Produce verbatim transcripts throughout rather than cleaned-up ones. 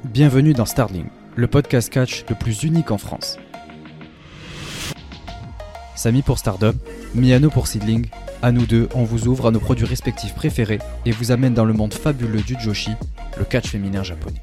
Bienvenue dans Starling, le podcast catch le plus unique en France. Samy pour Stardom, Miano pour Seedling, à nous deux, on vous ouvre à nos produits respectifs préférés et vous amène dans le monde fabuleux du Joshi, le catch féminin japonais.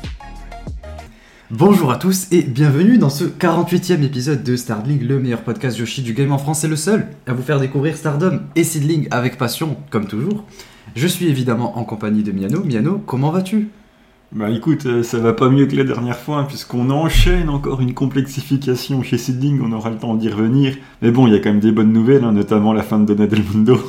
Bonjour à tous et bienvenue dans ce quarante-huitième épisode de Starling, le meilleur podcast Joshi du game en France et le seul à vous faire découvrir Stardom et Seedling avec passion, comme toujours. Je suis évidemment en compagnie de Miano. Miano, comment vas-tu ? Bah écoute, euh, ça va pas mieux que la dernière fois, hein, puisqu'on enchaîne encore une complexification chez Seedling, on aura le temps d'y revenir. Mais bon, il y a quand même des bonnes nouvelles, hein, notamment la fin de Donna Del Mundo,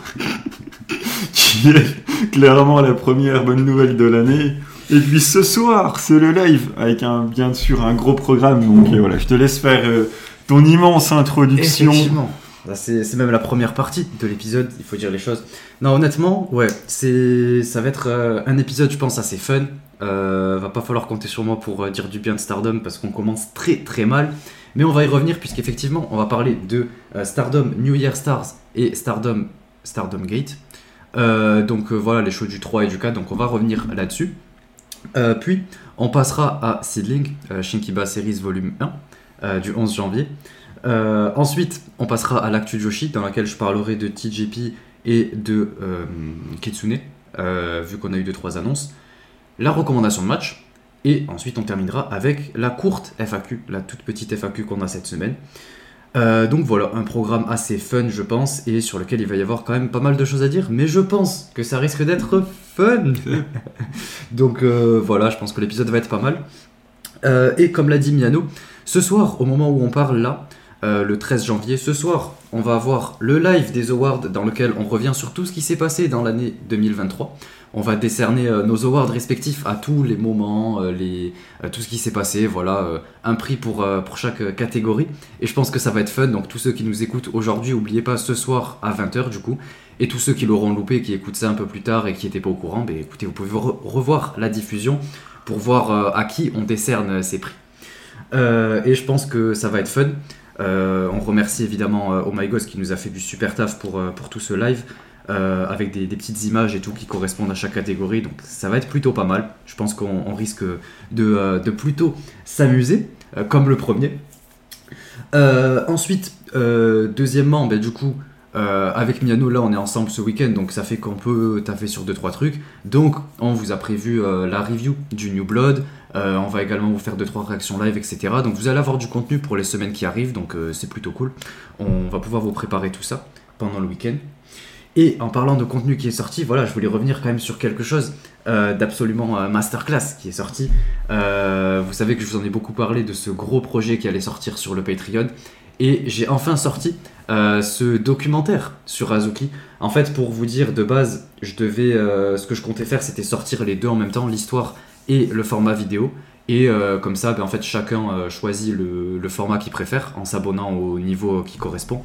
qui est clairement la première bonne nouvelle de l'année. Et puis ce soir, c'est le live, avec un, bien sûr un gros programme, donc euh, voilà, je te laisse faire euh, ton immense introduction. Effectivement. C'est, c'est même la première partie de l'épisode, il faut dire les choses. Non, honnêtement, ouais, c'est, ça va être euh, un épisode, je pense, assez fun. Euh, va pas falloir compter sur moi pour euh, dire du bien de Stardom parce qu'on commence très très mal. Mais on va y revenir puisqu'effectivement, on va parler de euh, Stardom New Year Stars et Stardom Stardom Gate. Euh, donc euh, voilà, les shows du trois et du quatre, donc on va revenir là-dessus. Euh, puis, on passera à Seedling, euh, Shinkiba Series Volume un, euh, du onze janvier. Euh, ensuite, on passera à l'actu Joshi, dans laquelle je parlerai de T J P et de euh, Kitsune, euh, vu qu'on a eu deux trois annonces. La recommandation de match, et ensuite on terminera avec la courte F A Q, la toute petite F A Q qu'on a cette semaine. Euh, donc voilà, un programme assez fun je pense, et sur lequel il va y avoir quand même pas mal de choses à dire, mais je pense que ça risque d'être fun. Donc euh, voilà, je pense que l'épisode va être pas mal. Euh, et comme l'a dit Miano, ce soir, au moment où on parle là, Euh, le treize janvier, ce soir, on va avoir le live des awards dans lequel on revient sur tout ce qui s'est passé dans l'année deux mille vingt-trois. On va décerner euh, nos awards respectifs à tous les moments, euh, les, euh, tout ce qui s'est passé, voilà, euh, un prix pour, euh, pour chaque euh, catégorie. Et je pense que ça va être fun, donc tous ceux qui nous écoutent aujourd'hui, n'oubliez pas ce soir à vingt heures du coup. Et tous ceux qui l'auront loupé, qui écoutent ça un peu plus tard et qui n'étaient pas au courant, bah, écoutez, vous pouvez re- revoir la diffusion pour voir euh, à qui on décerne euh, ces prix. Euh, et je pense que ça va être fun. Euh, on remercie évidemment euh, Oh My God qui nous a fait du super taf pour, euh, pour tout ce live euh, avec des, des petites images et tout qui correspondent à chaque catégorie, donc ça va être plutôt pas mal. Je pense qu'on on risque de, euh, de plutôt s'amuser euh, comme le premier. Euh, ensuite, euh, deuxièmement, bah, du coup euh, avec Miano là on est ensemble ce week-end, donc ça fait qu'on peut taffer sur deux trois trucs. Donc on vous a prévu euh, la review du New Blood. Euh, on va également vous faire deux trois réactions live, et cetera. Donc vous allez avoir du contenu pour les semaines qui arrivent, donc euh, c'est plutôt cool. On va pouvoir vous préparer tout ça pendant le week-end. Et en parlant de contenu qui est sorti, voilà, je voulais revenir quand même sur quelque chose euh, d'absolument euh, masterclass qui est sorti. Euh, vous savez que je vous en ai beaucoup parlé de ce gros projet qui allait sortir sur le Patreon. Et j'ai enfin sorti euh, ce documentaire sur Azuki. En fait, pour vous dire, de base, je devais, euh, ce que je comptais faire, c'était sortir les deux en même temps, l'histoire et le format vidéo, et euh, comme ça ben, en fait chacun euh, choisit le, le format qu'il préfère en s'abonnant au niveau qui correspond.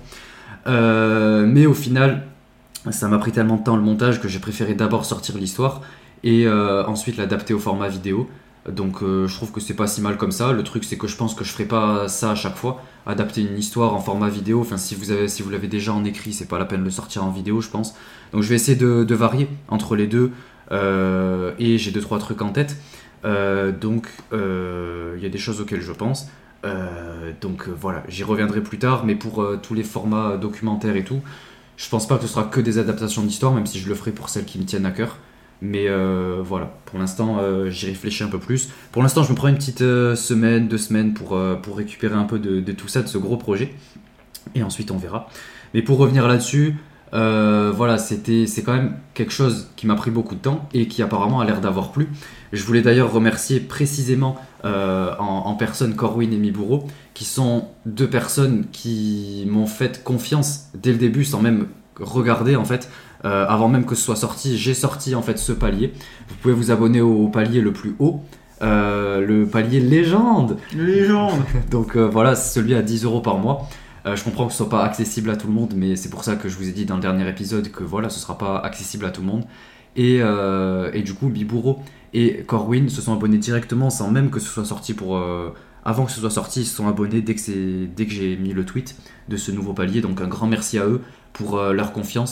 Euh, mais au final ça m'a pris tellement de temps le montage que j'ai préféré d'abord sortir l'histoire et euh, ensuite l'adapter au format vidéo. Donc euh, je trouve que c'est pas si mal comme ça. Le truc c'est que je pense que je ferai pas ça à chaque fois, adapter une histoire en format vidéo. Enfin si vous avez, si vous l'avez déjà en écrit, c'est pas la peine de le sortir en vidéo je pense. Donc je vais essayer de, de varier entre les deux. Euh, et j'ai deux trois trucs en tête, euh, donc il euh, y a des choses auxquelles je pense, euh, donc euh, voilà, j'y reviendrai plus tard, mais pour euh, tous les formats documentaires et tout, je pense pas que ce sera que des adaptations d'histoire, même si je le ferai pour celles qui me tiennent à cœur, mais euh, voilà, pour l'instant euh, j'y réfléchis un peu plus. Pour l'instant je me prends une petite euh, semaine, deux semaines pour, euh, pour récupérer un peu de, de tout ça, de ce gros projet, et ensuite on verra. Mais pour revenir là-dessus, Euh, voilà, c'était, c'est quand même quelque chose qui m'a pris beaucoup de temps et qui apparemment a l'air d'avoir plu. Je voulais d'ailleurs remercier précisément euh, en, en personne Corwin et Miburo, qui sont deux personnes qui m'ont fait confiance dès le début sans même regarder en fait. Euh, avant même que ce soit sorti, j'ai sorti en fait ce palier. Vous pouvez vous abonner au, au palier le plus haut, euh, le palier légende. Légende. Donc euh, voilà, c'est celui à dix euros par mois. Euh, je comprends que ce soit pas accessible à tout le monde, mais c'est pour ça que je vous ai dit dans le dernier épisode que voilà, ce sera pas accessible à tout le monde. Et, euh, et du coup, Biburo et Corwin se sont abonnés directement sans même que ce soit sorti pour. Euh, avant que ce soit sorti, ils se sont abonnés dès que, c'est, dès que j'ai mis le tweet de ce nouveau palier. Donc un grand merci à eux pour euh, leur confiance.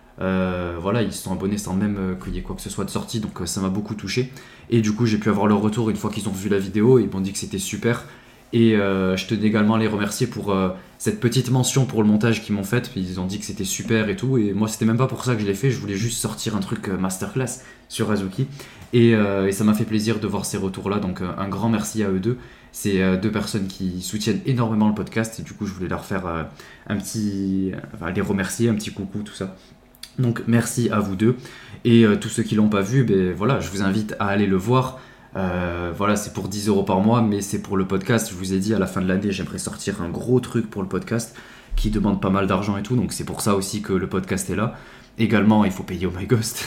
Euh, voilà, ils se sont abonnés sans même euh, qu'il y ait quoi que ce soit de sorti, donc euh, ça m'a beaucoup touché. Et du coup, j'ai pu avoir leur retour une fois qu'ils ont vu la vidéo, ils m'ont dit que c'était super. Et euh, je tenais également à les remercier pour euh, cette petite mention pour le montage qu'ils m'ont fait. Ils ont dit que c'était super et tout. Et moi, c'était même pas pour ça que je l'ai fait, je voulais juste sortir un truc euh, masterclass sur Azuki. Et, euh, et ça m'a fait plaisir de voir ces retours-là, donc euh, un grand merci à eux deux. C'est euh, deux personnes qui soutiennent énormément le podcast, et du coup, je voulais leur faire euh, un petit. Enfin, les remercier, un petit coucou, tout ça. Donc merci à vous deux, et euh, tous ceux qui l'ont pas vu, ben voilà, je vous invite à aller le voir. Euh, voilà, c'est pour dix euros par mois, mais c'est pour le podcast. Je vous ai dit, à la fin de l'année, j'aimerais sortir un gros truc pour le podcast qui demande pas mal d'argent et tout, donc c'est pour ça aussi que le podcast est là. Également, il faut payer Oh My Ghost.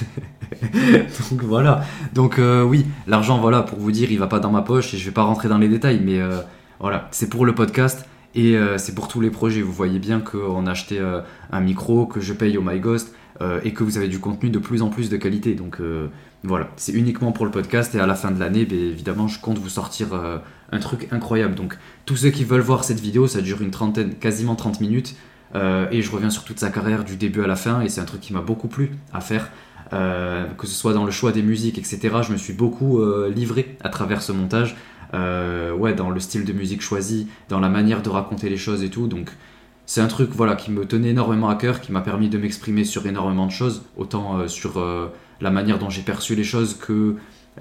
Donc voilà, donc euh, oui, l'argent, voilà, pour vous dire, il va pas dans ma poche, et je vais pas rentrer dans les détails, mais euh, voilà, c'est pour le podcast. Et euh, c'est pour tous les projets. Vous voyez bien qu'on a acheté euh, un micro, que je paye Oh My Ghost, euh, et que vous avez du contenu de plus en plus de qualité. Donc euh, voilà, c'est uniquement pour le podcast, et à la fin de l'année, ben, évidemment, je compte vous sortir euh, un truc incroyable. Donc tous ceux qui veulent voir cette vidéo, ça dure une trentaine, quasiment trente minutes, euh, et je reviens sur toute sa carrière du début à la fin, et c'est un truc qui m'a beaucoup plu à faire. Euh, que ce soit dans le choix des musiques, et cetera. Je me suis beaucoup euh, livré à travers ce montage. Euh, ouais, dans le style de musique choisi, dans la manière de raconter les choses et tout. Donc c'est un truc, voilà, qui me tenait énormément à cœur, qui m'a permis de m'exprimer sur énormément de choses, autant euh, sur euh, la manière dont j'ai perçu les choses, que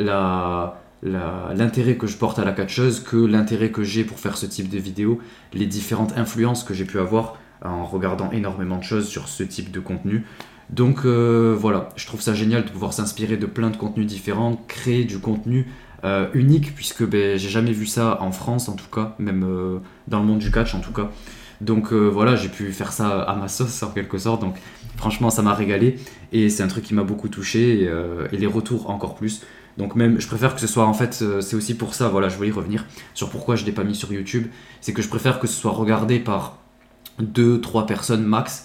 la, la, l'intérêt que je porte à la catcheuse, que l'intérêt que j'ai pour faire ce type de vidéo, les différentes influences que j'ai pu avoir en regardant énormément de choses sur ce type de contenu. Donc euh, voilà, je trouve ça génial de pouvoir s'inspirer de plein de contenus différents, créer du contenu Euh, unique, puisque ben, j'ai jamais vu ça en France, en tout cas, même euh, dans le monde du catch, en tout cas. Donc euh, voilà, j'ai pu faire ça à ma sauce, en quelque sorte. Donc franchement, ça m'a régalé, et c'est un truc qui m'a beaucoup touché, et, euh, et les retours encore plus. Donc même, je préfère que ce soit, en fait, euh, c'est aussi pour ça, voilà, je voulais y revenir sur pourquoi je l'ai pas mis sur YouTube. C'est que je préfère que ce soit regardé par deux trois personnes max.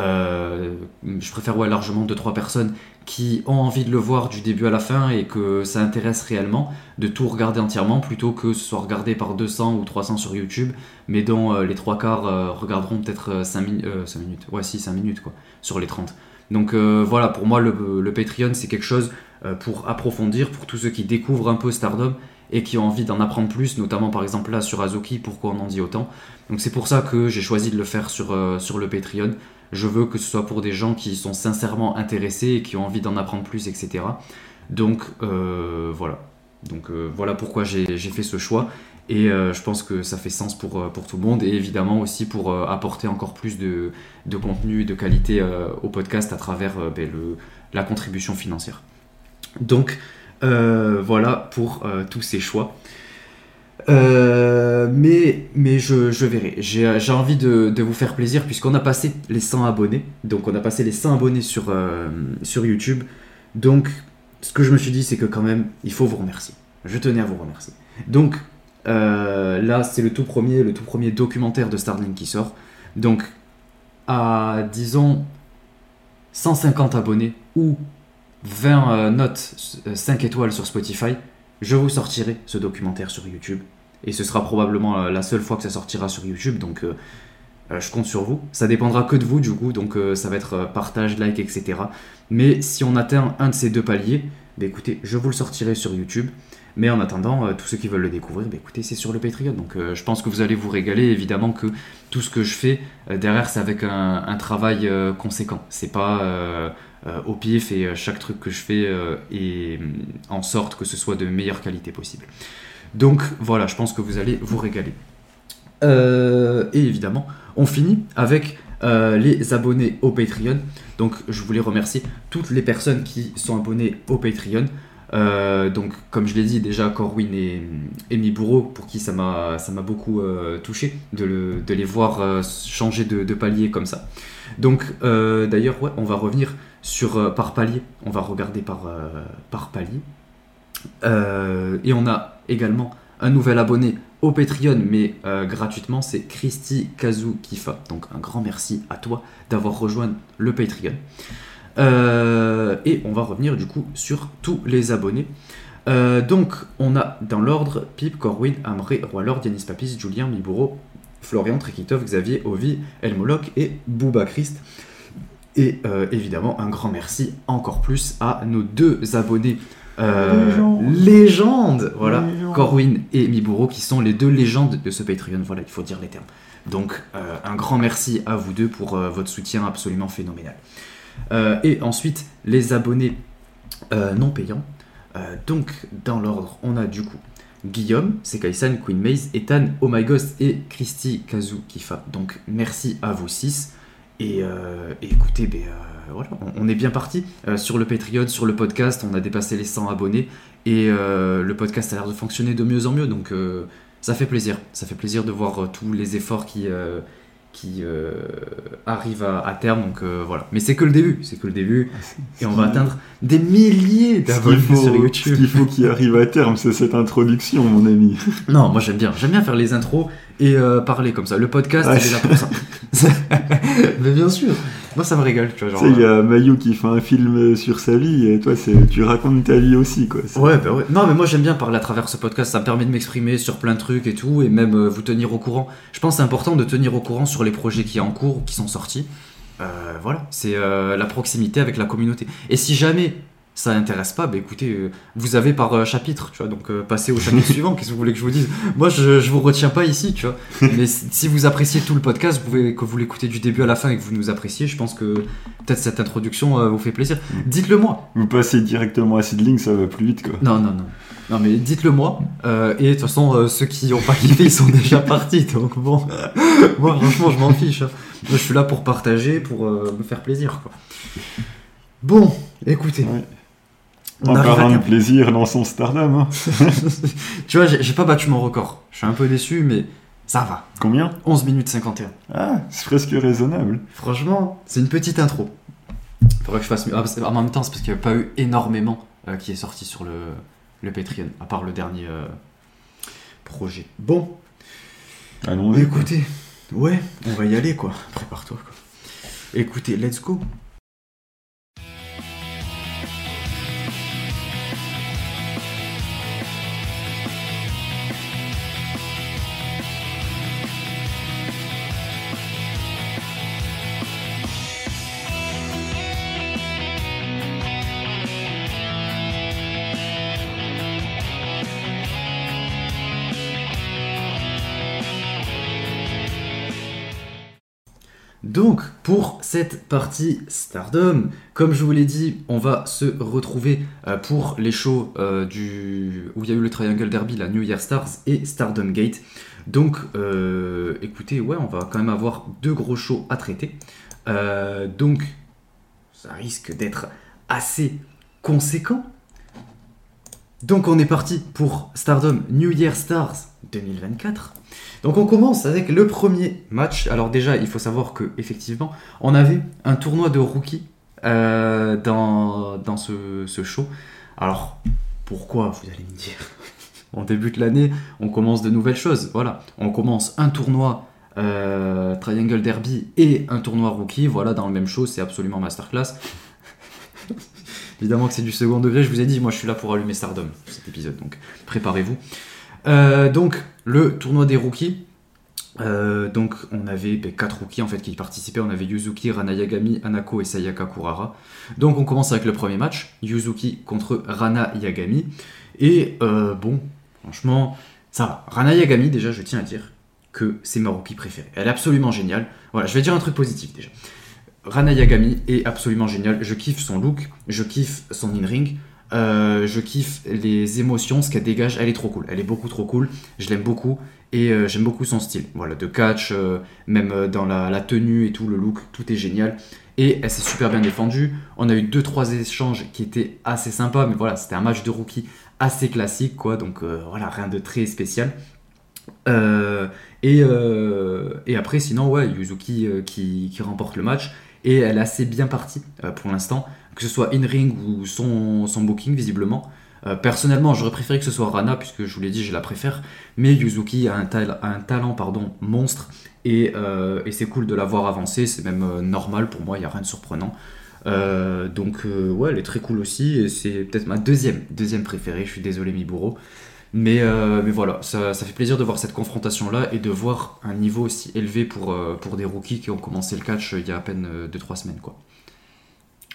Euh, je préfère ouais, largement deux trois personnes qui ont envie de le voir du début à la fin, et que ça intéresse réellement, de tout regarder entièrement, plutôt que ce soit regardé par deux cents ou trois cents sur YouTube, mais dont euh, les trois quarts euh, regarderont peut-être euh, cinq, min- euh, cinq minutes, ouais si cinq minutes quoi, sur les trente. Donc euh, voilà, pour moi le, le Patreon c'est quelque chose euh, pour approfondir, pour tous ceux qui découvrent un peu Stardom et qui ont envie d'en apprendre plus, notamment par exemple là sur Azuki, pourquoi on en dit autant. Donc c'est pour ça que j'ai choisi de le faire sur, euh, sur le Patreon. Je veux que ce soit pour des gens qui sont sincèrement intéressés et qui ont envie d'en apprendre plus, et cetera. Donc euh, voilà. Donc euh, voilà pourquoi j'ai, j'ai fait ce choix. Et euh, je pense que ça fait sens pour, pour tout le monde. Et évidemment aussi pour euh, apporter encore plus de, de contenu et de qualité euh, au podcast à travers euh, ben, le, la contribution financière. Donc euh, voilà pour euh, tous ces choix. Euh, mais mais je, je verrai. J'ai, j'ai envie de, de vous faire plaisir, puisqu'on a passé les cent abonnés. Donc on a passé les cent abonnés sur, euh, sur YouTube. Donc ce que je me suis dit, c'est que quand même, il faut vous remercier. Je tenais à vous remercier. Donc euh, là, c'est le tout premier, le tout premier documentaire de Starlink qui sort. Donc à, disons, cent cinquante abonnés ou vingt euh, notes cinq étoiles sur Spotify, je vous sortirai ce documentaire sur YouTube. Et ce sera probablement la seule fois que ça sortira sur YouTube. Donc euh, euh, je compte sur vous. Ça dépendra que de vous du coup. Donc euh, ça va être euh, partage, like, et cetera. Mais si on atteint un de ces deux paliers, bah, écoutez, je vous le sortirai sur YouTube. Mais en attendant, euh, tous ceux qui veulent le découvrir, bah, écoutez, c'est sur le Patreon. Donc euh, je pense que vous allez vous régaler. Évidemment que tout ce que je fais, euh, derrière, c'est avec un, un travail euh, conséquent. C'est pas... Euh, Euh, au pif, et euh, chaque truc que je fais euh, est en sorte que ce soit de meilleure qualité possible. Donc voilà, je pense que vous allez vous régaler. Euh, et évidemment, on finit avec euh, les abonnés au Patreon. Donc je voulais remercier toutes les personnes qui sont abonnées au Patreon. Euh, donc comme je l'ai dit déjà, Corwin et Amy Bourreau, pour qui ça m'a, ça m'a beaucoup euh, touché de, le, de les voir euh, changer de, de palier comme ça. Donc euh, d'ailleurs, ouais, on va revenir sur euh, par palier, on va regarder par, euh, par palier. Euh, et on a également un nouvel abonné au Patreon, mais euh, gratuitement, c'est Christy Kazukifa. Donc un grand merci à toi d'avoir rejoint le Patreon. Euh, et on va revenir du coup sur tous les abonnés. Euh, donc on a dans l'ordre Pip, Corwin, Amré, Roilord, Yanis Papis, Julien, Miburo, Florian, Trekitov, Xavier, Ovi, Elmoloc et Booba Christ. Et euh, évidemment, un grand merci encore plus à nos deux abonnés euh, Légende. légendes, voilà, Légende. Corwin et Miburo, qui sont les deux légendes de ce Patreon, voilà, il faut dire les termes. Donc, euh, un grand merci à vous deux pour euh, votre soutien absolument phénoménal. Euh, et ensuite, les abonnés euh, non payants. Euh, donc, dans l'ordre, on a du coup Guillaume, Sekaisan, Queen Maze, Ethan, Oh My Ghost et Christy Kazu Kifa. Donc, merci à vous six. Et, euh, et écoutez, ben, euh, voilà, on, on est bien parti euh, sur le Patreon, sur le podcast. On a dépassé les cent abonnés et euh, le podcast a l'air de fonctionner de mieux en mieux. Donc, euh, ça fait plaisir. Ça fait plaisir de voir euh, tous les efforts qui, euh, qui euh, arrivent à, à terme. Donc, euh, voilà. Mais c'est que le début. C'est que le début. Et on va atteindre des milliers Ce qu'il d'abonnés faut, sur ce YouTube. qu'il faut qu'il arrive à terme, c'est cette introduction, mon ami. Non, moi j'aime bien. J'aime bien faire les intros et euh, parler comme ça. Le podcast, Ouais, il est là pour ça. Mais bien sûr. Moi, ça me régale. Tu vois, Tu genre, sais, il y a Mayu qui fait un film sur sa vie, et toi, c'est, tu racontes ta vie aussi, quoi. C'est- Ouais, bah ouais. Non, mais moi j'aime bien parler à travers ce podcast. Ça me permet de m'exprimer sur plein de trucs et tout, et même euh, vous tenir au courant. Je pense que c'est important de tenir au courant sur les projets qui sont en cours ou qui sont sortis. Euh, voilà, c'est euh, la proximité avec la communauté. Et si jamais ça n'intéresse pas, bah écoutez, euh, vous avez par euh, chapitre, tu vois, donc euh, passez au chapitre suivant. Qu'est-ce que vous voulez que je vous dise? Moi, je, je vous retiens pas ici, tu vois. Mais si si vous appréciez tout le podcast, vous pouvez que vous l'écoutez du début à la fin et que vous nous appréciez. Je pense que peut-être cette introduction euh, vous fait plaisir. Dites-le moi. Vous passez directement à Seedling, ça va plus vite, quoi. Non, non, non. Non, mais dites-le moi. Euh, et de toute façon, euh, ceux qui n'ont pas kiffé, ils sont déjà partis. Donc bon, moi, franchement, je m'en fiche. hein. Moi, je suis là pour partager, pour euh, me faire plaisir, quoi. Bon, écoutez. Ouais. On arrive Encore à un terme. plaisir, lançons Stardom. Hein. Tu vois, j'ai j'ai pas battu mon record. Je suis un peu déçu, mais ça va. Combien? onze minutes cinquante et un. Ah, c'est presque raisonnable. Franchement, c'est une petite intro. Faudrait que je fasse mieux. Ah, parce- en même temps, c'est parce qu'il n'y a pas eu énormément euh, qui est sorti sur le, le Patreon, à part le dernier euh, projet. Bon, Allons-y. écoutez, ouais, on va y aller, quoi. Prépare-toi, quoi. Écoutez, let's go. Donc, pour cette partie Stardom, comme je vous l'ai dit, on va se retrouver euh, pour les shows euh, du... où il y a eu le Triangle Derby, la New Year Stars et Stardom Gate. Donc, euh, écoutez, ouais, on va quand même avoir deux gros shows à traiter. Euh, donc, ça risque d'être assez conséquent. Donc, on est parti pour Stardom New Year Stars deux mille vingt-quatre. Donc on commence avec le premier match. Alors déjà, il faut savoir que effectivement, on avait un tournoi de rookies euh, dans, dans ce, ce show. Alors, pourquoi, vous allez me dire? On débute l'année, on commence de nouvelles choses. Voilà, on commence un tournoi euh, Triangle Derby et un tournoi rookie. Voilà, dans le même show, c'est absolument masterclass. Évidemment que c'est du second degré, je vous ai dit, moi je suis là pour allumer Stardom, cet épisode, donc préparez-vous. Euh, donc le tournoi des rookies, euh, donc on avait ben, quatre rookies en fait qui participaient. On avait Yuzuki, Rana Yagami, Hanako et Sayaka Kurara. Donc on commence avec le premier match, Yuzuki contre Rana Yagami. Et euh, bon, franchement, ça va. Rana Yagami, déjà je tiens à dire que c'est ma rookie préférée. Elle est absolument géniale. Voilà, je vais dire un truc positif déjà. Rana Yagami est absolument géniale. Je kiffe son look, je kiffe son in-ring. Euh, je kiffe les émotions, ce qu'elle dégage, elle est trop cool, elle est beaucoup trop cool, je l'aime beaucoup et euh, j'aime beaucoup son style, voilà, de catch, euh, même euh, dans la, la tenue et tout, le look, tout est génial et elle s'est super bien défendue. On a eu deux trois échanges qui étaient assez sympas, mais voilà, c'était un match de rookie assez classique quoi, donc euh, voilà, rien de très spécial. Euh, et, euh, et après sinon ouais, Yuzuki euh, qui, qui remporte le match et elle est assez bien partie euh, pour l'instant, que ce soit in-ring ou son, son booking visiblement. Euh, personnellement j'aurais préféré que ce soit Rana, puisque je vous l'ai dit je la préfère, mais Yuzuki a un, tal- a un talent pardon, monstre et, euh, et c'est cool de la voir avancer, c'est même euh, normal pour moi, il n'y a rien de surprenant. Euh, donc euh, ouais, elle est très cool aussi et c'est peut-être ma deuxième, deuxième préférée, je suis désolé Miburo. Mais, euh, mais voilà, ça, ça fait plaisir de voir cette confrontation-là et de voir un niveau aussi élevé pour, euh, pour des rookies qui ont commencé le catch il y a à peine deux trois semaines, quoi.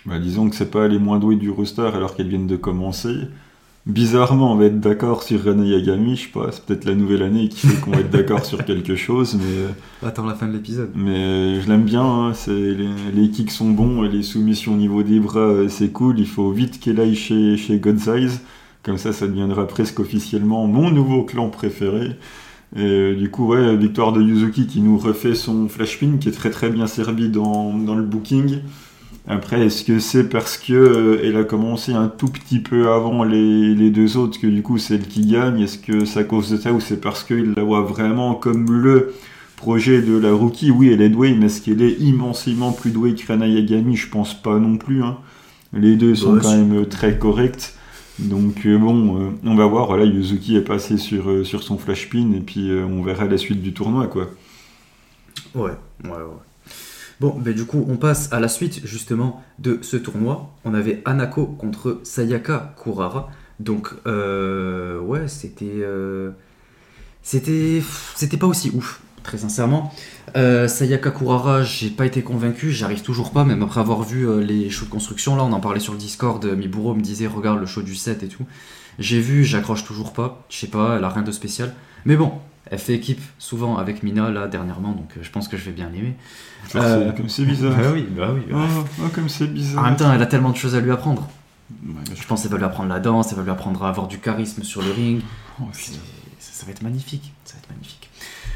Bah, disons que c'est pas les moins doués du roster alors qu'elles viennent de commencer. Bizarrement, on va être d'accord sur Rana Yagami, je sais pas, c'est peut-être la nouvelle année qui fait qu'on va être d'accord sur quelque chose, mais... Attends la fin de l'épisode. Mais je l'aime bien, hein, c'est, les, les kicks sont bons, les soumissions au niveau des bras, c'est cool, il faut vite qu'elle aille chez, chez God's Eyes, comme ça, ça deviendra presque officiellement mon nouveau clan préféré. Et du coup, ouais, victoire de Yuzuki qui nous refait son flash pin, qui est très très bien servi dans, dans le booking. Après, est-ce que c'est parce que euh, elle a commencé un tout petit peu avant les, les deux autres que du coup c'est elle qui gagne? Est-ce que c'est à cause de ça ou c'est parce qu'il la voit vraiment comme le projet de la rookie? Oui, elle est douée, mais est-ce qu'elle est immensément plus douée que Rana Yagami? Je pense pas non plus. Hein. Les deux sont ouais, quand même très corrects. Donc euh, bon, euh, on va voir. Voilà, Yuzuki est passé sur, euh, sur son flash pin et puis euh, on verra la suite du tournoi, quoi. Ouais, ouais, ouais. Bon, ben du coup, on passe à la suite justement de ce tournoi. On avait Hanako contre Sayaka Kurara. Donc, euh, ouais, c'était, euh, c'était, c'était pas aussi ouf, très sincèrement. Euh, Sayaka Kurara, j'ai pas été convaincu, j'arrive toujours pas, même après avoir vu euh, les shows de construction. Là, on en parlait sur le Discord. Miburo me disait, regarde le show du set et tout. J'ai vu, j'accroche toujours pas. Je sais pas, elle a rien de spécial. Mais bon. Elle fait équipe souvent avec Mina là dernièrement, donc euh, je pense que je vais bien l'aimer. Genre, euh... c'est, comme c'est bizarre. Bah oui, bah oui. Oh, oh, comme c'est bizarre. En même temps, elle a tellement de choses à lui apprendre. Ouais, je... je pense qu'elle va lui apprendre la danse, elle va lui apprendre à avoir du charisme sur le ring. Oh, ça, ça va être magnifique, ça va être magnifique.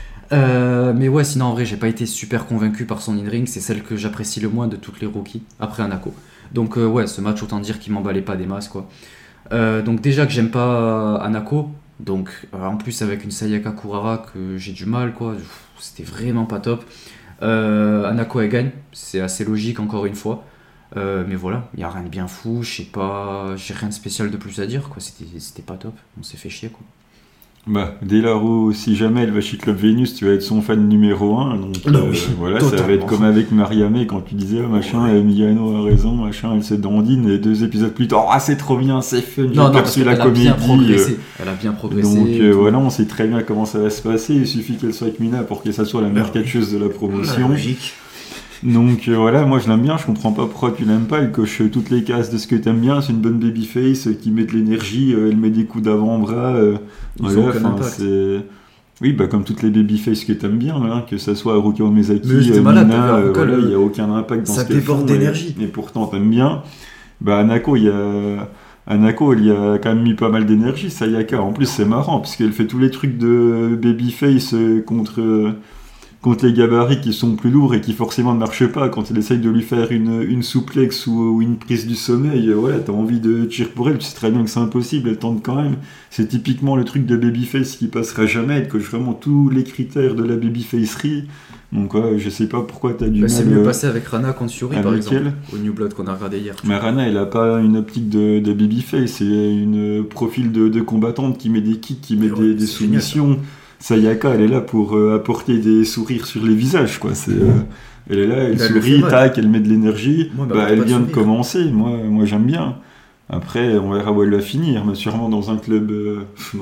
Euh, mais ouais, sinon en vrai, j'ai pas été super convaincu par son in-ring. C'est celle que j'apprécie le moins de toutes les rookies après Hanako. Donc euh, ouais, ce match, autant dire qu'il m'emballait pas des masses quoi. Euh, donc déjà que j'aime pas Hanako. Donc, euh, en plus, avec une Sayaka Kurara que j'ai du mal, quoi. C'était vraiment pas top. Euh, Hanako, elle gagne. C'est assez logique, encore une fois. Euh, mais voilà, il n'y a rien de bien fou. Je sais pas, j'ai rien de spécial de plus à dire, quoi. C'était, c'était pas top. On s'est fait chier, quoi. Bah, Delaro, si jamais elle va chez Club Venus, tu vas être son fan numéro un. Donc, non, euh, oui, voilà, totalement. Ça va être comme avec Mariamé quand tu disais, oh, machin, ouais. Miyano a raison, machin, elle se dandine, et deux épisodes plus tard, ah, oh, c'est trop bien, c'est fun, j'ai non, perçu non, la elle comédie. A bien progressé. Elle a bien progressé. Donc, euh, voilà, on sait très bien comment ça va se passer. Il suffit qu'elle soit avec Mina pour que ça soit la meilleure catcheuse de la promotion. Logique. Donc euh, voilà, moi je l'aime bien, je comprends pas pourquoi tu l'aimes pas, elle coche toutes les cases de ce que t'aimes bien, c'est une bonne babyface euh, qui met de l'énergie, euh, elle met des coups d'avant-bras, euh, voilà, c'est... Oui, bah comme toutes les babyface que t'aimes bien, hein, que ça soit Haruka Umezaki, euh, malade, Mina, euh, voilà, il le... n'y a aucun impact dans ça ce qu'elles font. Ça déborde d'énergie. Et, et pourtant t'aimes bien. Bah Hanako, il y a... Hanako, il y a quand même mis pas mal d'énergie, Sayaka, en plus c'est marrant, puisqu'elle fait tous les trucs de babyface euh, contre... Euh, contre les gabarits qui sont plus lourds et qui forcément ne marchent pas, quand il essaye de lui faire une, une souplex ou, ou une prise du sommeil, voilà, t'as envie de tirer pour elle, tu sais très bien que c'est impossible, elle tente quand même. C'est typiquement le truc de babyface qui passera jamais, elle coche vraiment tous les critères de la babyfacerie. Donc ouais, je sais pas pourquoi t'as du bah, mal... C'est mieux passé avec Rana contre Yuri par exemple, elle. Au New Blood qu'on a regardé hier. Mais Rana, elle a pas une optique de, de babyface, c'est une profil de, de combattante qui met des kicks, qui met ouais, des, des soumissions... Génial. Sayaka, elle est là pour euh, apporter des sourires sur les visages, quoi. C'est, euh, elle est là, elle bah, sourit, tac, elle met de l'énergie. Moi, bah, bah, elle vient de, de commencer. Moi, moi, j'aime bien. Après, on verra où elle va finir, mais sûrement dans un club, euh,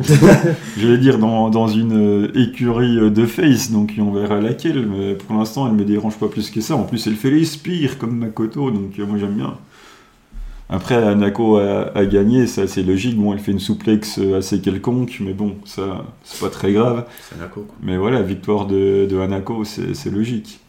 je vais dire dans, dans une euh, écurie de face, donc on verra laquelle. Mais pour l'instant, elle me dérange pas plus que ça. En plus, elle fait les spires comme Makoto, donc euh, moi j'aime bien. Après, Hanako a, a gagné, c'est assez logique. Bon, elle fait une souplex assez quelconque, mais bon, ça, c'est pas très grave. C'est Hanako, quoi. Mais voilà, victoire de, de Hanako, c'est, c'est logique.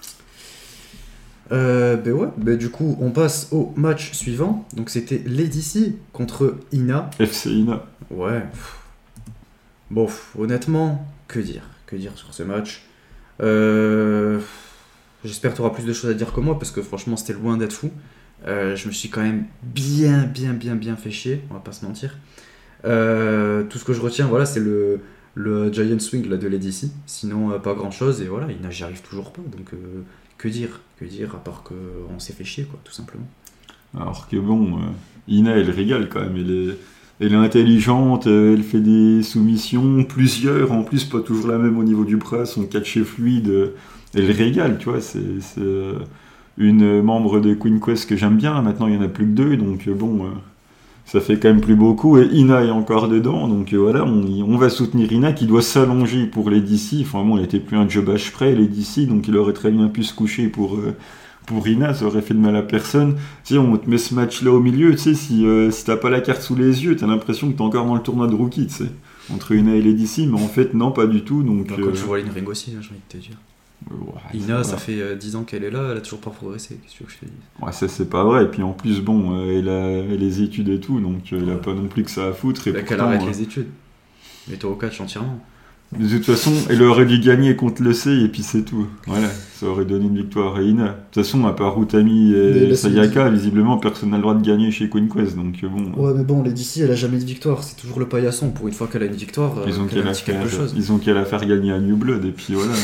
Euh, ben ouais, ben du coup, on passe au match suivant. Donc, c'était Lady C contre Ina. F C Ina. Ouais. Bon, honnêtement, que dire Que dire sur ce match euh... J'espère que tu auras plus de choses à dire que moi, parce que franchement, c'était loin d'être fou. Euh, je me suis quand même bien, bien, bien, bien fait chier, on va pas se mentir. Euh, tout ce que je retiens, voilà, c'est le, le Giant Swing là, de Lady C. Sinon, euh, pas grand chose, et voilà, Ina, j'y arrive toujours pas. Donc, euh, que dire Que dire, à part qu'on s'est fait chier, quoi, tout simplement. Alors que bon, euh, Ina, elle régale quand même. Elle est, elle est intelligente, elle fait des soumissions, plusieurs, en plus, pas toujours la même au niveau du bras, son catch est fluide. Elle régale, tu vois, c'est. c'est une membre de Queen Quest que j'aime bien, maintenant il n'y en a plus que deux, donc bon, euh, ça fait quand même plus beaucoup, et Ina est encore dedans, donc euh, voilà, on, on va soutenir Ina qui doit s'allonger pour les D C, enfin bon, elle était plus un job H près, les D C, donc il aurait très bien pu se coucher pour, euh, pour Ina, ça aurait fait de mal à personne. Tu sais, on te met ce match-là au milieu, tu sais, si, euh, si t'as pas la carte sous les yeux, t'as l'impression que t'es encore dans le tournoi de rookie, tu sais, entre Ina et Lady C, mais en fait, non, pas du tout. Donc, bah, euh... quand tu vois l'in-ring aussi, là, j'ai envie de te dire. Ouais, Ina, ça fait euh, dix ans qu'elle est là, elle a toujours pas progressé, qu'est-ce que tu veux que je te dise? Ouais, ça c'est pas vrai, et puis en plus, bon, euh, elle, a, elle a les études et tout, donc euh, elle a ouais. pas non plus que ça à foutre. Et bah, pourtant, qu'elle arrête euh... les études. Mets-toi au catch entièrement. De toute façon, elle aurait dû gagner contre le C et puis c'est tout. Voilà, ça aurait donné une victoire à Ina. De toute façon, à part Utami et Sayaka, visiblement, personne n'a le droit de gagner chez Queen Quest, donc bon. Ouais, mais bon, Lady C, elle a jamais de victoire, c'est toujours le paillasson. Pour une fois qu'elle a une victoire, ils ont euh, qu'elle a, quelque chose. Ils ont qu'à la faire gagner à New Blood, et puis voilà.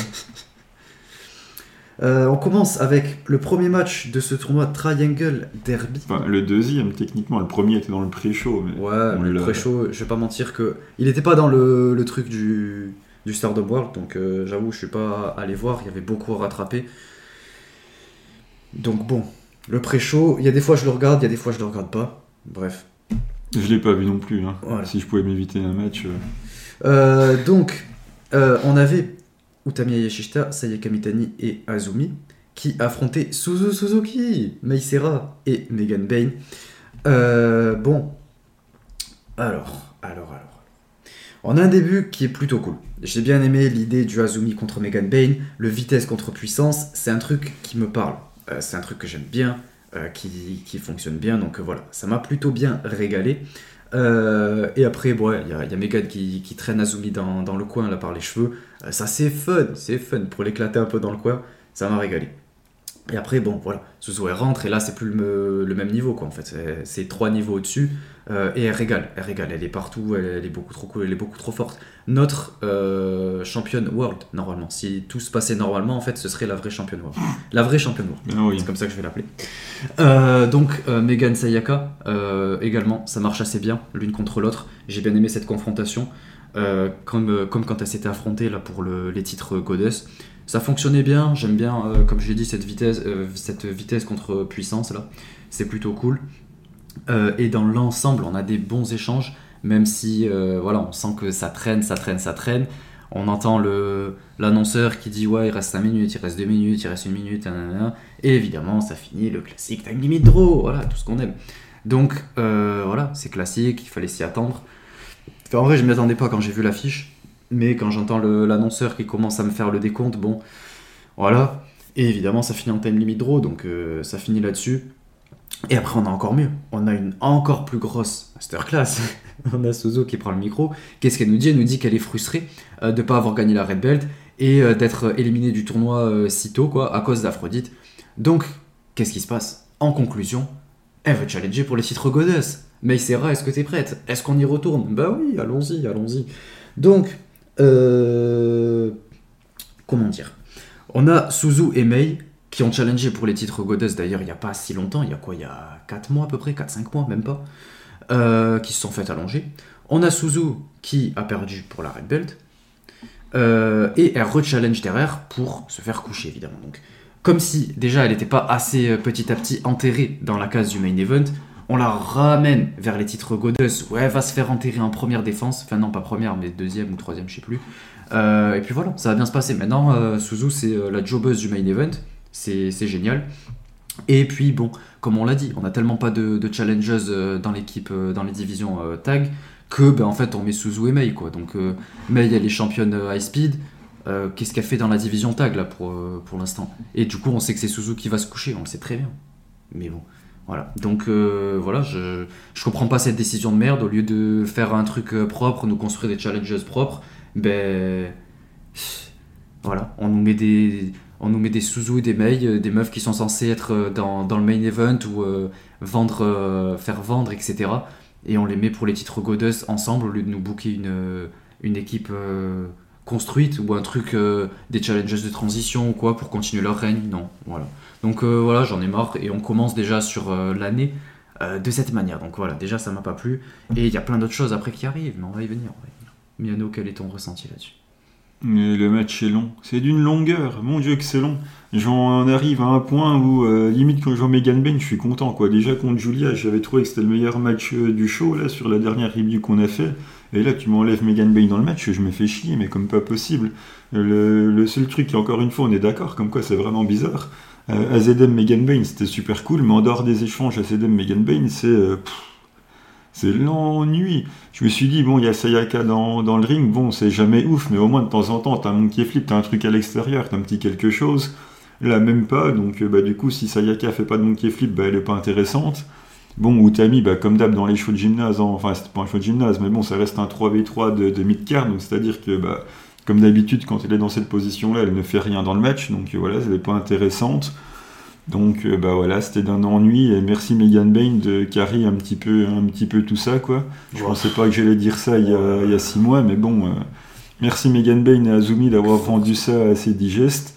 Euh, on commence avec le premier match de ce tournoi Triangle Derby. Enfin, le deuxième, techniquement. Le premier était dans le pré-show. Mais ouais, mais le pré-show, je vais pas mentir que. Il était pas dans le, le truc du, du Stardom World, donc euh, j'avoue, je suis pas allé voir. Il y avait beaucoup à rattraper. Donc bon, le pré-show, il y a des fois je le regarde, il y a des fois je le regarde pas. Bref. Je l'ai pas vu non plus. Hein. Voilà. Si je pouvais m'éviter un match. Euh... Euh, donc, euh, on avait Utami Hayashishita, Sayaka Mitani et Azumi qui affrontaient Suzu Suzuki, Mei Seira et Megan Bayne. Euh, bon, alors, alors, alors. On a un début qui est plutôt cool. J'ai bien aimé l'idée du Azumi contre Megan Bayne, le vitesse contre puissance, c'est un truc qui me parle. Euh, c'est un truc que j'aime bien, euh, qui, qui fonctionne bien, donc euh, voilà, ça m'a plutôt bien régalé. Euh, et après, bon, il ouais, y, y a Megan qui, qui traîne Azumi dans, dans le coin là par les cheveux. Euh, ça c'est fun, c'est fun pour l'éclater un peu dans le coin. Ça m'a régalé. Et après, bon, voilà, Suzu elle rentre et là c'est plus le, le même niveau quoi en fait. C'est, c'est trois niveaux au-dessus euh, et elle régale, elle régale, elle est partout, elle, elle est beaucoup trop cool, elle est beaucoup trop forte. Notre euh, championne world normalement. Si tout se passait normalement en fait, ce serait la vraie championne world. La vraie championne world. Ah oui. C'est comme ça que je vais l'appeler. Euh, donc euh, Megan Sayaka euh, également, ça marche assez bien l'une contre l'autre. J'ai bien aimé cette confrontation, euh, comme, euh, comme quand elles s'étaient affrontées là pour le, les titres Goddess. Ça fonctionnait bien, j'aime bien, euh, comme je l'ai dit, cette vitesse, euh, cette vitesse contre puissance là, c'est plutôt cool. Euh, et dans l'ensemble, on a des bons échanges, même si euh, voilà, on sent que ça traîne, ça traîne, ça traîne. On entend le, l'annonceur qui dit ouais, il reste cinq minutes, il reste deux minutes, il reste une minute, nanana. Et évidemment, ça finit le classique time limit draw, voilà, tout ce qu'on aime. Donc euh, voilà, c'est classique, il fallait s'y attendre. Enfin, en vrai, je ne m'y attendais pas quand j'ai vu l'affiche. Mais quand j'entends le, l'annonceur qui commence à me faire le décompte, bon, voilà. Et évidemment, ça finit en time limit draw, donc euh, ça finit là-dessus. Et après, on a encore mieux. On a une encore plus grosse masterclass. On a Suzu qui prend le micro. Qu'est-ce qu'elle nous dit ? Elle nous dit qu'elle est frustrée euh, de ne pas avoir gagné la Red Belt et euh, d'être éliminée du tournoi euh, si tôt, quoi, à cause d'Aphrodite. Donc, qu'est-ce qui se passe ? En conclusion, elle veut challenger pour les titres Goddess. Mei Seira, est-ce que t'es prête ? Est-ce qu'on y retourne ? Bah oui, allons-y, allons-y. Donc, Euh... comment dire, on a Suzu et Mei qui ont challengé pour les titres Goddess d'ailleurs il n'y a pas si longtemps, il y a quoi, il y a quatre mois à peu près, quatre cinq mois même pas, euh, qui se sont fait allonger. On a Suzu qui a perdu pour la Red Belt euh, et elle re-challenge derrière pour se faire coucher évidemment. Donc, comme si déjà elle n'était pas assez petit à petit enterrée dans la case du main event, on la ramène vers les titres Goddess où elle va se faire enterrer en première défense, enfin non pas première mais deuxième ou troisième je sais plus, euh, et puis voilà, ça va bien se passer. Maintenant euh, Suzu c'est euh, la jobbeuse du main event, c'est, c'est génial. Et puis bon, comme on l'a dit, on a tellement pas de, de challengers euh, dans l'équipe, euh, dans les divisions euh, tag, que ben, en fait on met Suzu et Mei quoi. Donc euh, Mei elle est championne euh, high speed, euh, qu'est-ce qu'elle fait dans la division tag là pour, euh, pour l'instant, et du coup on sait que c'est Suzu qui va se coucher, on le sait très bien, mais bon. Voilà, donc euh, voilà, je, je comprends pas cette décision de merde. Au lieu de faire un truc propre, nous construire des challenges propres, ben voilà, on nous met des, on nous met des Suzu et des Mei, des meufs qui sont censées être dans, dans le main event ou euh, vendre, euh, faire vendre, et cetera. Et on les met pour les titres Goddess ensemble au lieu de nous booker une, une équipe euh, construite ou un truc, euh, des challenges de transition ou quoi pour continuer leur règne. Non, voilà. Donc euh, voilà, j'en ai marre et on commence déjà sur euh, l'année euh, de cette manière. Donc voilà, déjà ça m'a pas plu et il y a plein d'autres choses après qui arrivent, mais on va y venir. On va y venir. Miano, quel est ton ressenti là-dessus ? Mais le match est long, c'est d'une longueur, mon dieu que c'est long. J'en arrive à un point où euh, limite quand je vois Megan Bayne, je suis content quoi. Déjà contre Julia, j'avais trouvé que c'était le meilleur match euh, du show là sur la dernière review qu'on a fait. Et là, tu m'enlèves Megan Bayne dans le match, je me fais chier, mais comme pas possible. Le, le seul truc, et encore une fois, on est d'accord, comme quoi c'est vraiment bizarre. Euh, A Z M Megan Bayne, c'était super cool, mais en dehors des échanges A Z M Megan Bayne, c'est. Euh, pff, c'est l'ennui. Je me suis dit, bon, il y a Sayaka dans, dans le ring, bon, c'est jamais ouf, mais au moins de temps en temps, t'as un monkey flip, t'as un truc à l'extérieur, t'as un petit quelque chose. Là, même pas, donc euh, bah, du coup, si Sayaka fait pas de monkey flip, bah, elle est pas intéressante. Bon, Utami, bah, comme d'hab dans les shows de gymnase, hein, enfin, c'était pas un show de gymnase, mais bon, ça reste un trois v trois de, de mid-card, donc c'est-à-dire que, bah, comme d'habitude, quand elle est dans cette position-là, elle ne fait rien dans le match, donc euh, voilà, elle est pas intéressante. Donc euh, bah voilà, c'était d'un ennui, et merci Megan Bayne de carry un petit peu, un petit peu tout ça, quoi. Je wow. pensais pas que j'allais dire ça il y a, il y a six mois, mais bon, euh, merci Megan Bayne et Azumi d'avoir rendu ça assez digeste.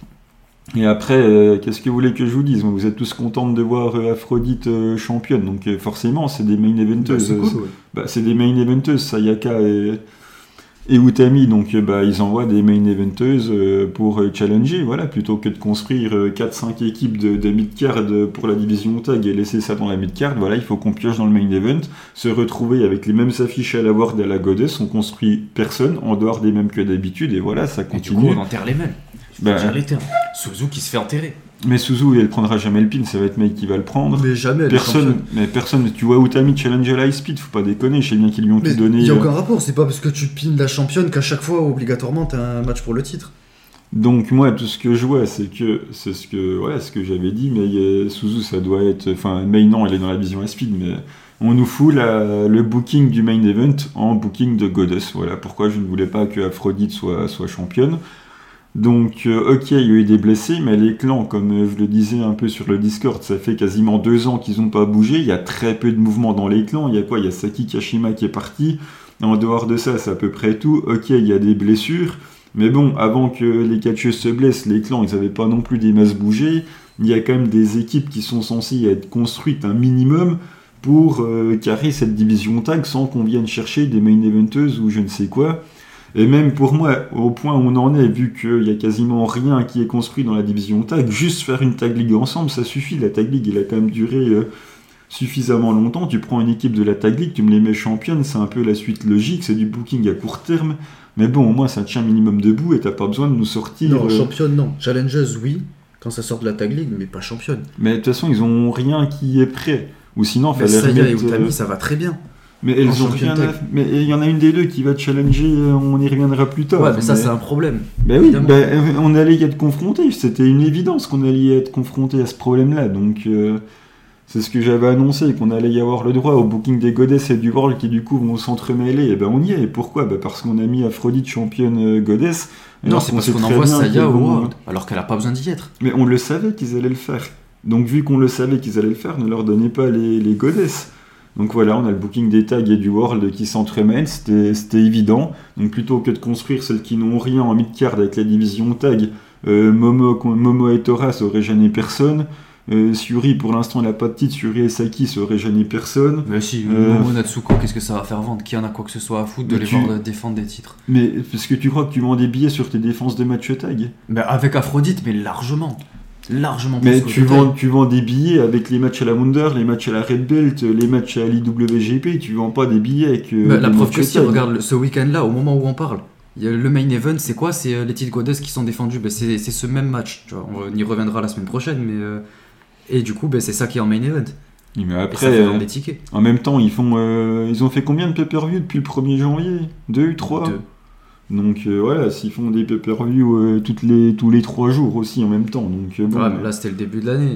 Et après, euh, qu'est-ce que vous voulez que je vous dise ? Vous êtes tous contents de voir euh, Aphrodite euh, championne, donc euh, forcément, c'est des main eventeuses. Bah, c'est, cool, ouais. bah, c'est des main eventeuses, Sayaka et... Et Utami, donc bah, ils envoient des main eventeuses euh, pour euh, challenger, voilà, plutôt que de construire euh, quatre cinq équipes de, de mid-card pour la division tag et laisser ça dans la mid-card, voilà, il faut qu'on pioche dans le main event, se retrouver avec les mêmes affiches à la World et à la Goddess, on construit personne en dehors des mêmes que d'habitude, et voilà, ça continue. Et du coup, on enterre les mêmes. Bah, dire les termes. Suzu qui se fait enterrer. Mais Suzu, elle prendra jamais le pin, ça va être Mei qui va le prendre. Mais jamais, elle personne, mais personne, tu vois Utami challenger la high speed, faut pas déconner, je sais bien qu'ils lui ont mais tout donné. Il y a euh... aucun rapport, c'est pas parce que tu pines la championne qu'à chaque fois, obligatoirement, t'as un match pour le titre. Donc moi, tout ce que je vois, c'est que c'est ce que, ouais, ce que j'avais dit, mais euh, Suzu, ça doit être, enfin, Mei non, elle est dans la vision high speed, mais on nous fout la, le booking du main event en booking de Goddess. Voilà pourquoi je ne voulais pas que Aphrodite soit, soit championne. Donc, euh, ok, il y a eu des blessés, mais les clans, comme euh, je le disais un peu sur le Discord, ça fait quasiment deux ans qu'ils n'ont pas bougé. Il y a très peu de mouvements dans les clans. Il y a quoi ? Il y a Saki Kashima qui est parti. En dehors de ça, c'est à peu près tout. Ok, il y a des blessures. Mais bon, avant que les catcheuses se blessent, les clans, ils n'avaient pas non plus des masses bougées. Il y a quand même des équipes qui sont censées être construites un minimum pour euh, carrer cette division tag sans qu'on vienne chercher des main eventeuses ou je ne sais quoi. Et même pour moi, au point où on en est, vu qu'il y a quasiment rien qui est construit dans la division tag, juste faire une tag league ensemble, ça suffit. La tag league, elle a quand même duré euh, suffisamment longtemps. Tu prends une équipe de la tag league, tu me les mets championnes, c'est un peu la suite logique, c'est du booking à court terme. Mais bon, au moins ça tient minimum debout et t'as pas besoin de nous sortir... Non, euh... championne non. Challengeuse, oui, quand ça sort de la tag league, mais pas championne. Mais de toute façon, ils ont rien qui est prêt. Ou sinon, mais fallait Saya remettre... et Utami, euh... ça va très bien. Mais elles ont rien à... Mais il y en a une des deux qui va challenger, on y reviendra plus tard. Ouais, mais, mais... ça, c'est un problème. Ben oui, ben, on allait y être confronté. C'était une évidence qu'on allait y être confronté à ce problème-là. Donc, euh, c'est ce que j'avais annoncé, qu'on allait y avoir le droit au booking des Goddess et du World qui, du coup, vont s'entremêler. Et ben, on y est. Et pourquoi ? Ben, parce qu'on a mis Aphrodite championne Goddess. Non, c'est parce qu'on envoie Saya au World, alors qu'elle a pas besoin d'y être. Mais on le savait qu'ils allaient le faire. Donc, vu qu'on le savait qu'ils allaient le faire, ne leur donnez pas les, les Goddess. Donc voilà, on a le booking des tags et du World qui s'entremêlent, c'était, c'était évident. Donc plutôt que de construire celles qui n'ont rien en mid-card avec la division tag, euh, Momo, Momo et Tora, ça aurait gêné personne. Euh, Syuri, pour l'instant, elle n'a pas de titre. Syuri et Saki, ça aurait gêné personne. Mais si, euh... Momo, Natsuko, qu'est-ce que ça va faire vendre ? Qui en a quoi que ce soit à foutre de les tu... voir défendre des titres ? Mais parce que tu crois que tu vends des billets sur tes défenses de match tag ? Mais avec Aphrodite, mais largement. Largement plus. Mais tu vends, tu vends des billets avec les matchs à la Wonder, les matchs à la Red Belt, les matchs à l'I W G P, tu vends pas des billets avec. Euh, bah, la preuve que si, regarde, ce week-end-là, au moment où on parle, il y a le main event, c'est quoi ? C'est euh, les titres Goddess qui sont défendus, bah, c'est, c'est ce même match. Tu vois, on y reviendra la semaine prochaine, mais. Euh, et du coup, bah, c'est ça qui est en main event. Mais après, euh, les tickets. En même temps, ils, font, euh, ils ont fait combien de pay-per-view depuis le premier janvier ? Deux, trois ? Deux. Donc euh, voilà, s'ils font des pay-per-view euh, toutes les, tous les trois jours aussi en même temps. Donc, euh, bon, ouais, mais là c'était le début de l'année.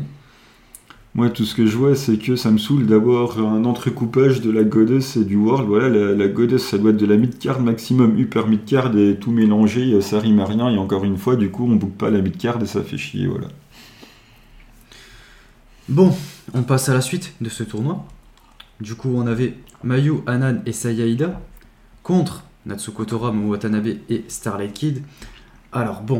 Moi tout ce que je vois c'est que ça me saoule d'avoir un entrecoupage de la Goddess et du World. Voilà, la, la Goddess ça doit être de la mid-card maximum, hyper mid-card et tout mélangé, ça rime à rien. Et encore une fois, du coup on boucle pas la mid-card et ça fait chier, voilà. Bon, on passe à la suite de ce tournoi. Du coup on avait Mayu, Hanan et Sayaida contre Natsuko Tora, Momo Watanabe et Starlight Kid. Alors bon,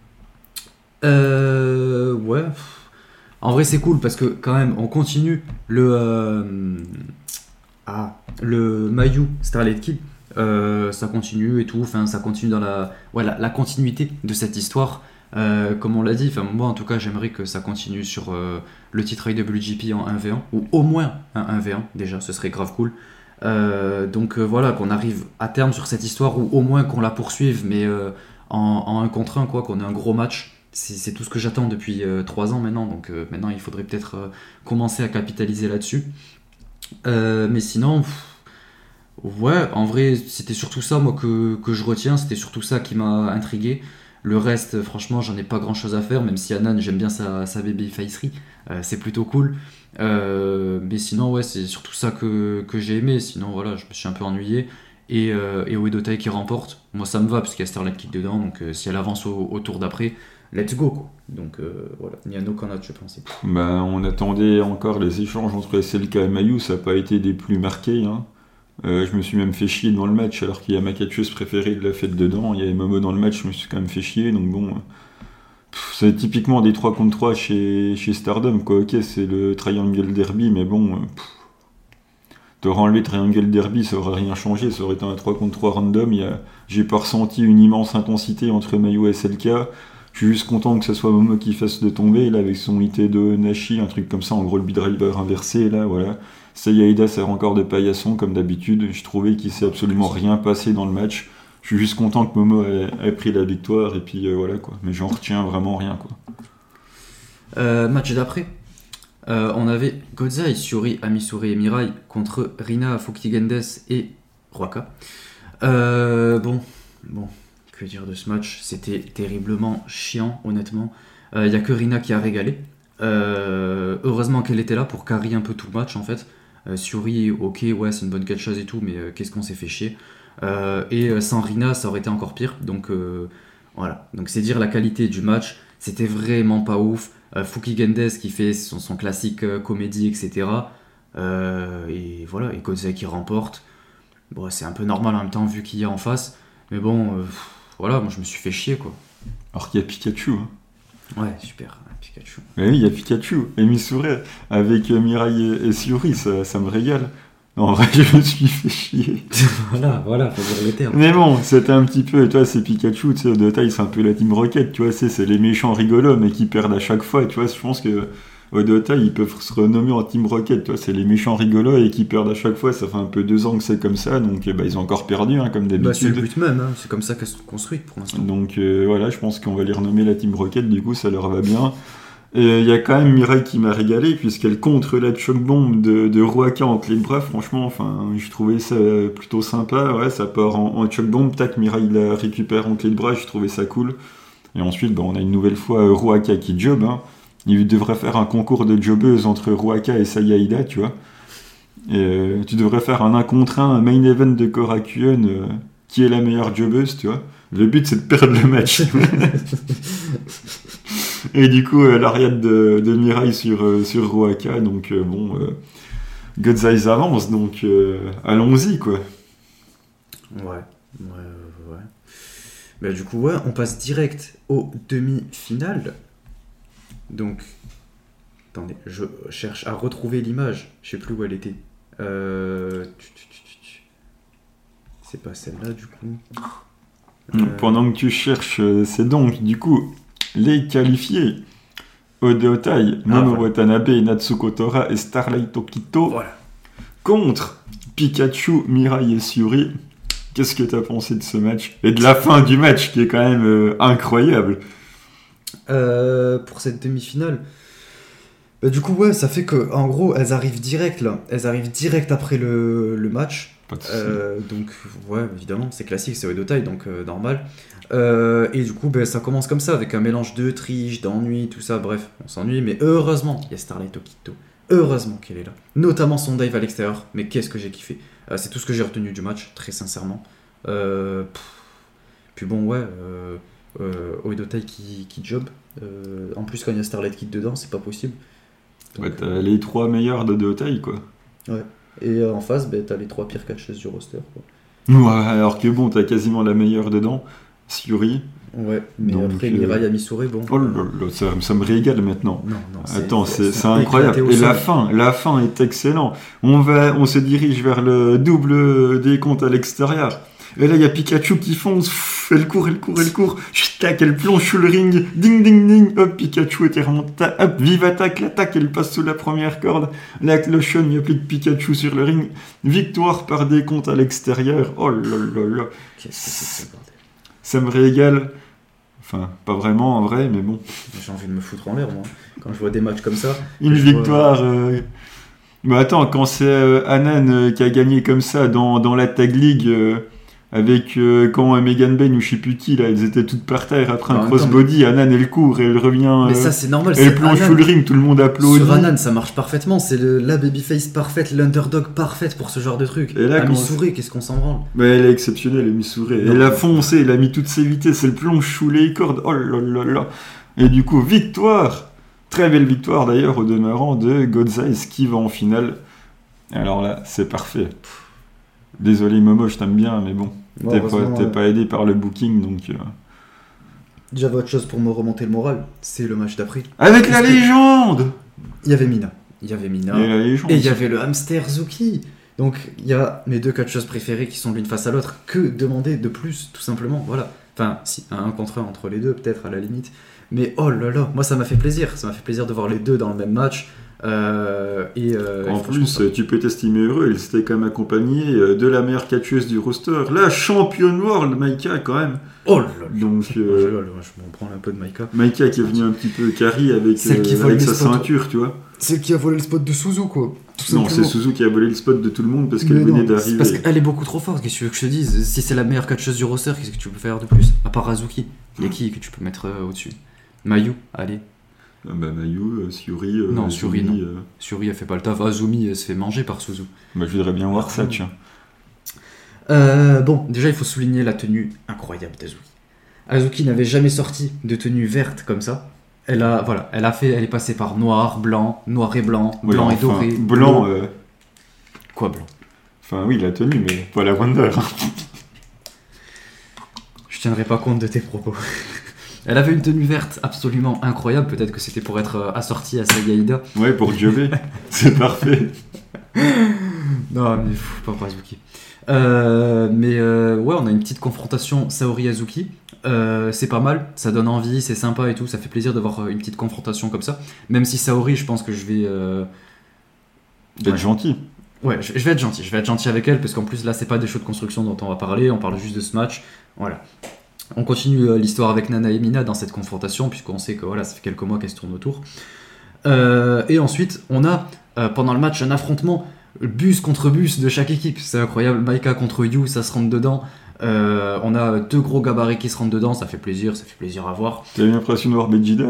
euh, ouais, en vrai c'est cool parce que quand même on continue le euh, ah le Mayu Starlight Kid, euh, ça continue et tout, enfin ça continue dans la voilà la, la continuité de cette histoire. Euh, comme on l'a dit, enfin moi en tout cas j'aimerais que ça continue sur euh, le titre I W G P en un v un ou au moins un un v un déjà, ce serait grave cool. Euh, donc euh, voilà, qu'on arrive à terme sur cette histoire, ou au moins qu'on la poursuive, mais euh, en, en un contre un, quoi, qu'on ait un gros match. C'est, c'est tout ce que j'attends depuis euh, trois ans maintenant, donc euh, maintenant il faudrait peut-être euh, commencer à capitaliser là-dessus. Euh, mais sinon, pff, ouais, en vrai, c'était surtout ça moi que, que je retiens, c'était surtout ça qui m'a intrigué. Le reste, franchement, j'en ai pas grand chose à faire, même si Anan, j'aime bien sa, sa babyfacerie, euh, c'est plutôt cool. Euh, mais sinon, ouais, c'est surtout ça que, que j'ai aimé. Sinon, voilà, je me suis un peu ennuyé. Et, euh, et Oedo Tai qui remporte, moi ça me va, parce qu'il y a Starlight Kid dedans, donc euh, si elle avance au, au tour d'après, let's go, quoi. Donc euh, voilà, Niano, qu'en as-tu pensé? Bah, on attendait encore les échanges entre S L K et Mayu, ça n'a pas été des plus marqués. Hein. Euh, je me suis même fait chier dans le match, alors qu'il y a ma catcheuse préférée de la fête dedans. Il y avait Momo dans le match, je me suis quand même fait chier. Donc bon, pff, c'est typiquement des trois contre trois chez, chez Stardom, quoi. Ok, c'est le Triangle Derby, mais bon, pff, t'aurais enlevé Triangle Derby, ça aurait rien changé. Ça aurait été un trois contre trois random. Il y a, j'ai pas ressenti une immense intensité entre Mayu et S L K. Je suis juste content que ce soit Momo qui fasse de tomber, là, avec son I T deux Nashi, un truc comme ça, en gros le B-Driver inversé, là, voilà. Sayaida sert encore de paillasson, comme d'habitude. Je trouvais qu'il s'est absolument rien passé dans le match. Je suis juste content que Momo ait, ait pris la victoire, et puis euh, voilà, quoi. Mais j'en retiens vraiment rien, quoi. Euh, match d'après, euh, on avait Godzai, Syuri, Amisuri et Mirai contre Rina, Fukigendes et Ruaka. Euh, bon, bon, que dire de ce match? C'était terriblement chiant, honnêtement. Il euh, n'y a que Rina qui a régalé. Euh, heureusement qu'elle était là pour carrer un peu tout le match, en fait. Euh, Syuri, ok, ouais, c'est une bonne catcheuse et tout, mais euh, qu'est-ce qu'on s'est fait chier. Euh, et euh, sans Rina, ça aurait été encore pire. Donc euh, voilà, donc c'est dire la qualité du match. C'était vraiment pas ouf. Euh, Fukigendes qui fait son, son classique euh, comédie, et cetera. Euh, et voilà, et Godzai qui remporte. Bon, c'est un peu normal en même temps vu qu'il y a en face. Mais bon, euh, pff, voilà, moi je me suis fait chier, quoi. Alors qu'il y a Pikachu, hein. Ouais, super, Pikachu. Mais oui, il y a Pikachu et Misure avec euh, Mirai et, et Syuri, ça, ça me régale. En vrai, je me suis fait chier. voilà, voilà, faut dire les termes. Mais bon, c'était un petit peu, toi, c'est Pikachu, tu sais, de taille, c'est un peu la Team Rocket, tu vois, c'est, c'est les méchants rigolos, mais qui perdent à chaque fois, tu vois, je pense que au Dota, ils peuvent se renommer en Team Rocket, tu vois, c'est les méchants rigolos et qui perdent à chaque fois, ça fait un peu deux ans que c'est comme ça, donc bah, ils ont encore perdu, hein, comme d'habitude. Bah, c'est le but même, hein. C'est comme ça qu'elles sont construites pour l'instant. Donc euh, voilà, je pense qu'on va les renommer la Team Rocket, du coup, ça leur va bien. Et il y a quand même Mirai qui m'a régalé, puisqu'elle contre la choc bomb de, de Ruaka en clé de bras, franchement, enfin, je trouvais ça plutôt sympa, ouais, ça part en, en choc bomb, tac, Mirai la récupère en clé de bras, je trouvais ça cool. Et ensuite, bah, on a une nouvelle fois euh, Ruaka qui job, hein. Il devrait faire un concours de jobbeuses entre Ruaka et Sayaida, tu vois. Et euh, tu devrais faire un un contre un, un main event de Korakuen, euh, qui est la meilleure jobbeuse, tu vois. Le but, c'est de perdre le match. Et du coup, euh, l'ariade de, de Mirai sur, euh, sur Ruaka, donc euh, bon, euh, Godzai avance, donc euh, allons-y, quoi. Ouais, ouais, ouais. Bah, du coup, ouais, on passe direct aux demi-finales. Donc, attendez, je cherche à retrouver l'image. Je sais plus où elle était. Euh... C'est pas celle-là, du coup. Euh... Pendant que tu cherches, c'est donc, du coup, les qualifiés. Oedo Tai, Momo voilà. Watanabe, Natsuko Tora et Starlight Okito. Voilà. Contre Pikachu, Mirai et Syuri. Qu'est-ce que t'as pensé de ce match? Et de la fin du match, qui est quand même euh, incroyable. Euh, pour cette demi-finale, bah, du coup, ouais, ça fait que, en gros, elles arrivent direct, là. Elles arrivent direct après le, le match. Pas de Euh, donc, ouais, évidemment, c'est classique, c'est Oedo Tai, donc euh, normal. Euh, et du coup, ben, ça commence comme ça, avec un mélange de triche, d'ennui, tout ça, bref, on s'ennuie, mais heureusement, il y a Starlight Okito. Heureusement qu'elle est là. Notamment son dive à l'extérieur, mais qu'est-ce que j'ai kiffé. Euh, c'est tout ce que j'ai retenu du match, très sincèrement. Euh, puis bon, ouais, euh, euh, Oedo Tai qui, qui job. Euh, en plus, quand il y a Starlight Kid dedans, c'est pas possible. Donc, ouais, t'as euh... les trois meilleurs de Oedo Tai, quoi. Ouais. Et en face, ben, t'as les trois pires catcheuses du roster, quoi. Ouais, alors que bon, t'as quasiment la meilleure dedans, Syuri. Ouais, mais donc, après, euh... Mirai à Misure, bon. Oh là là, ça, ça me régale maintenant. Non, non, c'est, Attends, c'est, c'est, c'est incroyable. Et sol. la fin, la fin est excellente. On, va, on se dirige vers le double décompte à l'extérieur. Et là, il y a Pikachu qui fonce. Elle court, elle court, elle court. Chut, tac, elle plonge sous le ring, ding ding ding, hop, Pikachu était remonté, hop, vive attaque, l'attaque, elle passe sous la première corde, la clochonne, il n'y a plus de Pikachu sur le ring, victoire par décompte à l'extérieur, oh là là là, Qu'est-ce que c'est que ce bordel? ça me régale, enfin, pas vraiment en vrai, mais bon. J'ai envie de me foutre en l'air, moi, quand je vois des matchs comme ça. Une je victoire... Euh... Bah attends, quand c'est euh, Anan euh, qui a gagné comme ça dans, dans la Tag League... Euh... Avec euh, quand euh, Megan Bain ou je sais plus qui, là, elles étaient toutes par terre après Bah, un en crossbody, Anan elle court et elle revient. Mais euh, ça, c'est normal. elle c'est plonge Anan. sous le ring, tout le monde applaudit. Sur Anan, ça marche parfaitement. C'est le, la babyface parfaite, l'underdog parfaite pour ce genre de truc. Et là, Ami quand- Souré, qu'est-ce qu'on s'en branle? Mais elle est exceptionnelle, elle est missourée. Non. Elle a foncé, elle a mis toutes ses vitesses, elle plonge sous les cordes. Oh là là là. Et du coup, victoire. Très belle victoire d'ailleurs au demeurant de God's Eyes qui va en finale. Alors là, c'est parfait. Désolé Momo, je t'aime bien, mais bon, Bon, t'es, pas, heureusement, t'es euh, pas aidé par le booking, donc... euh. J'avais autre chose pour me remonter le moral. C'est le match d'après. Avec la Parce que- légende. Il y avait Mina. Il y avait Mina. Et la légende. Et il y avait le hamster Zuki. Donc il y a mes deux catcheuses préférées qui sont l'une face à l'autre. Que demander de plus, tout simplement. Voilà. Enfin, si, un, un contre un entre les deux, peut-être à la limite. Mais oh là là, moi ça m'a fait plaisir. Ça m'a fait plaisir de voir les deux dans le même match. Euh, et euh, En et franchement, plus, ça- tu peux t'estimer heureux, il s'était quand même accompagné euh, de la meilleure catcheuse du roster, la championne world, Maika, quand même. Oh là là. Donc, Oh, euh, je, je m'en prends un peu de Maika. Maika qui est venue un petit peu carry avec, Celle qui euh, vole avec les sa spots. ceinture, tu vois. Celle qui a volé le spot de Suzu, quoi. Tout Non, c'est simplement. Suzu qui a volé le spot de tout le monde parce qu'elle Mais venait non, c'est d'arriver. parce qu'elle est beaucoup trop forte, qu'est-ce que tu veux que je te dise? Si c'est la meilleure catcheuse du roster, qu'est-ce que tu peux faire de plus? À part Azuki, il y a qui que tu peux mettre euh, au-dessus? Mayu, allez. Ah bah Mayu, euh, Suri, euh, Non, Azumi, Suri, non. euh, Suri, elle fait pas le taf. Azumi, elle se fait manger par Suzu. Bah, je voudrais bien voir ça, tiens. Euh, bon, déjà, il faut souligner la tenue incroyable d'Azuki. Azuki n'avait jamais sorti de tenue verte comme ça. Elle a, voilà, elle a fait, elle est passée par noir, blanc, noir et blanc, Oui, blanc et enfin, doré. Blanc, bleu. euh, Quoi, blanc? enfin oui, la tenue, mais pas la Wonder. Je tiendrai pas compte de tes propos. Elle avait une tenue verte absolument incroyable. Peut-être que c'était pour être euh, assortie à Sagaïda. Ouais, pour Jobé, c'est parfait. Non, mais pff, pas pour Azuki. Euh, mais euh, ouais, on a une petite confrontation Saori-Azuki. Euh, c'est pas mal, ça donne envie, c'est sympa et tout. Ça fait plaisir de voir euh, une petite confrontation comme ça. Même si Saori, je pense que je vais. Euh... D'être ouais. gentil. Ouais, je, je vais être gentil. Je vais être gentil avec elle parce qu'en plus là, c'est pas des shows de construction dont on va parler. On parle juste de ce match. Voilà. On continue euh, l'histoire avec Nana et Mina dans cette confrontation, puisqu'on sait que voilà, ça fait quelques mois qu'elles se tournent autour. Euh, et ensuite, on a euh, pendant le match un affrontement bus contre bus de chaque équipe. C'est incroyable. Maika contre Yu, ça se rentre dedans. Euh, on a deux gros gabarits qui se rentrent dedans, ça fait plaisir, ça fait plaisir à voir. T'as eu l'impression de voir Vegeta?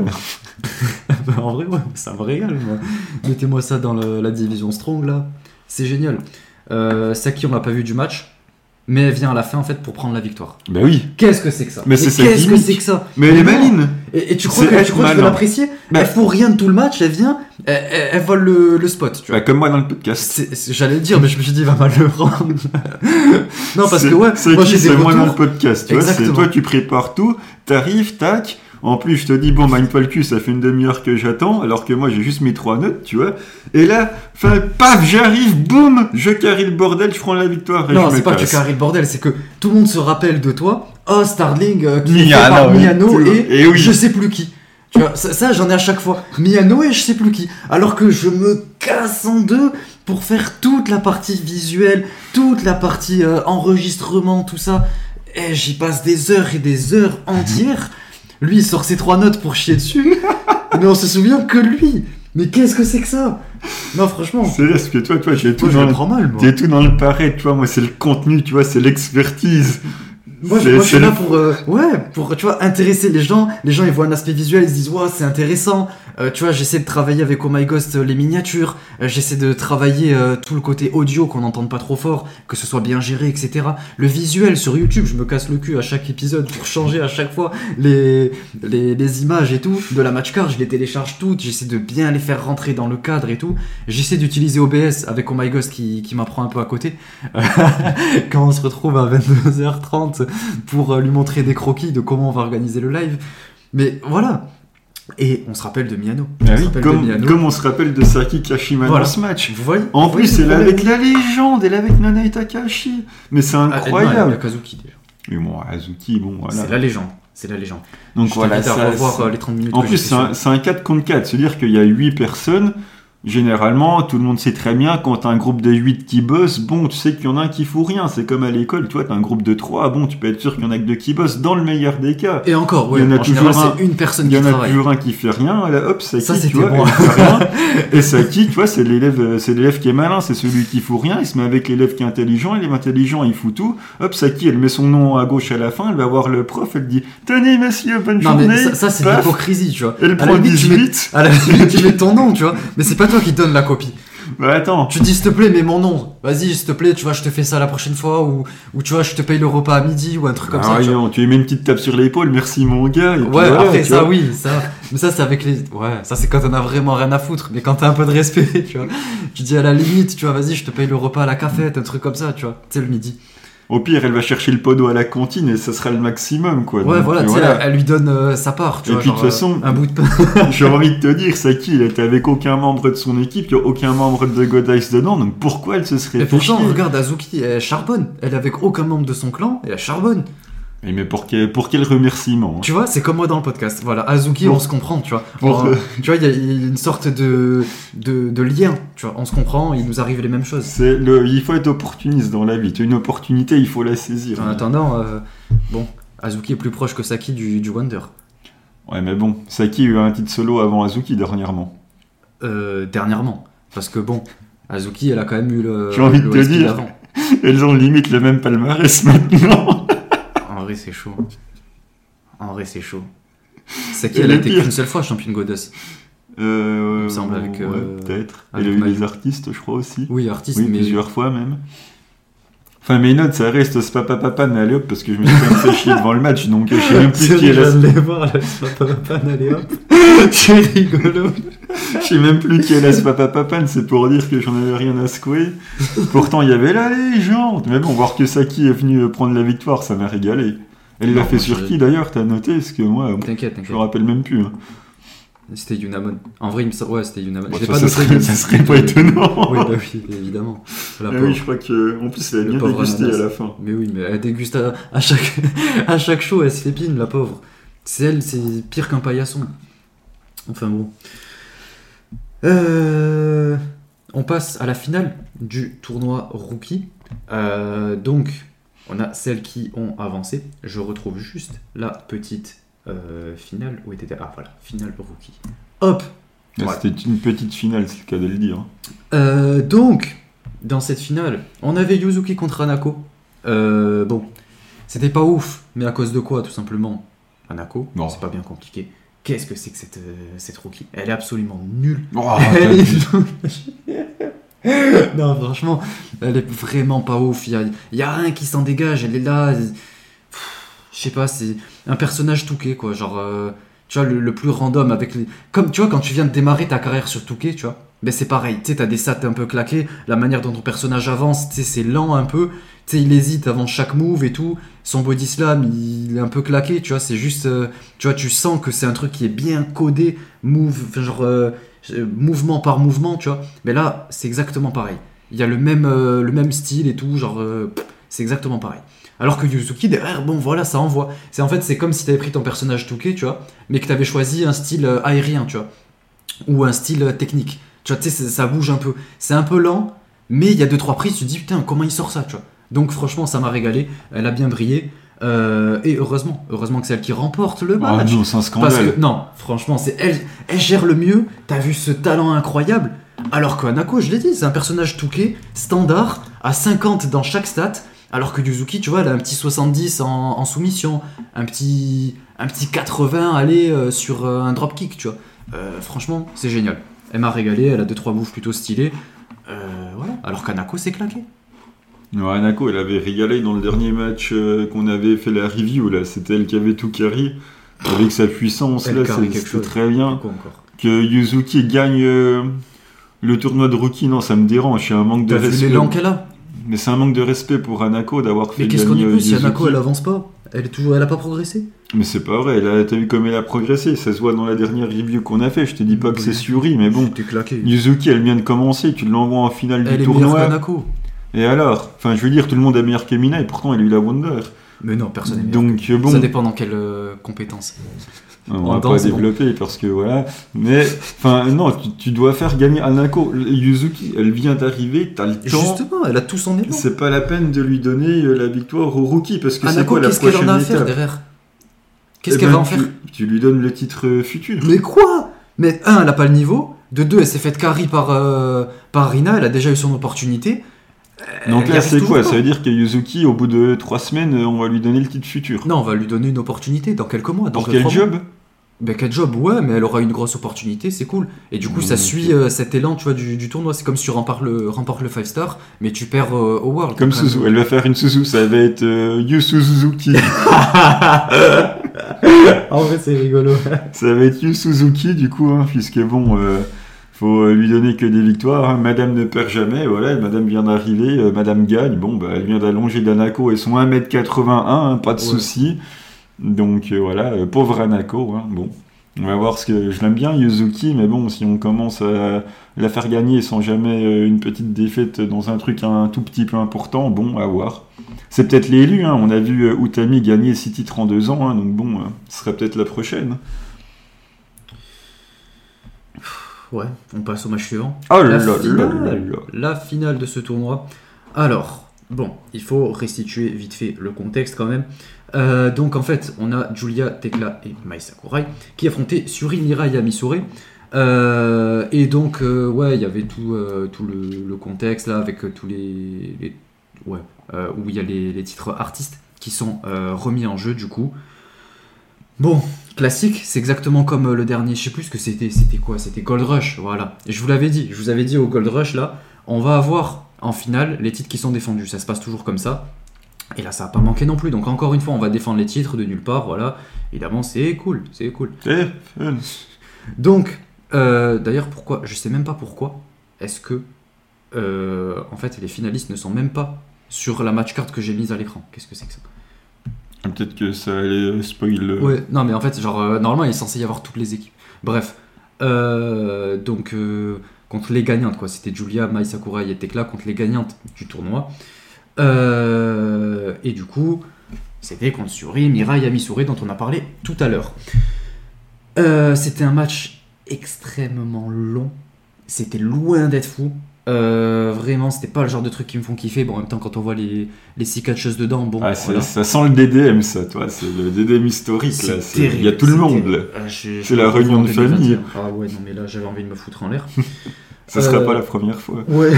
En vrai, ouais, ça me régale. Moi. Mettez-moi ça dans le- la division Strong là, c'est génial. Euh, Saki, on l'a pas vu du match, mais elle vient à la fin en fait pour prendre la victoire. Bah oui, Qu'est-ce que c'est que ça? Mais c'est sa qu'est-ce que gimmick. c'est que ça? mais elle est Non. maline. Et, et tu crois C'est que, être tu crois que je vais malin. l'apprécier? Bah- Elle fout rien de tout le match, elle vient, elle, elle- elle vole le, le spot. Tu vois. Bah, comme moi dans le podcast. C'est- c'est- J'allais le dire, mais je me suis dit, il va mal le prendre. non, parce C'est- que ouais, c'est moi qui, j'ai des c'est moi dans le retours. podcast, tu vois, c'est Exactement. toi tu prépares tout, t'arrives, tac, en plus je te dis bon Mindful Q ça fait une demi-heure que j'attends, alors que moi j'ai juste mes trois notes, tu vois, et là, enfin paf, j'arrive, boum, je carry le bordel, je prends la victoire et Non, je me c'est pas que tu casse. carries le bordel, c'est que tout le monde se rappelle de toi. Oh, Starling euh, qui est fait Miyano, par oui. Miyano et, Et oui. je sais plus qui. Tu vois, ça, ça, j'en ai à chaque fois. Miyano et je sais plus qui. Alors que je me casse en deux pour faire toute la partie visuelle, toute la partie euh, enregistrement, tout ça. Et j'y passe des heures et des heures entières. Lui, il sort ses trois notes pour chier dessus. Mais on se souvient que lui. Mais qu'est-ce que c'est que ça? Non, franchement, C'est parce que toi, toi, j'ai tout moi je dans le le... prends mal, moi. T'es tout dans le pareil, tu vois, moi c'est le contenu, tu vois, c'est l'expertise. Moi, je, C'est- moi, je suis c'est là le- pour, euh, ouais, pour, tu vois, intéresser les gens. Les gens, ils voient un aspect visuel, ils se disent, ouais, c'est intéressant. Euh, tu vois, j'essaie de travailler avec Oh My Ghost euh, les miniatures. Euh, j'essaie de travailler euh, tout le côté audio qu'on n'entende pas trop fort, que ce soit bien géré, et cetera. Le visuel sur YouTube, je me casse le cul à chaque épisode pour changer à chaque fois les, les, les images et tout. De la match card, je les télécharge toutes. J'essaie de bien les faire rentrer dans le cadre et tout. J'essaie d'utiliser O B S avec Oh My Ghost qui, qui m'apprend un peu à côté. Quand on se retrouve à vingt-deux heures trente pour euh, lui montrer des croquis de comment on va organiser le live. Mais voilà. Et on se rappelle de Miyano. Ah on se oui, rappelle comme, de Miyano. comme on se rappelle de Saki Kashima Voilà. dans ce match. Vous voyez En vous plus, voyez le elle est problème avec la légende, elle est avec Nana et Takahashi. Mais c'est Ah, non, il y a incroyable. Kazuki déjà. Mais bon, Azuki, bon, voilà. C'est la légende. c'est la légende. Donc je voilà, t'invite à ça, revoir ça... euh, les trente minutes. En que plus, j'ai fait c'est un, sur- c'est un quatre contre quatre, c'est-à-dire qu'il y a huit personnes. Généralement, tout le monde sait très bien, quand t'as un groupe de huit qui bosse, bon, tu sais qu'il y en a un qui fout rien. C'est comme à l'école, tu vois, t'as un groupe de trois, bon, tu peux être sûr qu'il y en a que deux qui bossent, dans le meilleur des cas. Et encore, ouais, Il y en a en général, toujours un- c'est une personne Il y qui en a travaille. toujours un qui fait rien, là, hop, Saki, Ça, tu c'était vois, bon. il fait rien. Et Saki, tu vois, c'est l'élève, euh, c'est l'élève qui est malin, c'est celui qui fout rien, il se met avec l'élève qui est intelligent, l'élève intelligent, il fout tout. Hop, Saki, elle met son nom à gauche à la fin, elle va voir le prof, elle dit, tenez, monsieur, bonne Non, journée. mais ça, ça, c'est de Paf, l'hypocrisie, tu vois. elle À la prend limite, tu mets- dix-huit. À la limite, tu mets ton nom, tu vois. Mais c'est pas toi qui donne la copie. Bah, attends. Tu dis, s'il te plaît, mets mon nom. Vas-y, s'il te plaît, tu vois, je te fais ça la prochaine fois. Ou, ou tu vois, je te paye le repas à midi ou un truc comme Ah, ça. tu vois. voyons, tu lui mets une petite tape sur l'épaule, merci mon gars. Et puis Ouais, voilà, après, tu ça, vois. oui, ça. Mais ça, c'est avec les. Ouais, ça, c'est quand on a vraiment rien à foutre. Mais quand t'as un peu de respect, tu vois. Tu dis à la limite, tu vois, vas-y, je te paye le repas à la cafette, un truc comme ça, tu vois. Tu sais, le midi. Au pire, elle va chercher le podo à la cantine et ça sera le maximum, quoi. Ouais, Donc, voilà, euh, tu sais, elle, elle lui donne euh, sa part, tu Et vois. puis, de genre, toute façon, euh, un bout de pain. J'ai envie de te dire, Saki, il était avec aucun membre de son équipe, il n'y a aucun membre de God Ice dedans, donc pourquoi elle se serait Et fait pourtant, chier regarde, Azuki, elle charbonne. Elle est avec aucun membre de son clan et elle charbonne. Et mais pour quel, pour quel remerciement hein. Tu vois, c'est comme moi dans le podcast. Voilà, Azuki, Bon. on se comprend, tu vois. Pour, On- euh, Tu vois, il y, a- il y a une sorte de, de, de lien, tu vois. On se comprend, il nous arrive les mêmes choses. c'est le, il faut être opportuniste dans la vie. Tu as une opportunité, il faut la saisir. En attendant, euh, bon, Azuki est plus proche que Saki du, du Wonder. Ouais, mais bon, Saki a eu un titre solo avant Azuki dernièrement. Euh, dernièrement. Parce que bon, Azuki, elle a quand même eu le. J'ai envie de le te O S P dire. d'avant. Elles ont limite le même palmarès maintenant. En vrai, c'est chaud. En vrai, c'est chaud. Saki, Et elle a le été pire. qu'une seule fois championne Goddess. Euh, Il me semble avec, ouais, euh, peut-être. avec Elle a eu Mayu. des artistes, je crois aussi. Oui, artiste, Oui, mais. plusieurs fois même. Enfin, mes notes, ça reste ce papa papa, mais allez hop, parce que je me suis quand même fait chier devant le match, donc je sais même plus qui est la, Je viens de les voir, là, je papa papa, allez hop. C'est rigolo. je sais même plus qui est la papa papa, c'est pour dire que j'en avais rien à secouer. Pourtant, il y avait la légende. Mais bon, voir que Saki est venu prendre la victoire, ça m'a régalé. Elle l'a Non, fait moi, sur je- qui d'ailleurs, t'as noté? Parce que moi, T'inquiète, je t'inquiète. me rappelle même plus. Hein. C'était Yunamon. En vrai, il me semble. Ouais, c'était Yunamon. Bon, Je l'ai ça, pas ça, noté, serait, mais- ça serait pas étonnant. Oui, bah oui, évidemment. La Ah pauvre. oui, je crois que. En plus, elle a Le bien pauvre dégusté ananas. à la fin. Mais oui, mais elle déguste à, à chaque, à chaque show, elle se fait pine, la pauvre. C'est elle, c'est pire qu'un paillasson. Enfin bon. Euh, on passe à la finale du tournoi rookie. Euh, donc, on a celles qui ont avancé. Je retrouve juste la petite euh, finale. Où était Ah voilà, finale rookie. Hop. Ah, Ouais. C'était une petite finale, c'est le cas de le dire. Euh, donc, dans cette finale, on avait Yuzuki contre Hanako. Euh, bon, c'était pas ouf, mais à cause de quoi, tout simplement Hanako, Bon. c'est pas bien compliqué. Qu'est-ce que c'est que cette, euh, cette rookie? Elle est absolument nulle. Oh, Elle t'as est- non, franchement, elle est vraiment pas ouf. Il y a, il y a rien qui s'en dégage. Elle est là. elle- Pff, Je sais pas, c'est un personnage touqué, quoi. Genre, euh, tu vois, le, le plus random avec les. Comme tu vois, quand tu viens de démarrer ta carrière sur Touquet, tu vois, ben c'est pareil. Tu sais, t'as des stats un peu claqués. La manière dont ton personnage avance, tu sais, c'est lent un peu. Tu sais, il hésite avant chaque move et tout. Son body slam, il est un peu claqué, tu vois. C'est juste. euh, tu vois, tu sens que c'est un truc qui est bien codé, move, enfin, genre. euh, euh, mouvement par mouvement, tu vois. Mais là, c'est exactement pareil. Il y a le même, euh, le même style et tout, genre, euh, pff, c'est exactement pareil. Alors que Yuzuki, derrière, bon, voilà, ça envoie. C'est en fait, c'est comme si t'avais pris ton personnage Touquet, tu vois, mais que t'avais choisi un style euh, aérien, tu vois, ou un style euh, technique. Tu vois, tu sais, c'est- ça bouge un peu. C'est un peu lent, mais il y a deux trois prises, tu te dis, putain, comment il sort ça, tu vois. Donc, franchement, ça m'a régalé. Elle a bien brillé. Euh, et heureusement, heureusement que c'est elle qui remporte le Ah match. non, c'est un Parce scandale. que, non, franchement, c'est elle, elle gère le mieux. T'as vu ce talent incroyable. Alors que Hanako, je l'ai dit, c'est un personnage touqué, standard, à cinquante dans chaque stat. Alors que Yuzuki, tu vois, elle a un petit soixante-dix en, en soumission, un petit, un petit quatre-vingts, allez, euh, sur euh, un dropkick, tu vois. Euh, franchement, c'est génial. Elle m'a régalé, elle a deux trois moves plutôt stylés. Euh, voilà. Alors qu'Hanako, c'est claqué. Ouais, Hanako, elle avait régalé dans le dernier match euh, qu'on avait fait la review, là. C'était elle qui avait tout carry. Avec sa puissance, Elle là, carry c'est- quelque c'était chose. très bien. Quoi encore Que Yuzuki gagne euh, le tournoi de rookie, non, ça me dérange. C'est un manque de T'as vu respect. l'élan qu'elle a? Mais c'est un manque de respect pour Hanako d'avoir fait Mais qu'est-ce qu'on gagner y euh, peut si Yuzuki. Hanako, elle avance pas? Elle est toujours, elle a pas progressé? Mais c'est pas vrai, elle a- t'as vu comme elle a progressé, ça se voit dans la dernière review qu'on a fait, je te dis pas que Oui. c'est Suri, mais bon, T'es claqué. Yuzuki elle vient de commencer, tu l'envoies en finale Elle du est meilleure tournoi, qu'Hanako. et alors? Enfin je veux dire, tout le monde est meilleur que Mina, et pourtant elle a eu la Wonder. Mais non, personne n'est Donc, meilleur que lui. bon. Ça dépend dans quelle euh, compétence. On En va pas danse, bon. développer parce que voilà. Mais, enfin, non, tu, tu dois faire gagner Hanako. Yuzuki, elle vient d'arriver, t'as le temps. Justement, elle a tout son élan. C'est pas la peine de lui donner euh, la victoire au rookie parce que c'est Hanako, quoi la qu'est-ce qu'elle prochaine en a à faire étape? derrière Qu'est-ce Eh qu'elle ben, va en tu, faire Tu lui donnes le titre euh, futur. Mais quoi? Mais un, elle a pas le niveau. De deux, elle s'est faite carry par, euh, par Rina, elle a déjà eu son opportunité. Donc Elle y là, arrive c'est toujours quoi? pas. Ça veut dire que Yuzuki, au bout de trois semaines, euh, on va lui donner le titre futur. Non, on va lui donner une opportunité dans quelques mois. Dans Pour deux, quel trois job? mois. Ben quel job, ouais, mais elle aura une grosse opportunité, c'est cool. Et du coup, ça Ok. suit euh, cet élan, tu vois, du, du tournoi. C'est comme si tu remportes le, remportes le five star, mais tu perds euh, au World. Comme Donc, Suzu. Elle va faire une Suzu. Ça va être euh, Yu Suzuki. En vrai, c'est rigolo. Ça va être Yu Suzuki, du coup, hein, puisque bon, euh, faut euh, lui donner que des victoires. Hein. Madame ne perd jamais, voilà, Madame vient d'arriver, euh, Madame gagne. Bon, bah, elle vient d'allonger Danako et son un mètre quatre-vingt-un, hein, pas de Ouais. souci. Donc euh, voilà, euh, pauvre Hanako, hein, bon. On va voir ce que. Je l'aime bien, Yuzuki, mais bon, si on commence à la faire gagner sans jamais euh, une petite défaite dans un truc un tout petit peu important, bon, à voir. C'est peut-être l'élu, hein. On a vu euh, Utami gagner six titres en deux ans, hein, donc bon, euh, ce serait peut-être la prochaine. Ouais, on passe au match suivant. Oh La là là finale. là là. La finale de ce tournoi. Alors, bon, il faut restituer vite fait le contexte quand même. Euh, donc en fait, on a Julia, Tekla et Mai Sakurai qui affrontaient Suri, Mirai et Misore. Euh, et donc, euh, ouais, il y avait tout, euh, tout le, le contexte là avec euh, tous les, les- ouais, euh, où il y a les, les titres artistes qui sont euh, remis en jeu du coup. Bon, classique, c'est exactement comme euh, le dernier, je sais plus ce que c'était, c'était quoi, c'était Gold Rush, voilà. Et je vous l'avais dit, je vous avais dit au Gold Rush là, on va avoir en finale les titres qui sont défendus, ça se passe toujours comme ça. Et là, ça n'a pas manqué non plus. Donc, encore une fois, on va défendre les titres de nulle part. Voilà. Évidemment, c'est cool. C'est cool. C'est fun. Donc, euh, d'ailleurs, pourquoi je sais même pas pourquoi. Est-ce que, euh, en fait, les finalistes ne sont même pas sur la match card que j'ai mise à l'écran. Qu'est-ce que c'est que ça? Ah, peut-être que ça allait spoil le... Ouais, non, mais en fait, genre, euh, normalement, il est censé y avoir toutes les équipes. Bref. Euh, donc, euh, contre les gagnantes, quoi. C'était Julia, Mai Sakurai et Tekla contre les gagnantes du tournoi. Euh, et du coup, c'était contre Suri, Mirai et Misore dont on a parlé tout à l'heure. Euh, c'était un match extrêmement long. C'était loin d'être fou. Euh, vraiment, c'était pas le genre de truc qui me font kiffer. Bon, en même temps, quand on voit les, les six catcheuses dedans, bon, Ah, c'est- voilà. ça sent le D D M, ça, toi. C'est le D D M historique, là. C'est- Il y a tout le c'est monde, terrible. là. Euh, je- je C'est la me réunion retrouve en de famille. deux mille vingt et un. Ah ouais, non, mais là, j'avais envie de me foutre en l'air. Ça sera Euh, pas la première fois. Ouais.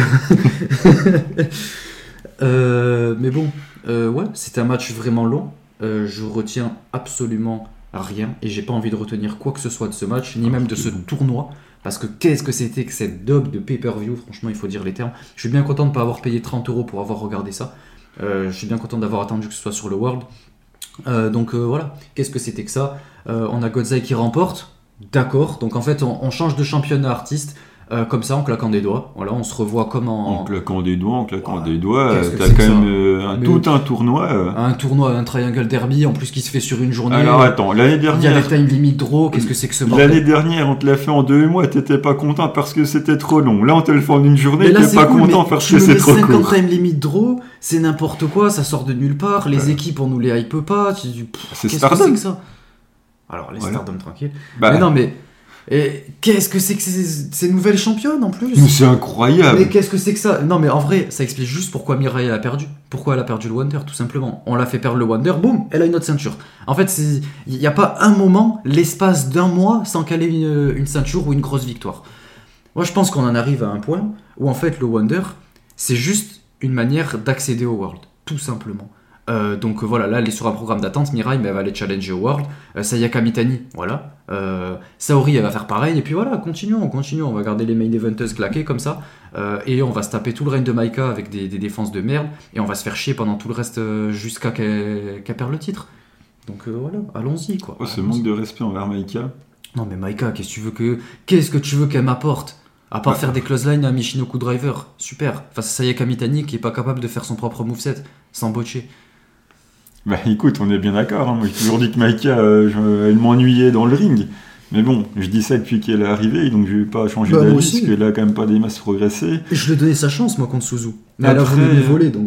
Euh, mais bon, euh, ouais, c'était un match vraiment long. Euh, je retiens absolument rien et j'ai pas envie de retenir quoi que ce soit de ce match, ni même de ce tournoi. Parce que qu'est-ce que c'était que cette daube de pay-per-view, franchement, il faut dire les termes. Je suis bien content de ne pas avoir payé trente euros pour avoir regardé ça. Euh, je suis bien content d'avoir attendu que ce soit sur le World. Euh, donc euh, voilà, qu'est-ce que c'était que ça? Euh, On a Godzai qui remporte, d'accord. Donc en fait, on, on change de championnat artiste. Euh, comme ça, en claquant des doigts. Voilà, on se revoit comme en, En claquant des doigts, en claquant Ouais. des doigts, Qu'est-ce euh, que t'as c'est quand que même ça euh, un- Mais- tout un tournoi. euh. un tournoi, un triangle derby, en plus qui se fait sur une journée. Alors attends, l'année il y a des dernière, time limit draw, qu'est-ce que c'est que ce l'année bordel? dernière, on te l'a fait en deux mois, t'étais pas content parce que c'était trop long. Là, on te le fait en une journée, Mais là, t'es c'est pas cool, content mais parce tu que me c'est mets trop cinquante court. time limit draw, c'est n'importe quoi, ça sort de nulle part, les équipes on nous les hype pas, tu dis, pff, C'est qu'est-ce que Stardom. c'est que ça? Alors les Voilà. Stardom tranquille. Bah, Mais non mais, et qu'est-ce que c'est que ces, ces nouvelles championnes en plus? mais c'est incroyable. Mais qu'est-ce que c'est que ça? Non mais en vrai, ça explique juste pourquoi Mirai a perdu. Pourquoi elle a perdu le Wonder, tout simplement. On l'a fait perdre le Wonder, boum, elle a une autre ceinture. En fait, il n'y a pas un moment, l'espace d'un mois, sans qu'elle ait une, une ceinture ou une grosse victoire. Moi, je pense qu'on en arrive à un point où, en fait, le Wonder, c'est juste une manière d'accéder au World, tout simplement. Euh, donc euh, voilà, là elle est sur un programme d'attente, Mirai, mais elle va aller challenger au World. Euh, Sayaka Mitani, voilà. Euh, Saori, elle va faire pareil. Et puis voilà, continuons, continuons. On va garder les main eventeuses claquées comme ça. Euh, et on va se taper tout le règne de Maika avec des, des défenses de merde. Et on va se faire chier pendant tout le reste euh, jusqu'à qu'elle, qu'elle perde le titre. Donc euh, voilà, allons-y quoi. Oh, ce Allons-y. manque de respect envers Maika. Non mais Maika, qu'est-ce que tu veux que qu'est-ce que tu veux qu'elle m'apporte? À part Ouais. faire des close lines à Michinoku Driver, super. Face à Sayaka Mitani qui est pas capable de faire son propre moveset sans botcher. Bah écoute, on est bien d'accord. Hein. Moi, j'ai toujours dit que Maika, euh, je- elle m'ennuyait dans le ring. Mais bon, je dis ça depuis qu'elle est arrivée, donc je vais pas changer Bah, moi d'avis, aussi. parce qu'elle a quand même pas des masses progressées. Et je lui ai donné sa chance moi contre Suzu. Mais elle a Après- voulu lui voler donc bon.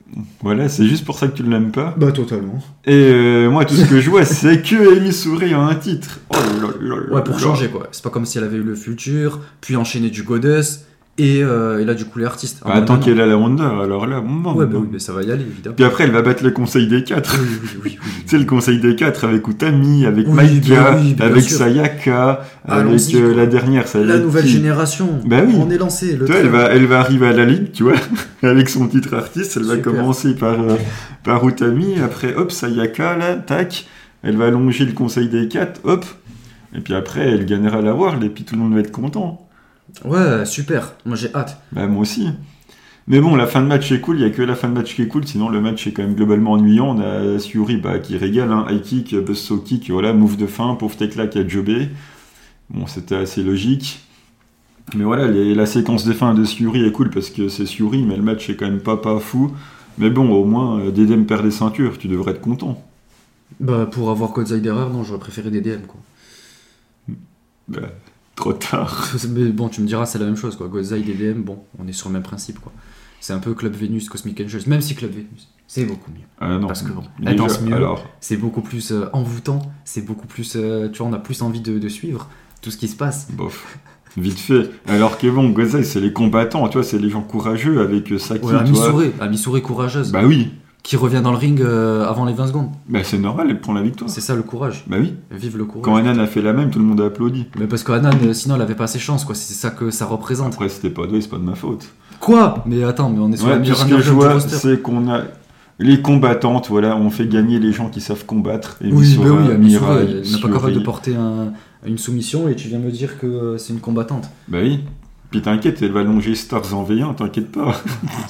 Voilà, c'est juste pour ça que tu ne l'aimes pas. Bah, totalement. Et euh, moi, tout ce que je vois, c'est que Amy Souris a un titre. Oh là là là Ouais, pour là. changer, quoi. C'est pas comme si elle avait eu le futur, puis enchaîné du Goddess, et, euh, et là, du coup, les artistes. Bah, tant qu'elle a la Honda, alors là, bon, Ouais, bon. bah oui, mais ça va y aller, évidemment. Puis après, elle va battre le conseil des quatre. Oui, oui, oui, oui, oui. Tu sais, le conseil des quatre avec Utami, avec Oui, Maika, bah oui, bien avec sûr. Sayaka, Allons-y, avec euh, quoi. la dernière, ça va La être nouvelle qui génération. Bah oui. On est lancé. Le Tu vois, elle train. va, elle va arriver à la ligue, tu vois, avec son titre artiste. Elle va Super. commencer par, euh, par Utami, après, hop, Sayaka, là, tac. Elle va allonger le conseil des quatre, hop. Et puis après, elle gagnera la World, et puis tout le monde va être content. Ouais, super. Moi, j'ai hâte. Bah, moi aussi. Mais bon, la fin de match est cool, il n'y a que la fin de match qui est cool, sinon le match est quand même globalement ennuyant. On a Syuri bah, qui régale, hein, high kick, buzzsaw kick, voilà, move de fin, pauvre Tekla qui a jobé. Bon, c'était assez logique. Mais voilà, les- la séquence de fin de Syuri est cool parce que c'est Syuri, mais le match est quand même pas, pas fou. Mais bon, au moins, euh, D D M perd des ceintures, tu devrais être content. Bah, pour avoir Godzai d'erreur, non, j'aurais préféré des D M, quoi. Bah, trop tard. Mais bon, tu me diras, c'est la même chose, quoi. Godzai, D D M, bon, on est sur le même principe, quoi. C'est un peu Club Vénus, Cosmic Angels, même si Club Vénus, c'est beaucoup mieux. Ah non, Parce que bon, déjà, elle danse mieux. alors, C'est beaucoup plus euh, envoûtant, c'est beaucoup plus. euh, tu vois, on a plus envie de, de suivre tout ce qui se passe. bof. Vite fait. Alors que bon, Gozai, c'est les combattants, tu vois, c'est les gens courageux avec euh, Saki, Ouais, tu vois. Amisouré, Amisouré courageuse, Bah oui, qui revient dans le ring euh, avant les vingt secondes. bah c'est normal, elle prend la victoire. C'est ça le courage. Bah oui. Vive le courage. Quand Hanan a fait la même, tout le monde a applaudi. Mais parce que Hanan, euh, sinon, elle avait pas assez chance, quoi. C'est ça que ça représente. Après, c'était pas toi, c'est pas de ma faute. Quoi? Mais attends, mais on est sur Ouais, la puis meilleure ce que underdog je du vois, roster. c'est qu'on a les combattantes, voilà, on fait gagner les gens qui savent combattre. Et Oui, bah Misora, oui, Amisouré, Mirai, elle n'est pas capable de Syuri. porter un- une soumission et tu viens me dire que euh, c'est une combattante. Bah oui. Puis t'inquiète, elle va longer Stars en V un, t'inquiète pas.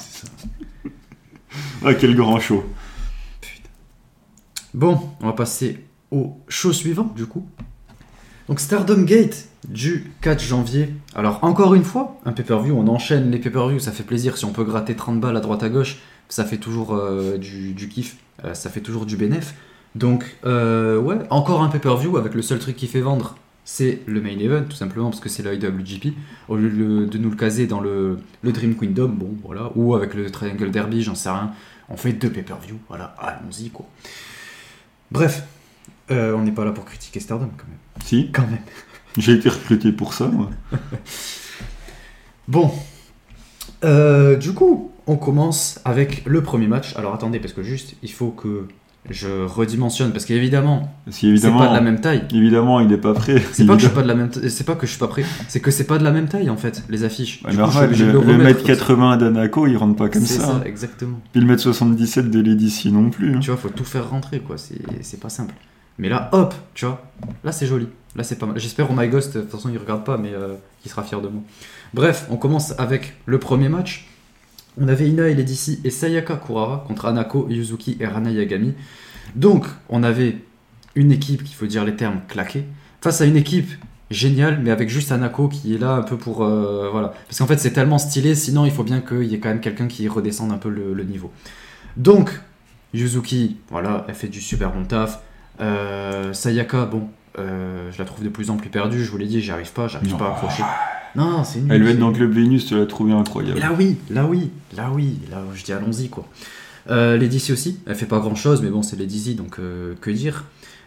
Ah, quel grand show. Bon, on va passer au show suivant, du coup. Donc Stardom Gate du quatre janvier. Alors encore une fois, un pay-per-view, on enchaîne les pay-per-views, ça fait plaisir. Si on peut gratter trente balles à droite à gauche, ça fait toujours euh, du, du kiff, euh, ça fait toujours du bénéf. Donc euh, ouais, encore un pay-per-view avec le seul truc qui fait vendre, c'est le main event, tout simplement parce que c'est le I W G P. Au lieu de, de nous le caser dans le, le Dream Kingdom, bon voilà, ou avec le Triangle Derby, j'en sais rien. On fait deux pay-per-view, voilà, allons-y quoi. Bref, euh, on n'est pas là pour critiquer Stardom quand même. Si, Quand même. j'ai été recruté pour ça, moi. Bon, Euh, du coup, on commence avec le premier match. Alors attendez, parce que juste, il faut que je redimensionne, parce qu'évidemment, Parce c'est qu'évidemment, pas de la même taille. évidemment, il n'est pas prêt. C'est pas que je suis Évidemment. pas de la même, ta- c'est pas que je suis pas prêt. C'est que c'est pas de la même taille en fait, les affiches. Bah, Du coup, je suis normal, obligé le, de le remettre mètre comme ça. quatre-vingts d'Anako, il rentre pas comme C'est ça. ça, hein. exactement. Puis le mètre soixante-dix-sept de Lady C non plus. hein. Tu vois, faut tout faire rentrer quoi. C'est, c'est pas simple. Mais là, hop, tu vois, là c'est joli. Là c'est pas mal. J'espère Oh My Ghost, de toute façon il regarde pas, mais euh, il sera fier de moi. Bref, on commence avec le premier match. On avait Ina et Lady C et Sayaka Kurara contre Anako, Yuzuki et Rana Yagami. Donc, on avait une équipe, qu'il faut dire les termes, claquée, face à une équipe géniale, mais avec juste Anako qui est là un peu pour... euh, voilà. Parce qu'en fait, c'est tellement stylé, sinon il faut bien qu'il y ait quand même quelqu'un qui redescende un peu le, le niveau. Donc, Yuzuki, voilà, elle fait du super bon taf. Euh, Sayaka, bon, euh, je la trouve de plus en plus perdue, je vous l'ai dit, j'y arrive pas, j'arrive Non. pas à accrocher. Non, non, c'est nul. Elle va être c'est dans nul. Club Vénus, tu l'as trouvé incroyable. Là oui, là oui, là oui, là je dis allons-y quoi. Euh, Lady C aussi, elle fait pas grand chose, mais bon c'est Lady C donc euh, que dire.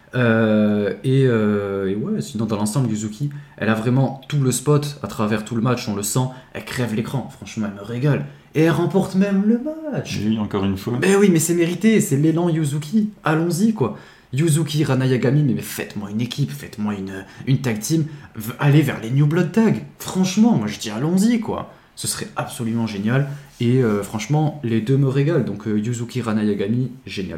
Euh, et, euh, et ouais, sinon dans l'ensemble Yuzuki, elle a vraiment tout le spot à travers tout le match, on le sent, elle crève l'écran, franchement elle me régale. Et elle remporte même le match. J'ai eu encore une fois. Mais oui, mais c'est mérité, c'est l'élan Yuzuki, allons-y quoi. Yuzuki, Rana Yagami, mais, mais faites-moi une équipe, faites-moi une, une tag team, v- allez vers les New Blood Tag. Franchement, moi je dis allons-y quoi. Ce serait absolument génial. Et euh, franchement, les deux me régalent. Donc euh, Yuzuki, Rana Yagami, génial.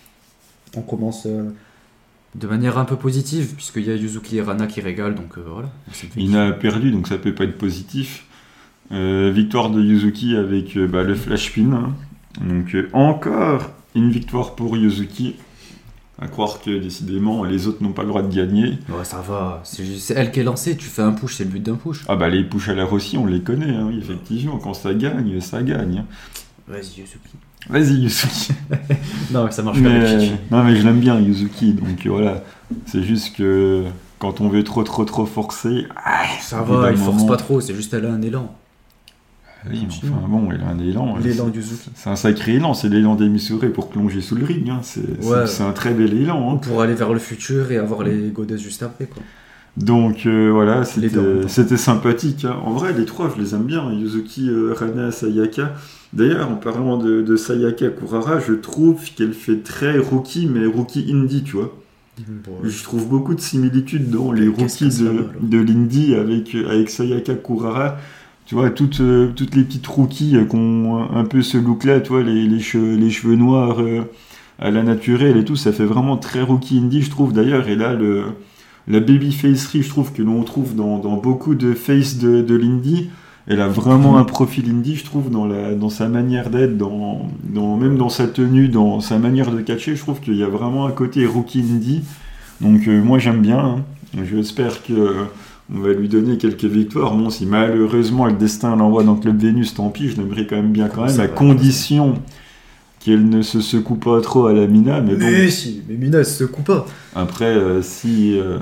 On commence euh, de manière un peu positive, puisqu'il y a Yuzuki et Rana qui régalent, donc euh, voilà. Ça me fait Ina a perdu, donc ça peut pas être positif. Euh, victoire de Yuzuki avec euh, bah, le flash pin. hein. Donc euh, encore une victoire pour Yuzuki. À croire que décidément les autres n'ont pas le droit de gagner. Ouais, ça va. C'est, juste- c'est elle qui est lancée. Tu fais un push, c'est le but d'un push. Ah bah les push à la Rossi, on les connaît, hein, oui, effectivement. Quand ça gagne, ça gagne. hein. Vas-y, Yuzuki. Vas-y Yuzuki. Non, mais ça marche pas avec mais, Chichi. non mais je l'aime bien Yuzuki, donc euh, voilà. C'est juste que quand on veut trop trop trop forcer, ah, Ça au bout va, d'un il force moment- pas trop, c'est juste elle a un élan. Oui, mais enfin bon, il a un élan. L'élan c'est, Yuzuki. c'est un sacré élan, c'est l'élan d'Emisure pour plonger sous le ring. Hein. C'est, Ouais. c'est, c'est un très bel élan. Hein. Pour aller vers le futur et avoir les Goddess juste après, quoi. Donc euh, voilà, c'était, Les deux, c'était sympathique. Hein. En vrai, les trois, je les aime bien. Yuzuki, euh, Rana, Sayaka. D'ailleurs, en parlant de, de Sayaka Kurara, je trouve qu'elle fait très rookie, mais rookie indie, tu vois. Bon, Je trouve beaucoup de similitudes dans les Qu'est-ce rookies que ça de, va, alors de l'indie avec, avec Sayaka Kurara. Tu vois, toutes, euh, toutes les petites rookies euh, qui ont un peu ce look-là, tu vois, les, les, cheveux, les cheveux noirs euh, à la naturelle et tout, ça fait vraiment très rookie indie, je trouve. D'ailleurs, et là, le, la babyfacerie, je trouve que l'on trouve dans, dans beaucoup de faces de, de l'indie. Elle a vraiment un profil indie, je trouve, dans, la, dans sa manière d'être, dans, dans, même dans sa tenue, dans sa manière de catcher. Je trouve qu'il y a vraiment un côté rookie indie. Donc euh, moi j'aime bien. Hein. J'espère que euh, on va lui donner quelques victoires. Bon, si malheureusement le destin l'envoie dans Club Vénus, tant pis. Je l'aimerais quand même bien quand même, Ça à va, condition qu'elle ne se secoue pas trop à la Mina. Mais bon, Mais si, mais Mina, elle se secoue pas. après, euh, si, euh,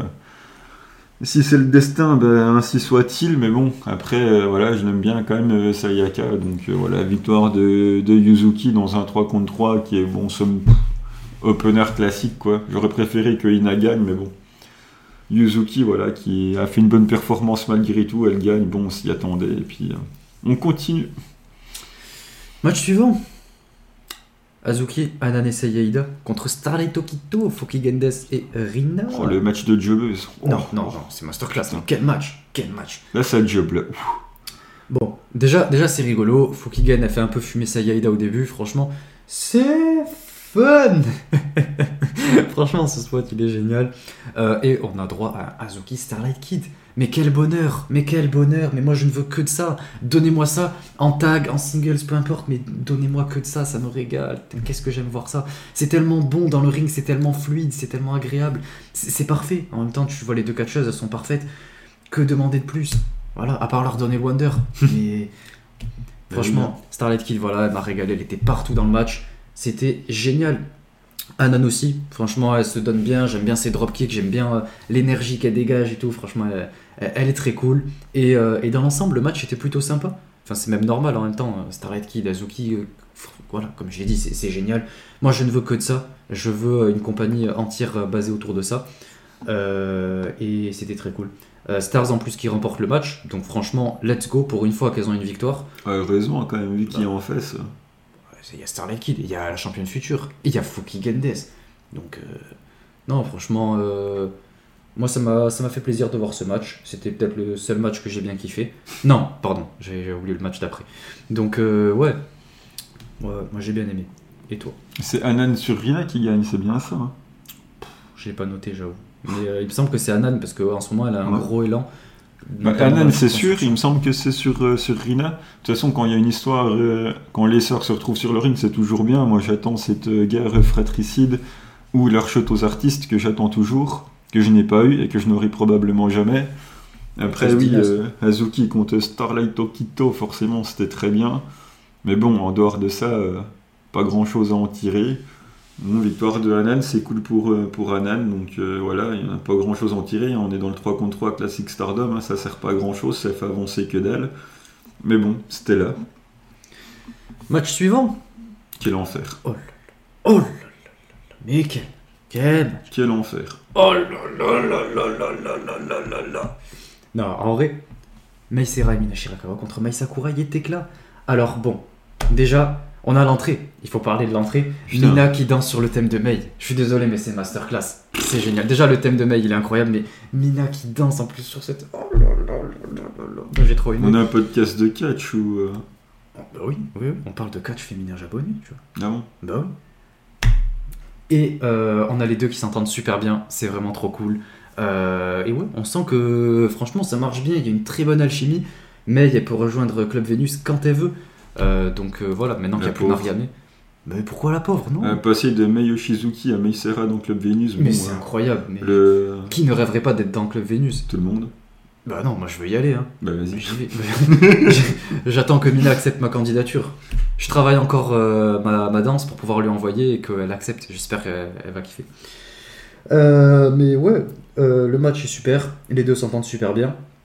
si c'est le destin, ben, ainsi soit-il. Mais bon, après, euh, voilà, je l'aime bien quand même, euh, Sayaka. Donc euh, voilà, victoire de, de Yuzuki dans un trois contre trois qui est, bon, somme opener classique, quoi. J'aurais préféré que Ina gagne, mais bon. Yuzuki, voilà, qui a fait une bonne performance malgré tout. Elle gagne, bon, on s'y attendait. Et puis, euh, on continue. Match suivant. Azuki, Anane Seiyada contre Starlight Okito, Foki Gendes et Rina. Oh, le match de jobbeuse. Oh. Non, non, non, c'est masterclass. Non, quel match, quel match. Là, ça job, là. Ouf. Bon, déjà, déjà c'est rigolo. Fukigen a fait un peu fumer Seiyada au début, franchement. C'est fun. Franchement, ce spot, il est génial. Euh, et on a droit à Azuki Starlight Kid. Mais quel bonheur, mais quel bonheur. Mais moi, je ne veux que de ça. Donnez-moi ça en tag, en singles, peu importe. Mais donnez-moi que de ça, ça me régale. Qu'est-ce que j'aime voir ça. C'est tellement bon dans le ring, c'est tellement fluide, c'est tellement agréable. C'est, c'est parfait. En même temps, tu vois, les deux catcheuses, elles sont parfaites. Que demander de plus? Voilà, à part leur donner le Wonder. Mais franchement, Starlight Kid, voilà, elle m'a régalé. Elle était partout dans le match. C'était génial. Anan aussi, franchement, elle se donne bien. J'aime bien ses dropkicks, j'aime bien euh, l'énergie qu'elle dégage et tout. Franchement, elle, elle, elle est très cool. Et, euh, et dans l'ensemble, le match était plutôt sympa. Enfin, c'est même normal en même temps. Starlight Kid, Azuki, euh, voilà, comme j'ai dit, c'est, c'est génial. Moi, je ne veux que de ça. Je veux une compagnie entière basée autour de ça. Euh, et c'était très cool. Euh, Stars en plus qui remporte le match. Donc, franchement, let's go pour une fois qu'elles ont une victoire. Ouais, heureusement, quand même, vu qu'il y a en fait ça. Il y a Starlight Kid, il y a la championne future, il y a Foki Gendes. Donc, euh, non, franchement, euh, moi ça m'a, ça m'a fait plaisir de voir ce match. C'était peut-être le seul match que j'ai bien kiffé. Non, pardon, j'ai, j'ai oublié le match d'après. Donc, euh, ouais. ouais, moi j'ai bien aimé. Et toi? C'est Anan sur Rina qui gagne, c'est bien ça. Hein. Je l'ai pas noté, j'avoue. Mais euh, il me semble que c'est Anan parce qu'en ce moment elle a un Ouais. gros élan. Bah, Anan, c'est sûr, il me semble que c'est sur, euh, sur Rina. De toute façon, quand il y a une histoire, euh, quand les sœurs se retrouvent sur le ring, c'est toujours bien. Moi, j'attends cette euh, guerre fratricide ou leur shot aux artistes que j'attends toujours, que je n'ai pas eu et que je n'aurai probablement jamais. Après, Très oui, stylé, euh, Azuki contre Starlight Okito, forcément, c'était très bien. Mais bon, en dehors de ça, euh, pas grand-chose à en tirer. Bon, victoire de Anan, c'est cool pour, euh, pour Anan, donc euh, voilà, il n'y a pas grand chose à en tirer. On est dans le trois contre trois classique Stardom, hein, ça sert pas à grand chose, ça fait avancer que dalle. Mais bon, c'était là. Match suivant. Quel enfer. Oh là là. Oh là là là là. Mais quel, quel match. Quel enfer. Oh là là là là là là là là là là. Non, en vrai, Meisera et Mina Shirakawa contre Mai Sakura, il est éclat. Alors bon, déjà, on a l'entrée. Il faut parler de l'entrée. Putain. Mina qui danse sur le thème de Mei. Je suis désolé, mais c'est masterclass. C'est génial. Déjà, le thème de Mei, il est incroyable, mais Mina qui danse en plus sur cette... Oh là là là là là là. J'ai trop aimé. On a un podcast de catch ou... euh, Oh, bah oui, oui, oui, on parle de catch féminin japonais, tu vois. Ah bon. Bah oui. Et euh, on a les deux qui s'entendent super bien, c'est vraiment trop cool. Euh, et ouais, on sent que franchement ça marche bien, il y a une très bonne alchimie, mais elle peut rejoindre Club Vénus quand elle veut. Euh, donc euh, voilà, maintenant qu'il n'y a La plus pauvre. Mariamé. Mais pourquoi la pauvre, non? Un passé de Mei Yoshizuki à Mei Sera dans Club Vénus. Mais bon, c'est euh, incroyable, mais le... qui ne rêverait pas d'être dans Club Vénus? Tout le monde. Bah non, moi je veux y aller, hein. Bah vas-y. J'y vais. J'attends que Mina accepte ma candidature. Je travaille encore euh, ma, ma danse pour pouvoir lui envoyer et qu'elle accepte. J'espère qu'elle elle va kiffer. Euh, mais ouais, euh, le match est super. Les deux s'entendent super bien.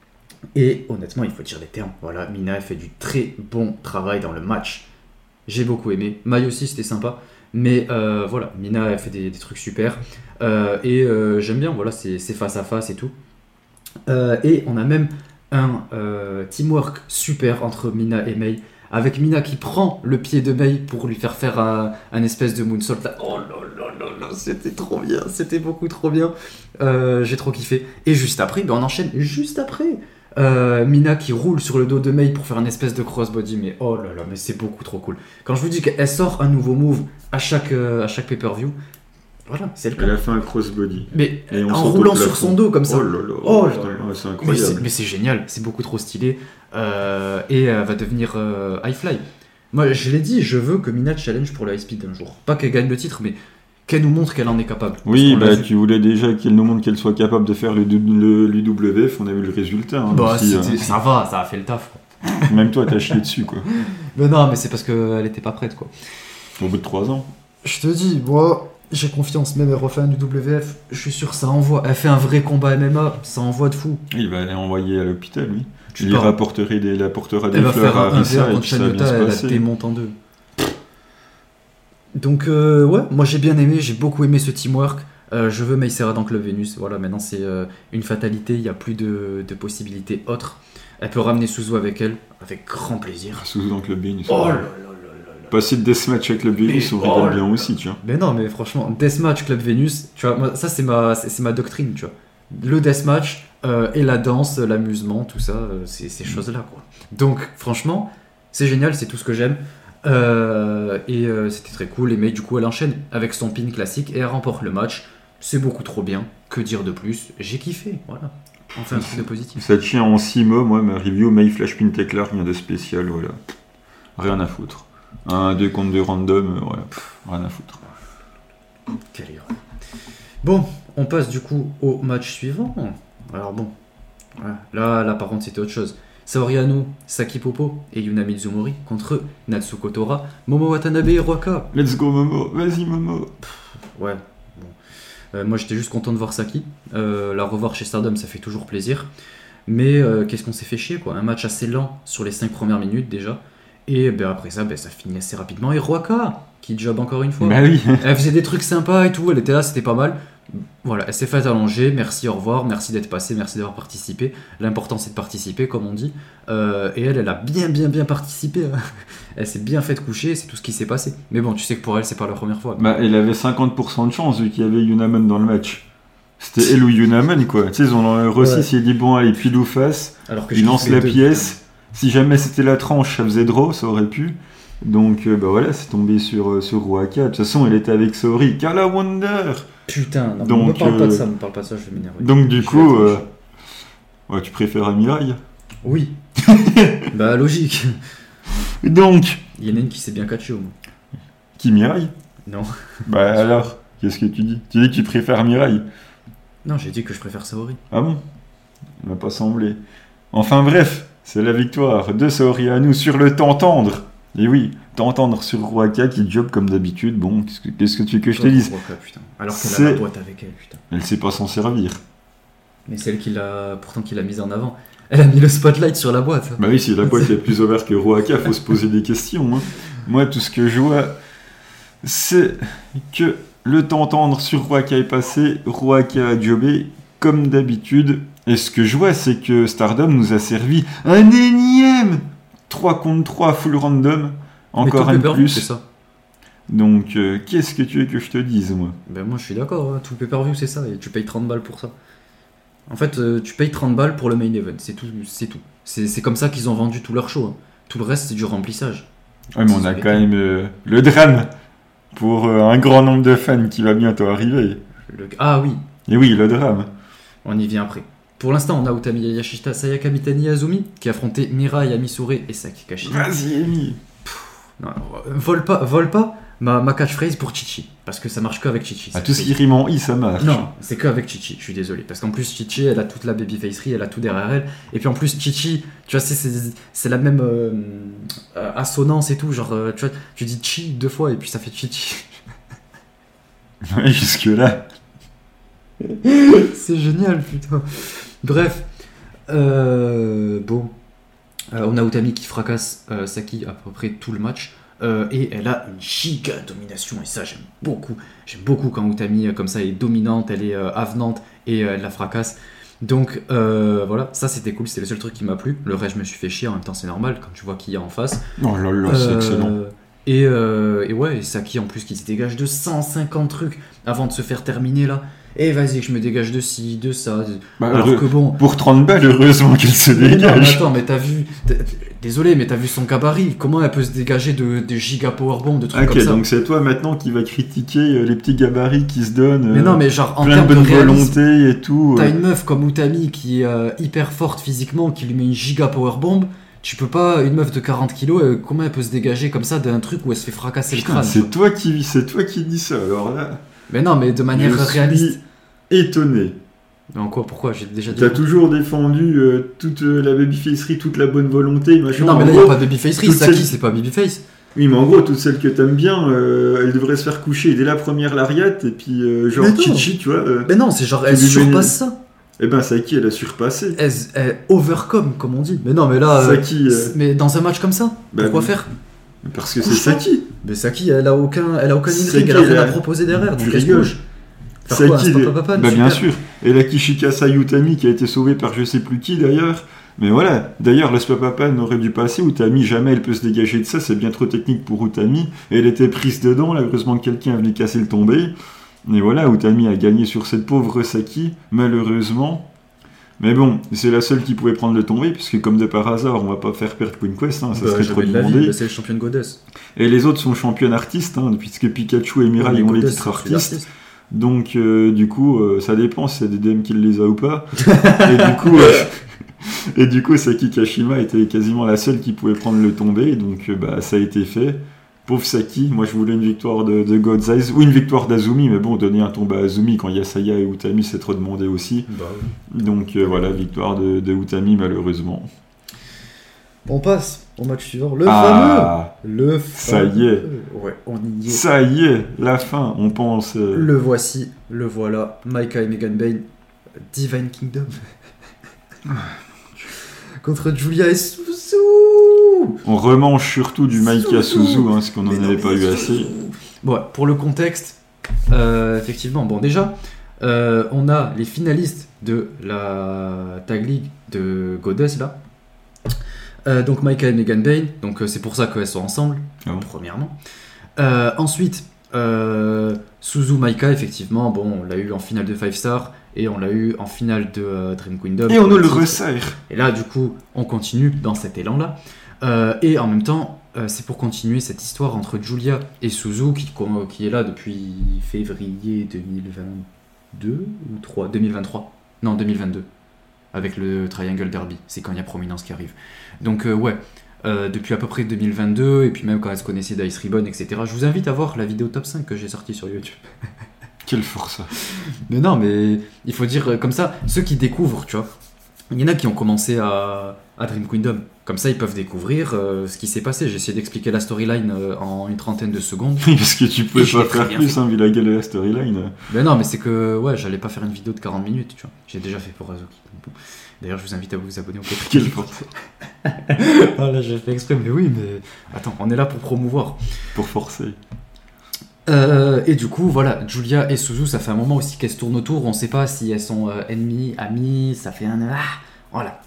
Et honnêtement, il faut dire les termes. Voilà, Mina a fait du très bon travail dans le match. J'ai beaucoup aimé. Mai aussi, c'était sympa. Mais euh, voilà, Mina a fait des, des trucs super. Euh, et euh, j'aime bien, voilà, c'est, c'est face à face et tout. Euh, et on a même un euh, teamwork super entre Mina et Mai. Avec Mina qui prend le pied de Mai pour lui faire faire un, un espèce de moonsault là. Oh là là là là, c'était trop bien, c'était beaucoup trop bien. Euh, j'ai trop kiffé. Et juste après, ben on enchaîne juste après. Euh, Mina qui roule sur le dos de Mai pour faire un espèce de crossbody. Mais oh là là, mais c'est beaucoup trop cool. Quand je vous dis qu'elle sort un nouveau move à chaque, euh, à chaque pay-per-view, voilà, c'est le cas. Elle a fait un crossbody. Mais Et on en saute au roulant plafond. sur son dos comme ça. Oh là là, Oh putain, là là. ouais, c'est Mais incroyable. c'est, mais c'est génial, c'est beaucoup trop stylé. Euh, et elle va devenir euh, high fly. Moi, je l'ai dit, je veux que Mina challenge pour le high speed un jour. Pas qu'elle gagne le titre, mais qu'elle nous montre qu'elle en est capable. Oui, Parce qu'on l'a bah, vu. tu voulais déjà qu'elle nous montre qu'elle soit capable de faire le, le- l'U W F, on a vu le résultat. Hein, Bah, aussi, c'était- euh, ça va, ça a fait le taf. Quoi. Même toi, t'as chié dessus, quoi. Mais non, mais c'est parce qu'elle était pas prête, quoi. Au bout de trois ans. Je te dis, moi, j'ai confiance, même elle refait un du W F, je suis sûr, ça envoie. Elle fait un vrai combat M M A, ça envoie de fou. Il va l'envoyer à l'hôpital, lui. Tu Il parles. rapporterait des, il apportera des Elle va fleurs faire à un un V Arisa R et contre puis ça va bien Shanyuta, se elle la passer. démonte en deux. Donc, euh, ouais, moi j'ai bien aimé, j'ai beaucoup aimé ce teamwork. Euh, je veux Mei Seira dans Club Venus. Voilà, maintenant c'est euh, une fatalité, il n'y a plus de, de possibilités autres. Elle peut ramener Suzu avec elle, avec grand plaisir. Sous dans Club Venus. Oh là là là là là. Passer de Deathmatch avec Club Venus, Mais on rigole oh bien là aussi, tu vois. Mais non, mais franchement, Deathmatch Club Venus, tu vois, moi, ça c'est ma, c'est, c'est ma doctrine, tu vois. Le Deathmatch euh, et la danse, l'amusement, tout ça, euh, c'est ces choses-là, quoi. Donc, franchement, c'est génial, c'est tout ce que j'aime. Euh, et euh, c'était très cool. Et Mei, du coup, elle enchaîne avec son pin classique et elle remporte le match. C'est beaucoup trop bien. Que dire de plus? J'ai kiffé, voilà. Enfin, un truc de positif. Ça tient en six mots, moi, ma review, May Flash Pin Tackler, rien de spécial, voilà. Rien à foutre. Un deux contre deux random, euh, voilà, pff, rien à foutre. Quelle erreur. Bon, on passe du coup au match suivant. Alors bon, voilà. là, là par contre c'était autre chose. Saori Anou, Saki Popo et Yuna Mizumori contre Natsuko Tora, Momo Watanabe et Ruaka. Let's go Momo, vas-y Momo. Ouais, bon. Euh, moi j'étais juste content de voir Saki. Euh, la revoir chez Stardom, ça fait toujours plaisir. Mais euh, qu'est-ce qu'on s'est fait chier, quoi. Un match assez lent sur les cinq premières minutes déjà. Et ben, après ça, ben, ça finit assez rapidement. Et Ruaka, qui job encore une fois. Bah oui. Elle faisait des trucs sympas et tout, elle était là, c'était pas mal. Voilà, elle s'est faite allonger, merci, au revoir, merci d'être passé, merci d'avoir participé. L'important c'est de participer, comme on dit. Euh, et elle, elle a bien, bien, bien participé. Hein. Elle s'est bien faite coucher, c'est tout ce qui s'est passé. Mais bon, tu sais que pour elle, c'est pas la première fois. Bah, elle avait cinquante pour cent de chance vu qu'il y avait Yunaman dans le match. C'était elle ou Yunaman, quoi. Tu sais, ils ont Rossi Ouais. s'est dit, bon, allez, pile ou face. Alors que Il je lance kiffe les la deux, pièce. Si jamais c'était la tranche, ça faisait draw, ça aurait pu. Donc, euh, bah voilà, c'est tombé sur, euh, sur Ruaka. De toute façon, elle était avec Saori. Kala Wonder. putain. Putain, non, Donc, me parle pas de euh, ça, me parle pas de ça, je vais m'énerver. Donc, du Je vais coup, être euh, méchant. ouais, tu préfères Amirai. Oui. Bah, logique. Donc, Il y en a une qui s'est bien catchée au moins. qui Mirai? Non. Bah alors, qu'est-ce que tu dis? Tu dis que tu préfères Mirai. Non, j'ai dit que je préfère Saori. Ah bon? Il m'a pas semblé. Enfin bref, c'est la victoire de Saori Anou sur le T'entendre. Et oui, T'entendre sur Ruaka qui job comme d'habitude. Bon, qu'est-ce que, qu'est-ce que tu veux que je te dise? Ruaka, putain. Alors qu'elle a C'est- la boîte avec elle, putain. Elle sait pas s'en servir. Mais celle qui l'a, pourtant qui l'a mise en avant. Elle a mis le spotlight sur la boîte. Bah oui, si la boîte est plus ouverte que Ruaka, faut se poser des questions. Hein. Moi, tout ce que je vois, c'est que le T'entendre sur Ruaka est passé, Ruaka a jobé comme d'habitude. Et ce que je vois, c'est que Stardom nous a servi un énième trois contre trois full random. Encore Mais un tout de pay-per-view, plus. c'est ça. Donc, euh, qu'est-ce que tu veux que je te dise, moi? Ben moi je suis d'accord, hein. Tout le pay-per-view c'est ça, et tu payes trente balles pour ça. En fait, euh, tu payes trente balles pour le main event, c'est tout. C'est, tout. c'est, c'est comme ça qu'ils ont vendu tout leur show. Hein. Tout le reste c'est du remplissage. Ouais, mais on a quand même euh, le drame pour euh, un grand nombre de fans qui va bientôt arriver. Le- Ah oui, Et oui, le drame. on y vient après. Pour l'instant, on a Utami Yashita, Sayaka Mitani Azumi qui affrontait Mirai Amisure et Saki Kashi. Vas-y, Amy. Non, euh, vole pas, vole pas ma, ma catchphrase pour Chichi, parce que ça marche que avec Chichi. Ah, cette tout ce qui phrase. rime en i, ça marche. Non, c'est que avec Chichi, je suis désolé. Parce qu'en plus, Chichi, elle a toute la babyfacerie, elle a tout derrière elle. Et puis en plus, Chichi, tu vois, c'est, c'est, c'est la même euh, euh, assonance et tout. Genre, euh, tu vois, tu dis Chi deux fois et puis ça fait Chichi. Ouais, jusque-là. C'est génial, putain. Bref, Euh, bon, euh, on a Utami qui fracasse euh, Saki à peu près tout le match. Euh, et elle a une giga domination, et ça j'aime beaucoup. J'aime beaucoup quand Utami euh, comme ça est dominante, elle est euh, avenante et euh, elle la fracasse. Donc euh, voilà, ça c'était cool, c'était le seul truc qui m'a plu. Le reste je me suis fait chier, en même temps c'est normal quand tu vois qui y a en face. Oh là là, c'est Euh, excellent. Et, euh, et ouais, et Saki en plus qui se dégage de cent cinquante trucs avant de se faire terminer là. Et vas-y que je me dégage de ci, de ça. Bah, Alors heureux- que bon. Pour trente balles, heureusement qu'elle se Mais non, mais dégage. attends, mais t'as vu. t'as- Désolé, mais t'as vu son gabarit. Comment elle peut se dégager de, de giga powerbomb, de trucs Ok, comme ça. donc c'est toi maintenant qui va critiquer euh, les petits gabarits qui se donnent. Mais euh, non, mais genre en plein de termes de bonne réalisme, volonté et tout. t'as euh. une meuf comme Utami qui est euh, hyper forte physiquement, qui lui met une giga powerbomb. Tu peux pas, une meuf de quarante kilos, euh, comment elle peut se dégager comme ça d'un truc où elle se fait fracasser Putain, le crâne, tu c'est vois. toi qui c'est toi qui dis ça. Alors là, Mais non, mais de manière je réaliste. suis étonné. Mais en quoi, pourquoi? J'ai déjà dit. T'as toujours défendu euh, toute euh, la babyfacerie, toute la bonne volonté, machin. Non, mais En là, il gros, a pas babyfacerie. toutes Saki, celles- c'est pas babyface. Oui, mais en gros, toutes celles que t'aimes bien, euh, elles devraient se faire coucher dès la première lariat, et puis euh, genre Mais non. Chichi, tu vois. euh, Mais non, c'est genre, Tu elle lui mets- surpasse ça. Eh ben, Saki, elle a surpassé. Elle, elle overcome, comme on dit. Mais non, mais là. euh, Saki, euh, c'est- Mais dans un match comme ça, bah pourquoi oui. faire? Parce que c'est Couche-toi. Saki. Mais Saki, elle a aucun, elle a aucun Saki, in-ring, elle a rien elle à a- proposer derrière. Tu Donc elle se rigoles. bouge. Faire quoi, un Saki, stop les- à Papan, bah bien super. sûr. Et la Kishikasa Utami qui a été sauvée par je sais plus qui d'ailleurs. Mais voilà, d'ailleurs le Spapapan aurait dû passer. Utami, jamais elle peut se dégager de ça, c'est bien trop technique pour Utami. Et elle était prise dedans, là, heureusement que quelqu'un est venu casser le tombé. Et voilà, Utami a gagné sur cette pauvre Saki, malheureusement. Mais bon, c'est la seule qui pouvait prendre le tombé, puisque comme de par hasard, on va pas faire perdre Queen Quest, hein, ça Bah, serait trop jamais de la vie, demandé. bah, c'est le championne goddess. Et les autres sont championnes artistes, hein, puisque Pikachu et Mirai Ouais, ont les goddess, titres c'est artistes. l'artiste. Donc, euh, du coup, euh, ça dépend si c'est des D M qui les a ou pas. et du coup, euh, et du coup, Saki Kashima était quasiment la seule qui pouvait prendre le tombé. Donc, euh, bah, ça a été fait. Pauvre Saki, moi je voulais une victoire de, de God's Eyes ou une victoire d'Azumi, mais bon, donner un tombé à Azumi quand Yasaya et Utami, c'est trop demandé aussi. Bah oui. Donc, euh, voilà, victoire de, de Utami, malheureusement. On passe au match suivant, le Ah, fameux. Le ça fameux. y est. Ouais, on y est. ça y est, la fin, on pense. euh, Le voici, le voilà. Maika et Megan Bayne, Divine Kingdom. Contre Julia et Suzu. On remange surtout du Maika Suzu, hein, parce qu'on n'en Mais non, avait mais pas eu Suzu. assez. Bon, ouais, pour le contexte, euh, effectivement, bon déjà, euh, on a les finalistes de la Tag League de Goddess là. Euh, donc Maika et Megan Bayne, donc euh, c'est pour ça qu'elles sont ensemble, Ah bon. premièrement. Euh, ensuite, euh, Suzu Maika, effectivement, bon, on l'a eu en finale de five star et on l'a eu en finale de euh, Dream Kingdom. Et on nous le titre. resserre. Et là, du coup, on continue dans cet élan-là. Euh, et en même temps, euh, c'est pour continuer cette histoire entre Julia et Suzu, qui, qui est là depuis février deux mille vingt-deux ou trois deux mille vingt-trois. Non, deux mille vingt-deux. Avec le Triangle Derby. C'est quand il y a Prominence qui arrive. Donc, euh, ouais. Euh, depuis à peu près deux mille vingt-deux, et puis même quand elle se connaissait d'Ice Ribbon, et cetera. Je vous invite à voir la vidéo top cinq que j'ai sortie sur YouTube. Quelle force. Mais non, mais il faut dire euh, comme ça, ceux qui découvrent, tu vois. Il y en a qui ont commencé à, à Dream Kingdom. Comme ça, ils peuvent découvrir euh, ce qui s'est passé. J'ai essayé d'expliquer la storyline euh, en une trentaine de secondes. Oui, parce que tu pouvais Et je pas l'ai très faire bien plus, fait. hein, vu la gueule de la storyline. Mais non, mais c'est que, ouais, j'allais pas faire une vidéo de quarante minutes, tu vois. J'ai déjà fait pour Azuki. Bon. D'ailleurs, je vous invite à vous abonner au Patreon. Quelle force. Ah là, j'ai fait exprès, mais oui, mais attends, on est là pour promouvoir. Pour forcer. Euh, et du coup, voilà, Julia et Suzu, ça fait un moment aussi qu'elles se tournent autour. On sait pas si elles sont euh, ennemies, amies, ça fait un. Ah, voilà.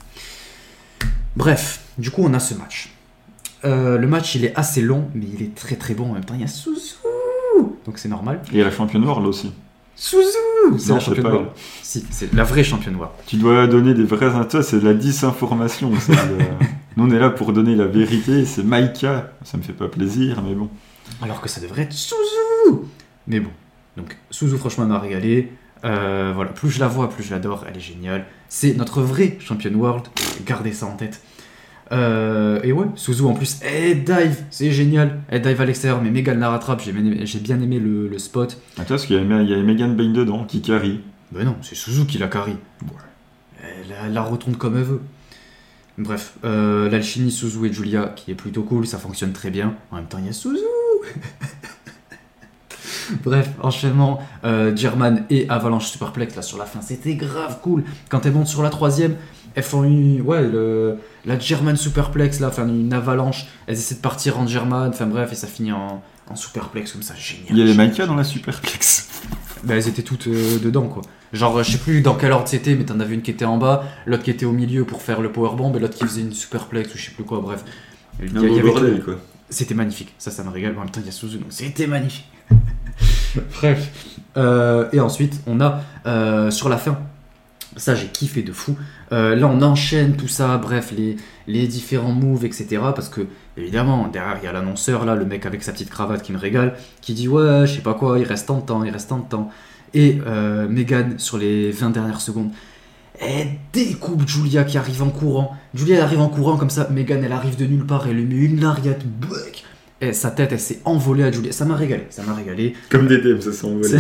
Bref, du coup, on a ce match. Euh, le match, il est assez long, mais il est très très bon. En même temps, il y a Suzu, donc c'est normal. Et la championne world aussi. Suzu, c'est Non, la c'est championne pas world. Si, c'est la vraie championne world. Tu dois donner des vraies infos, c'est de la disinformation. c'est de- Nous, on est là pour donner la vérité. C'est Maika. Ça me fait pas plaisir, mais bon. Alors que ça devrait être Suzu. Mais bon, donc Suzu, franchement, elle m'a régalé. Euh, voilà, plus je la vois, plus je l'adore. Elle est géniale. C'est notre vraie championne world. Gardez ça en tête. Euh, et ouais, Suzu en plus, elle dive, c'est génial. Elle dive à l'extérieur, mais Megan la rattrape. J'ai bien aimé, j'ai bien aimé le, le spot. Attends, parce qu'il y a, il y a Megan Bayne dedans qui carry. Ben non, c'est Suzu qui la carry. Elle, elle la retourne comme elle veut. Bref, euh, l'alchimie Suzu et Julia qui est plutôt cool, ça fonctionne très bien. En même temps, il y a Suzu. Bref, enchaînement, euh, German et Avalanche Superplex là sur la fin, c'était grave cool. Quand elles montent sur la troisième, elles font une, ouais, le, la German Superplex là, enfin une avalanche, elles essaient de partir en German, enfin bref, et ça finit en, en Superplex comme ça, génial. Il y a les Maika dans la Superplex. Bah, elles étaient toutes euh, dedans quoi. Genre, je sais plus dans quel ordre c'était, mais t'en avais une qui était en bas, l'autre qui était au milieu pour faire le powerbomb, et l'autre qui faisait une Superplex ou je sais plus quoi, bref. Il y, Un il y avait bordel, tout. quoi. C'était magnifique, ça, ça me régale. En même temps, il y a Suzu, donc c'était magnifique. Bref. Euh, et ensuite, on a euh, sur la fin, ça j'ai kiffé de fou. Euh, là, on enchaîne tout ça, bref, les, les différents moves, et cetera. Parce que, évidemment, derrière, il y a l'annonceur, là, le mec avec sa petite cravate qui me régale, qui dit ouais, je sais pas quoi, il reste tant de temps, il reste tant de temps. Et euh, Megan, sur les vingt dernières secondes, elle découpe Julia qui arrive en courant. Julia elle arrive en courant comme ça, Megan elle arrive de nulle part, elle lui met une lariat, buck. Et sa tête elle s'est envolée à Julia. Ça m'a régalé, ça m'a régalé. Comme des D M, ça s'est envolé.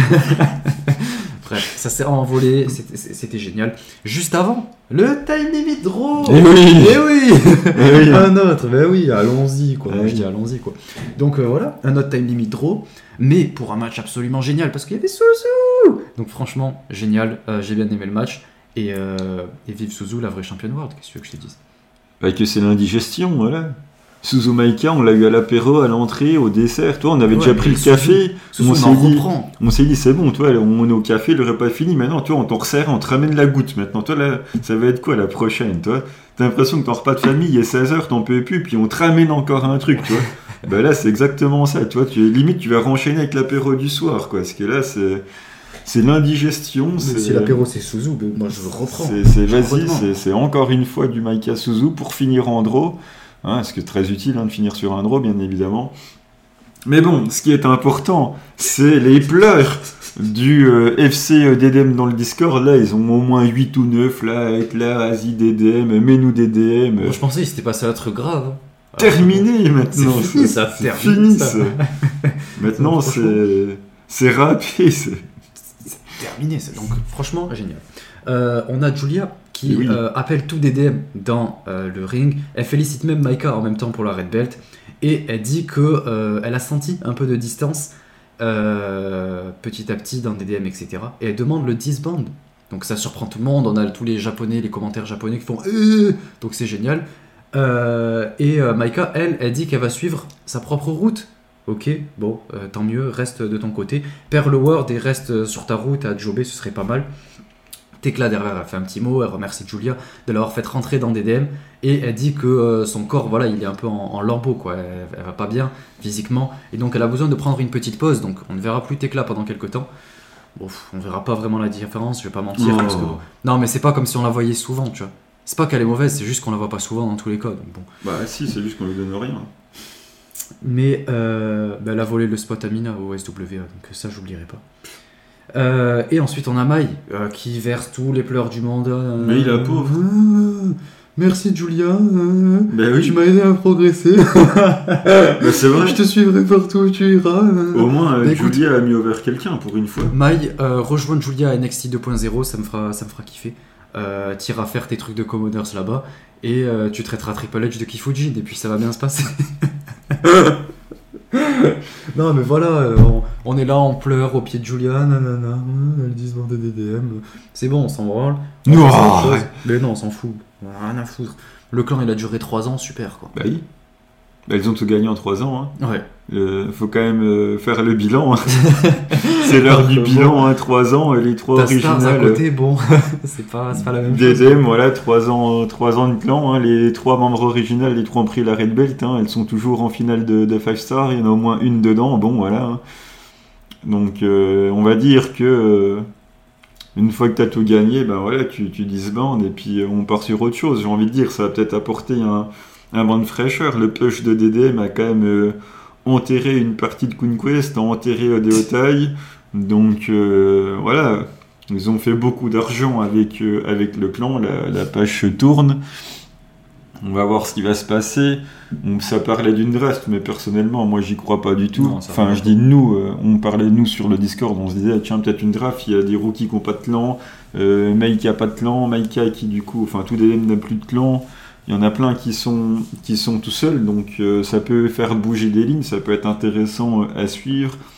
Bref, ça s'est envolé, c'était, c'était génial. Juste avant, le time limit draw. Eh oui. Eh oui. Eh oui. Un autre, ben oui, allons-y quoi. Eh Moi, je oui. dis allons-y quoi. Donc euh, voilà, un autre time limit draw, mais pour un match absolument génial parce qu'il y avait Suzu. Donc franchement, génial, euh, j'ai bien aimé le match. Et, euh, et vive Suzu, la vraie championne world, qu'est-ce que tu veux que je te dise? Bah que c'est l'indigestion, voilà. Suzu Maika, on l'a eu à l'apéro, à l'entrée, au dessert. Toi, on avait Ouais, déjà mais pris le Suzu- café. Suzu, on on s'est en dit, reprend. on s'est dit, c'est bon, toi, on est au café, le repas est fini. Maintenant, toi, on t'en resserre, on te ramène la goutte. Maintenant, toi, là, ça va être quoi la prochaine, toi? T'as l'impression que ton repas de famille, il est seize heures, t'en peux plus, puis on te ramène encore un truc, tu vois. Bah là, c'est exactement ça, tu vois. Tu, limite, tu vas renchaîner avec l'apéro du soir, quoi. Parce que là, c'est, c'est l'indigestion. C'est, Si l'apéro c'est Suzu, ben, moi je reprends. c'est, c'est Je vas-y, reprends. c'est, c'est encore une fois du Maika Suzu pour finir en draw. Hein, ce qui est très utile hein, de finir sur un draw, bien évidemment. Mais bon, ce qui est important, c'est les pleurs du euh, F C D D M dans le Discord. Là, ils ont au moins huit ou neuf, là, avec là, vas-y D D M, mets-nous D D M. Moi je pensais qu'il s'était passé un truc grave. hein. Terminé maintenant. C'est fini, ça, ça, c'est terminé, fini ça. ça. Maintenant, c'est, c'est rapide. C'est... Terminé, c'est donc franchement génial. Euh, on a Julia qui Oui. euh, appelle tout D D M dans euh, le ring. Elle félicite même Maika en même temps pour la Red Belt et elle dit que euh, elle a senti un peu de distance euh, petit à petit dans D D M, et cetera. Et elle demande le disband. Donc ça surprend tout le monde. On a tous les japonais, les commentaires japonais qui font euh donc c'est génial. Euh, et euh, Maika, elle, elle dit qu'elle va suivre sa propre route. Ok, bon, euh, tant mieux, reste de ton côté. Perds le Word et reste sur ta route à Jobé, ce serait pas mal. Tekla derrière, elle fait un petit mot, elle remercie Julia de l'avoir fait rentrer dans D D M et elle dit que euh, son corps, voilà, il est un peu en, en lambeaux, quoi. Elle, elle va pas bien physiquement et donc elle a besoin de prendre une petite pause. Donc on ne verra plus Tekla pendant quelques temps. Bon, pff, on verra pas vraiment la différence, je vais pas mentir. Oh. Parce que... Non, mais c'est pas comme si on la voyait souvent, tu vois. C'est pas qu'elle est mauvaise, c'est juste qu'on la voit pas souvent dans tous les cas. Donc bon. Bah si, c'est juste qu'on lui donne rien. Mais euh, bah, elle a volé le spot à Mina au S W A, donc ça j'oublierai pas. Euh, et ensuite on a Mai euh, qui verse tous les pleurs du monde. Euh, Mais la pauvre. euh, merci Julia, euh, Bah oui. tu m'as aidé à progresser. Bah c'est vrai. Je te suivrai partout où tu iras. euh. Au moins, euh, Bah, écoute- Julia a mis over quelqu'un pour une fois. Mai, euh, rejoindre Julia à N X T deux point zéro, ça me fera, ça me fera kiffer. Euh, t'iras faire tes trucs de Commoders là-bas et euh, tu traiteras Triple H de Kifujin et puis ça va bien se passer. Non mais voilà, euh, on, on est là, on pleure au pied de Julia, nanana, elle dit des D D M, c'est bon, on s'en branle. On Non, fait autre chose. arrête. Mais non, on s'en fout, on a rien à foutre. Le clan il a duré trois ans, super quoi. Bah oui. Bah, ils ont tout gagné en trois ans. Hein. Ouais. Euh, faut quand même euh, faire le bilan. Hein. C'est l'heure du bilan, hein, trois ans, et les trois T'as Stars à originales. côté, bon, c'est pas, c'est pas la même D chose. D M, voilà, trois ans, trois ans de clan. Hein. Les trois membres originales, les trois ont pris la Red Belt. Hein. Elles sont toujours en finale de, de five Star. Il y en a au moins une dedans. Bon, voilà. Hein. Donc, euh, on va dire que euh, une fois que tu as tout gagné, ben voilà, tu, tu disbandes et puis euh, on part sur autre chose. J'ai envie de dire, ça va peut-être apporter un, un vent de fraîcheur. Le push de D D M a quand même euh, enterré une partie de Conquest, a enterré euh, des Otai. Donc, euh, voilà. Ils ont fait beaucoup d'argent avec, euh, avec le clan, la, la page se tourne. On va voir ce qui va se passer. On, ça parlait d'une draft, mais personnellement, moi, j'y crois pas du tout. Non, ça va enfin, pas. je dis nous, euh, on parlait de nous sur le Discord, on se disait, ah, tiens, peut-être une draft, il y a des rookies qui n'ont pas de clan, euh, Maika pas de clan, Maika qui, du coup, enfin, tout D D M n'a plus de clan. Il y en a plein qui sont, qui sont tout seuls, donc euh, ça peut faire bouger des lignes, ça peut être intéressant euh, à suivre.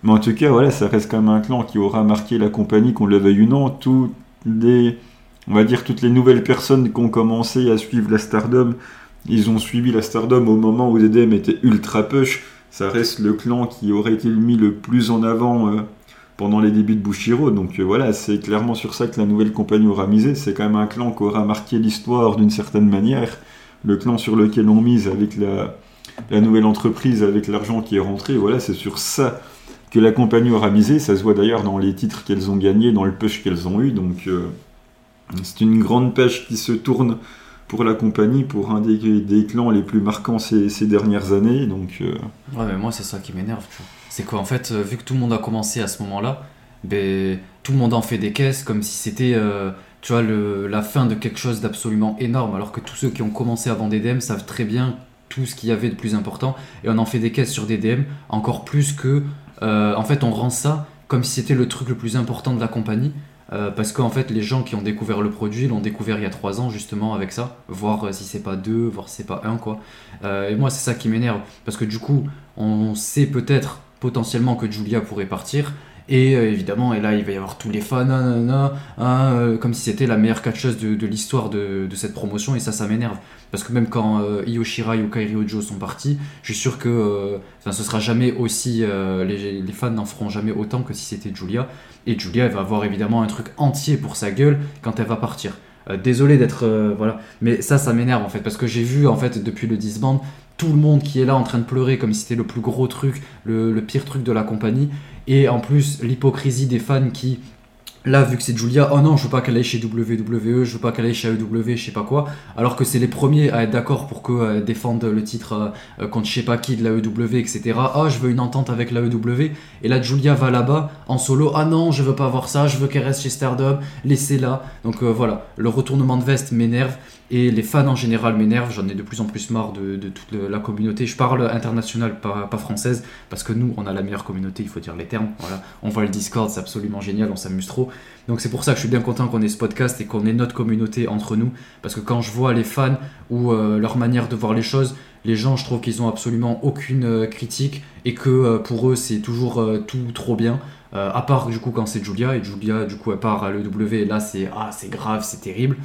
Mais en tout cas, voilà, ça reste quand même un clan qui aura marqué la compagnie, qu'on le veuille ou non. Toutes les, on va dire, toutes les nouvelles personnes qui ont commencé à suivre la Stardom, ils ont suivi la Stardom au moment où D D M était ultra push. Ça reste le clan qui aurait été mis le plus en avant euh, pendant les débuts de Bushiroad. Donc euh, voilà, c'est clairement sur ça que la nouvelle compagnie aura misé. C'est quand même un clan qui aura marqué l'histoire d'une certaine manière. Le clan sur lequel on mise avec la, la nouvelle entreprise, avec l'argent qui est rentré, voilà, c'est sur ça que la compagnie aura misé. Ça se voit d'ailleurs dans les titres qu'elles ont gagnés, dans le push qu'elles ont eu. Donc euh, c'est une grande page qui se tourne pour la compagnie, pour un des, des clans les plus marquants ces, ces dernières années. Donc, euh... ouais, mais moi c'est ça qui m'énerve, tu vois. C'est qu'en fait, euh, vu que tout le monde a commencé à ce moment-là, ben, tout le monde en fait des caisses comme si c'était euh, tu vois, le, la fin de quelque chose d'absolument énorme, alors que tous ceux qui ont commencé avant D D M savent très bien tout ce qu'il y avait de plus important, et on en fait des caisses sur D D M encore plus que Euh, en fait, on rend ça comme si c'était le truc le plus important de la compagnie, euh, parce qu'en fait, les gens qui ont découvert le produit l'ont découvert il y a trois ans justement avec ça, voir euh, si c'est pas deux, voir si c'est pas un, quoi. Euh, et moi, c'est ça qui m'énerve, parce que du coup, on sait peut-être potentiellement que Giulia pourrait partir. Et euh, évidemment, et là il va y avoir tous les fans, nanana, hein, euh, comme si c'était la meilleure catcheuse de, de l'histoire de, de cette promotion, et ça, ça m'énerve. Parce que même quand euh, Io Shirai ou Kairi Ojo sont partis, je suis sûr que euh, ce sera jamais aussi. Euh, les, les fans n'en feront jamais autant que si c'était Giulia. Et Giulia, elle va avoir évidemment un truc entier pour sa gueule quand elle va partir. Euh, désolé d'être. Euh, voilà. Mais ça, ça m'énerve en fait, parce que j'ai vu en fait depuis le disband tout le monde qui est là en train de pleurer comme si c'était le plus gros truc, le, le pire truc de la compagnie. Et en plus, l'hypocrisie des fans qui, là, vu que c'est Giulia, oh non, je veux pas qu'elle aille chez W W E, je veux pas qu'elle aille chez A E W, je sais pas quoi. Alors que c'est les premiers à être d'accord pour qu'elle euh, défende le titre euh, contre je sais pas qui de l'A E W, et cetera. Oh, je veux une entente avec l'A E W. Et là, Giulia va là-bas en solo. Ah non, je veux pas voir ça, je veux qu'elle reste chez Stardom, laissez-la. Donc euh, voilà, le retournement de veste m'énerve. Et les fans en général m'énervent, j'en ai de plus en plus marre de, de toute la communauté. Je parle internationale, pas, pas française, parce que nous, on a la meilleure communauté, il faut dire les termes. Voilà. On voit le Discord, c'est absolument génial, on s'amuse trop. Donc c'est pour ça que je suis bien content qu'on ait ce podcast et qu'on ait notre communauté entre nous. Parce que quand je vois les fans ou euh, leur manière de voir les choses, les gens, je trouve qu'ils ont absolument aucune euh, critique et que euh, pour eux, c'est toujours euh, tout trop bien. Euh, à part du coup quand c'est Giulia, et Giulia, du coup, elle part à l'E W, et là, c'est, ah, c'est grave, c'est terrible.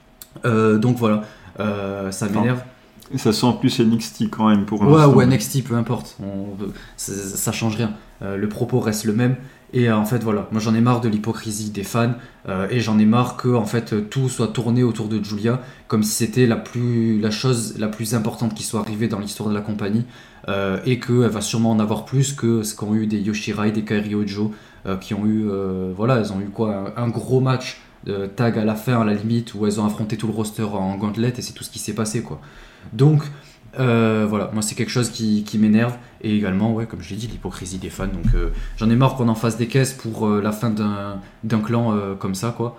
Euh, donc voilà, euh, ça m'énerve. Et ça sent plus N X T quand même pour ouais, l'instant. Ouais, N X T, peu importe, on, ça, ça change rien. Euh, le propos reste le même. Et euh, en fait, voilà, moi j'en ai marre de l'hypocrisie des fans, euh, et j'en ai marre que en fait tout soit tourné autour de Giulia comme si c'était la plus, la chose la plus importante qui soit arrivée dans l'histoire de la compagnie, euh, et qu'elle va sûrement en avoir plus que ce qu'ont eu des Io Shirai, des Kairi Ojo, euh, qui ont eu, euh, voilà, elles ont eu quoi, un, un gros match. De tag à la fin à la limite où elles ont affronté tout le roster en gauntlet, et c'est tout ce qui s'est passé, quoi. Donc euh, voilà, moi c'est quelque chose qui, qui m'énerve, et également, ouais, comme je l'ai dit, l'hypocrisie des fans. Donc euh, j'en ai marre qu'on en fasse des caisses pour euh, la fin d'un, d'un clan euh, comme ça, quoi.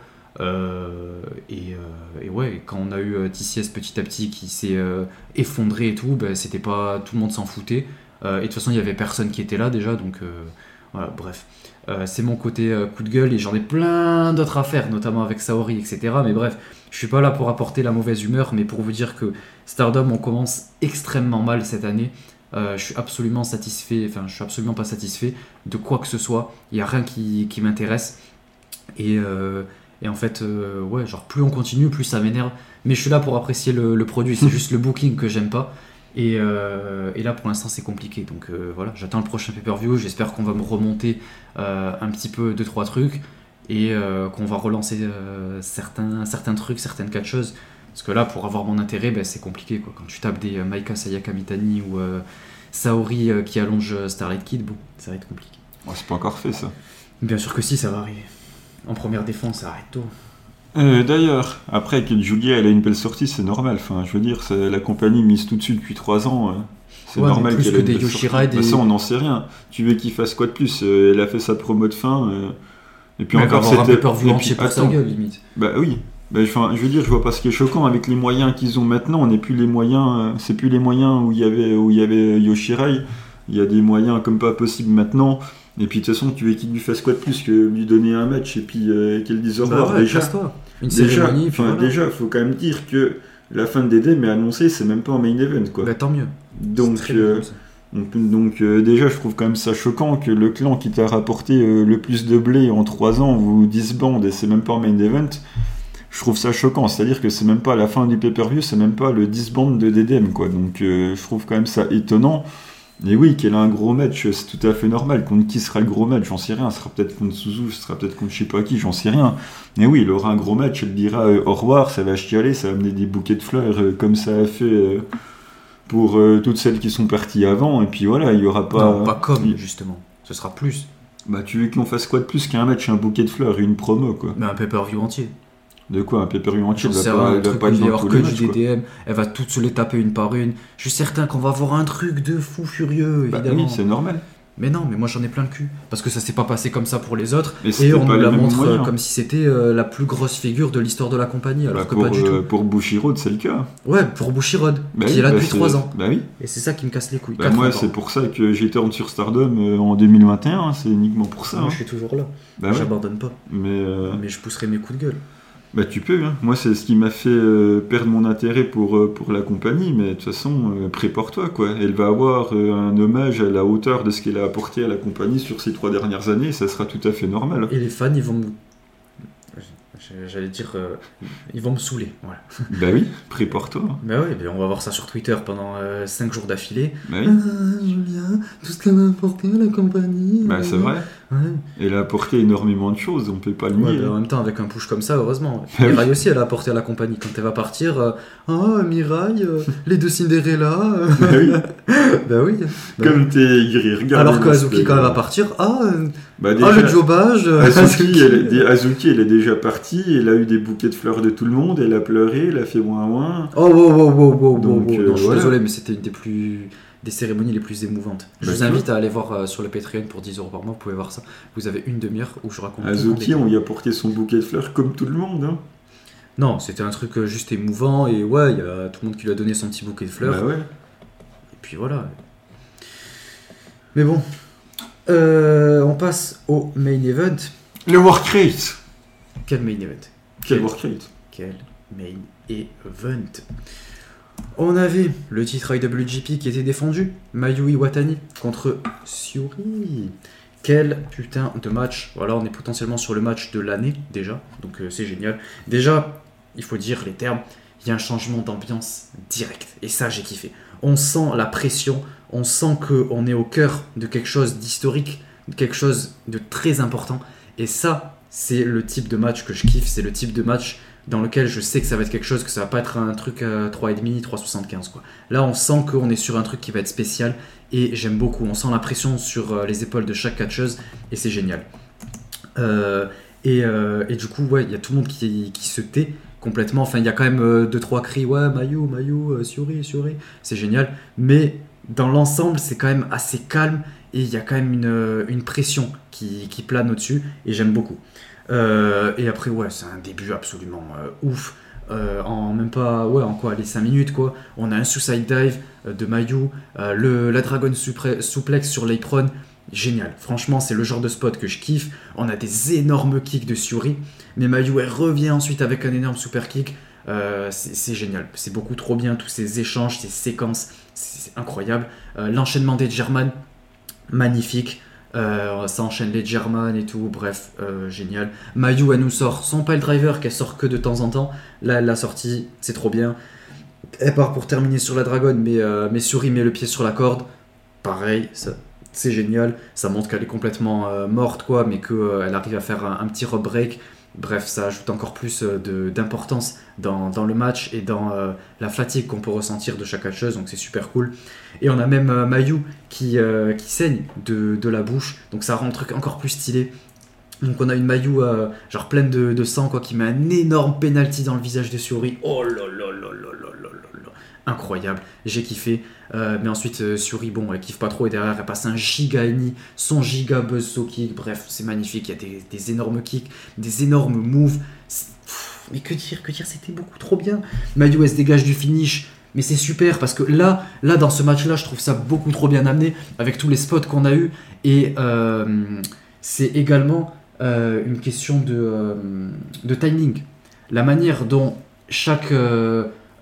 Euh, et, euh, et ouais, quand on a eu euh, T C S petit à petit qui s'est euh, effondré et tout, ben, c'était pas, tout le monde s'en foutait, euh, et de toute façon il y avait personne qui était là déjà, donc euh, voilà, bref. Euh, c'est mon côté euh, coup de gueule, et j'en ai plein d'autres à faire, notamment avec Saori, et cetera. Mais bref, je suis pas là pour apporter la mauvaise humeur, mais pour vous dire que Stardom, on commence extrêmement mal cette année. Euh, je suis absolument satisfait, enfin, je suis absolument pas satisfait de quoi que ce soit. Il y a rien qui, qui m'intéresse. Et, euh, et en fait, euh, ouais, genre plus on continue, plus ça m'énerve. Mais je suis là pour apprécier le, le produit. C'est juste le booking que j'aime pas. Et, euh, et là pour l'instant c'est compliqué, donc euh, voilà, j'attends le prochain pay-per-view, j'espère qu'on va me remonter euh, un petit peu deux trois trucs, et euh, qu'on va relancer euh, certains, certains trucs, certaines catcheuses, parce que là pour avoir mon intérêt, ben, c'est compliqué, quoi. Quand tu tapes des euh, Maika Sayaka Mitani ou euh, Saori euh, qui allonge Starlight Kid, bon, ça va être compliqué. Oh, c'est pas encore fait ça. Bien sûr que si, ça va arriver. En première défense, ça arrête tôt. Euh, d'ailleurs, après que Giulia elle a une belle sortie, c'est normal. Enfin, je veux dire, c'est, la compagnie mise tout dessus depuis trois ans. Euh, c'est ouais, normal plus qu'elle que ait une des belle Yoshirai, sortie. des... Bah, ça, on n'en sait rien. Tu veux qu'il fasse quoi de plus? euh, Elle a fait sa promo de fin. Euh, et puis mais encore, c'était. c'était. Un pay-per-view entier pour sa gueule, limite. Bah oui. Bah, enfin, je veux dire, je vois pas ce qui est choquant avec les moyens qu'ils ont maintenant. On n'est plus les moyens. Euh, c'est plus les moyens où il y avait où il y avait Yoshirai. Il y a des moyens comme pas possible maintenant. Et puis de toute façon, tu veux qu'il lui fasse quoi de plus que lui donner un match et puis euh, qu'elle dise au revoir. Bah ouais, déjà, Une déjà, cérémonie, enfin, voilà. déjà, faut quand même dire que la fin de D D, mais annoncée, c'est même pas en main event, quoi. Bah tant mieux. Donc, euh, Donc, donc euh, déjà, je trouve quand même ça choquant que le clan qui t'a rapporté euh, le plus de blé en trois ans vous disbande et c'est même pas un main event. Je trouve ça choquant, c'est-à-dire que c'est même pas à la fin du pay-per-view, c'est même pas le disband de D D M, quoi. Donc euh, je trouve quand même ça étonnant. Et oui, qu'elle a un gros match, c'est tout à fait normal. Contre qui sera le gros match, j'en sais rien. Ce sera peut-être contre Suzu, ce sera peut-être contre je sais pas qui, j'en sais rien. Mais oui, il aura un gros match, elle dira euh, au revoir, ça va chialer, ça va amener des bouquets de fleurs, euh, comme ça a fait euh, pour euh, toutes celles qui sont parties avant. Et puis voilà, il y aura pas... Non, pas comme, il... justement. Ce sera plus. Bah tu veux qu'on fasse quoi de plus qu'un match, un bouquet de fleurs et une promo, quoi. Mais un pay-per-view entier. De quoi, un pay-per-view entier? J'en Elle sais va pas, rien, elle un va truc pas où être il va y dans avoir tous que les du matchs, D D M, quoi. elle va toutes se les taper une par une. Je suis certain qu'on va avoir un truc de fou furieux, Bah évidemment. oui, c'est normal. Mais non, mais moi j'en ai plein le cul. Parce que ça s'est pas passé comme ça pour les autres. Et Et, c'était on pas nous les la mêmes montre euh, moyens. comme si c'était euh, la plus grosse figure de l'histoire de la compagnie, alors Bah, que pour, pas du euh, tout. pour Bushiroad, c'est le cas. Ouais, pour Bushiroad, Bah qui oui, est là bah depuis c'est- trois ans. Bah oui. Et c'est ça qui me casse les couilles. Bah Quatre moi, ans, c'est pardon. pour ça que j'ai turn sur Stardom euh, en deux mille vingt et un, hein, c'est uniquement pour ça. Moi hein. je suis toujours là. Bah ouais. J'abandonne pas. Mais, euh, Mais je pousserai mes coups de gueule. bah tu peux, hein. Moi c'est ce qui m'a fait euh, perdre mon intérêt pour, euh, pour la compagnie, mais de toute façon, euh, prépare-toi quoi. Elle va avoir euh, un hommage à la hauteur de ce qu'elle a apporté à la compagnie sur ces trois dernières années, et ça sera tout à fait normal. Et les fans, ils vont me. J'allais dire. euh, Ils vont me saouler. Voilà. Bah oui, prépare-toi. Bah oui, mais on va voir ça sur Twitter pendant cinq jours d'affilée. Bah oui, Ah, Julien, tout ce qu'elle m'a apporté à la compagnie. bah c'est vrai. Ouais. Elle a apporté énormément de choses, on peut pas le Ouais, nier. bah, en même temps, avec un push comme ça, heureusement. Ah oui. Mirai aussi, elle a apporté à la compagnie. Quand elle va partir, euh, oh, Mirai, euh, les deux Cinderella. euh. Bah oui, bah oui. Bah comme t'es aigri, regarde. Alors que Azuki, quand elle va partir, ah, euh, Bah ah, déjà, le jobage. euh, Azuki, elle, est- dé- Azuki, elle est déjà partie, elle a eu des bouquets de fleurs de tout le monde, elle a pleuré, elle a fait ouin ouin. Oh, wow, wow, wow, wow, Donc, wow, wow. euh, Non, je suis voilà. désolé, mais c'était une des plus des cérémonies les plus émouvantes. Je Bah, vous tu invite à aller voir euh, sur le Patreon pour dix euros par mois, vous pouvez voir ça. Vous avez une demi-heure où je raconte tout en Azuki, détail. on lui a porté son bouquet de fleurs comme tout le monde. Hein. Non, c'était un truc euh, juste émouvant, et ouais, il y a tout le monde qui lui a donné son petit bouquet de fleurs. Bah ouais. Et puis voilà. Mais bon, Euh, on passe au main event. Le Warcrate. Quel main event? Quel Warcrate? Quel main event? On avait le titre I W G P qui était défendu, Mayu Iwatani contre Syuri. Quel putain de match. Voilà, on est potentiellement sur le match de l'année déjà, donc euh, c'est génial. Déjà, il faut dire les termes, il y a un changement d'ambiance direct, et ça j'ai kiffé. On sent la pression, on sent qu'on est au cœur de quelque chose d'historique, de quelque chose de très important, et ça, c'est le type de match que je kiffe, c'est le type de match dans lequel je sais que ça va être quelque chose, que ça va pas être un truc à trois virgule cinq, trois virgule soixante-quinze quoi. Là, on sent qu'on est sur un truc qui va être spécial, et j'aime beaucoup. On sent la pression sur les épaules de chaque catcheuse, et c'est génial. Euh, et, euh, et du coup, ouais, il y a tout le monde qui, qui se tait complètement. Enfin, il y a quand même euh, deux trois cris, ouais, Mayu, Mayu, euh, Syuri, Syuri, c'est génial. Mais dans l'ensemble, c'est quand même assez calme, et il y a quand même une, une pression qui, qui plane au-dessus, et j'aime beaucoup. Euh, et après, ouais, c'est un début absolument euh, ouf. Euh, en même pas, ouais, en quoi, les cinq minutes, quoi. On a un suicide dive euh, de Mayu, euh, le, la Dragon Supre- Suplex sur l'apron. Génial. Franchement, c'est le genre de spot que je kiffe. On a des énormes kicks de Syuri, mais Mayu, elle revient ensuite avec un énorme super kick. Euh, c'est, c'est génial. C'est beaucoup trop bien, tous ces échanges, ces séquences. C'est, c'est incroyable. Euh, l'enchaînement des German, magnifique. Euh, ça enchaîne les German et tout, bref, euh, génial. Mayu, elle nous sort son pile driver qu'elle sort que de temps en temps. Là, elle l'a sorti, c'est trop bien. Elle part pour terminer sur la dragonne, mais, euh, mais Syuri met le pied sur la corde. Pareil, ça, c'est génial. Ça montre qu'elle est complètement euh, morte, quoi, mais qu'elle euh, arrive à faire un, un petit rope break. Bref, ça ajoute encore plus euh, de, d'importance dans, dans le match et dans euh, la fatigue qu'on peut ressentir de chaque catcheuse, donc c'est super cool. Et on a même euh, Mayu qui, euh, qui saigne de, de la bouche, donc ça rend le truc encore plus stylé. Donc on a une Mayu euh, genre pleine de, de sang, quoi, qui met un énorme penalty dans le visage de Syuri. Oh là là là là là là là là. Incroyable, j'ai kiffé. Euh, mais ensuite, euh, Syuri, bon, elle kiffe pas trop, et derrière, elle passe un giga eni, son giga buzzsaw kick. Bref, c'est magnifique. Il y a des, des énormes kicks, des énormes moves. C'est... Pff, mais que dire, que dire, c'était beaucoup trop bien. Mayu, elle se dégage du finish. Mais c'est super parce que là, là dans ce match-là, je trouve ça beaucoup trop bien amené avec tous les spots qu'on a eu. Et euh, c'est également euh, une question de, euh, de timing. La manière dont chaque. Euh,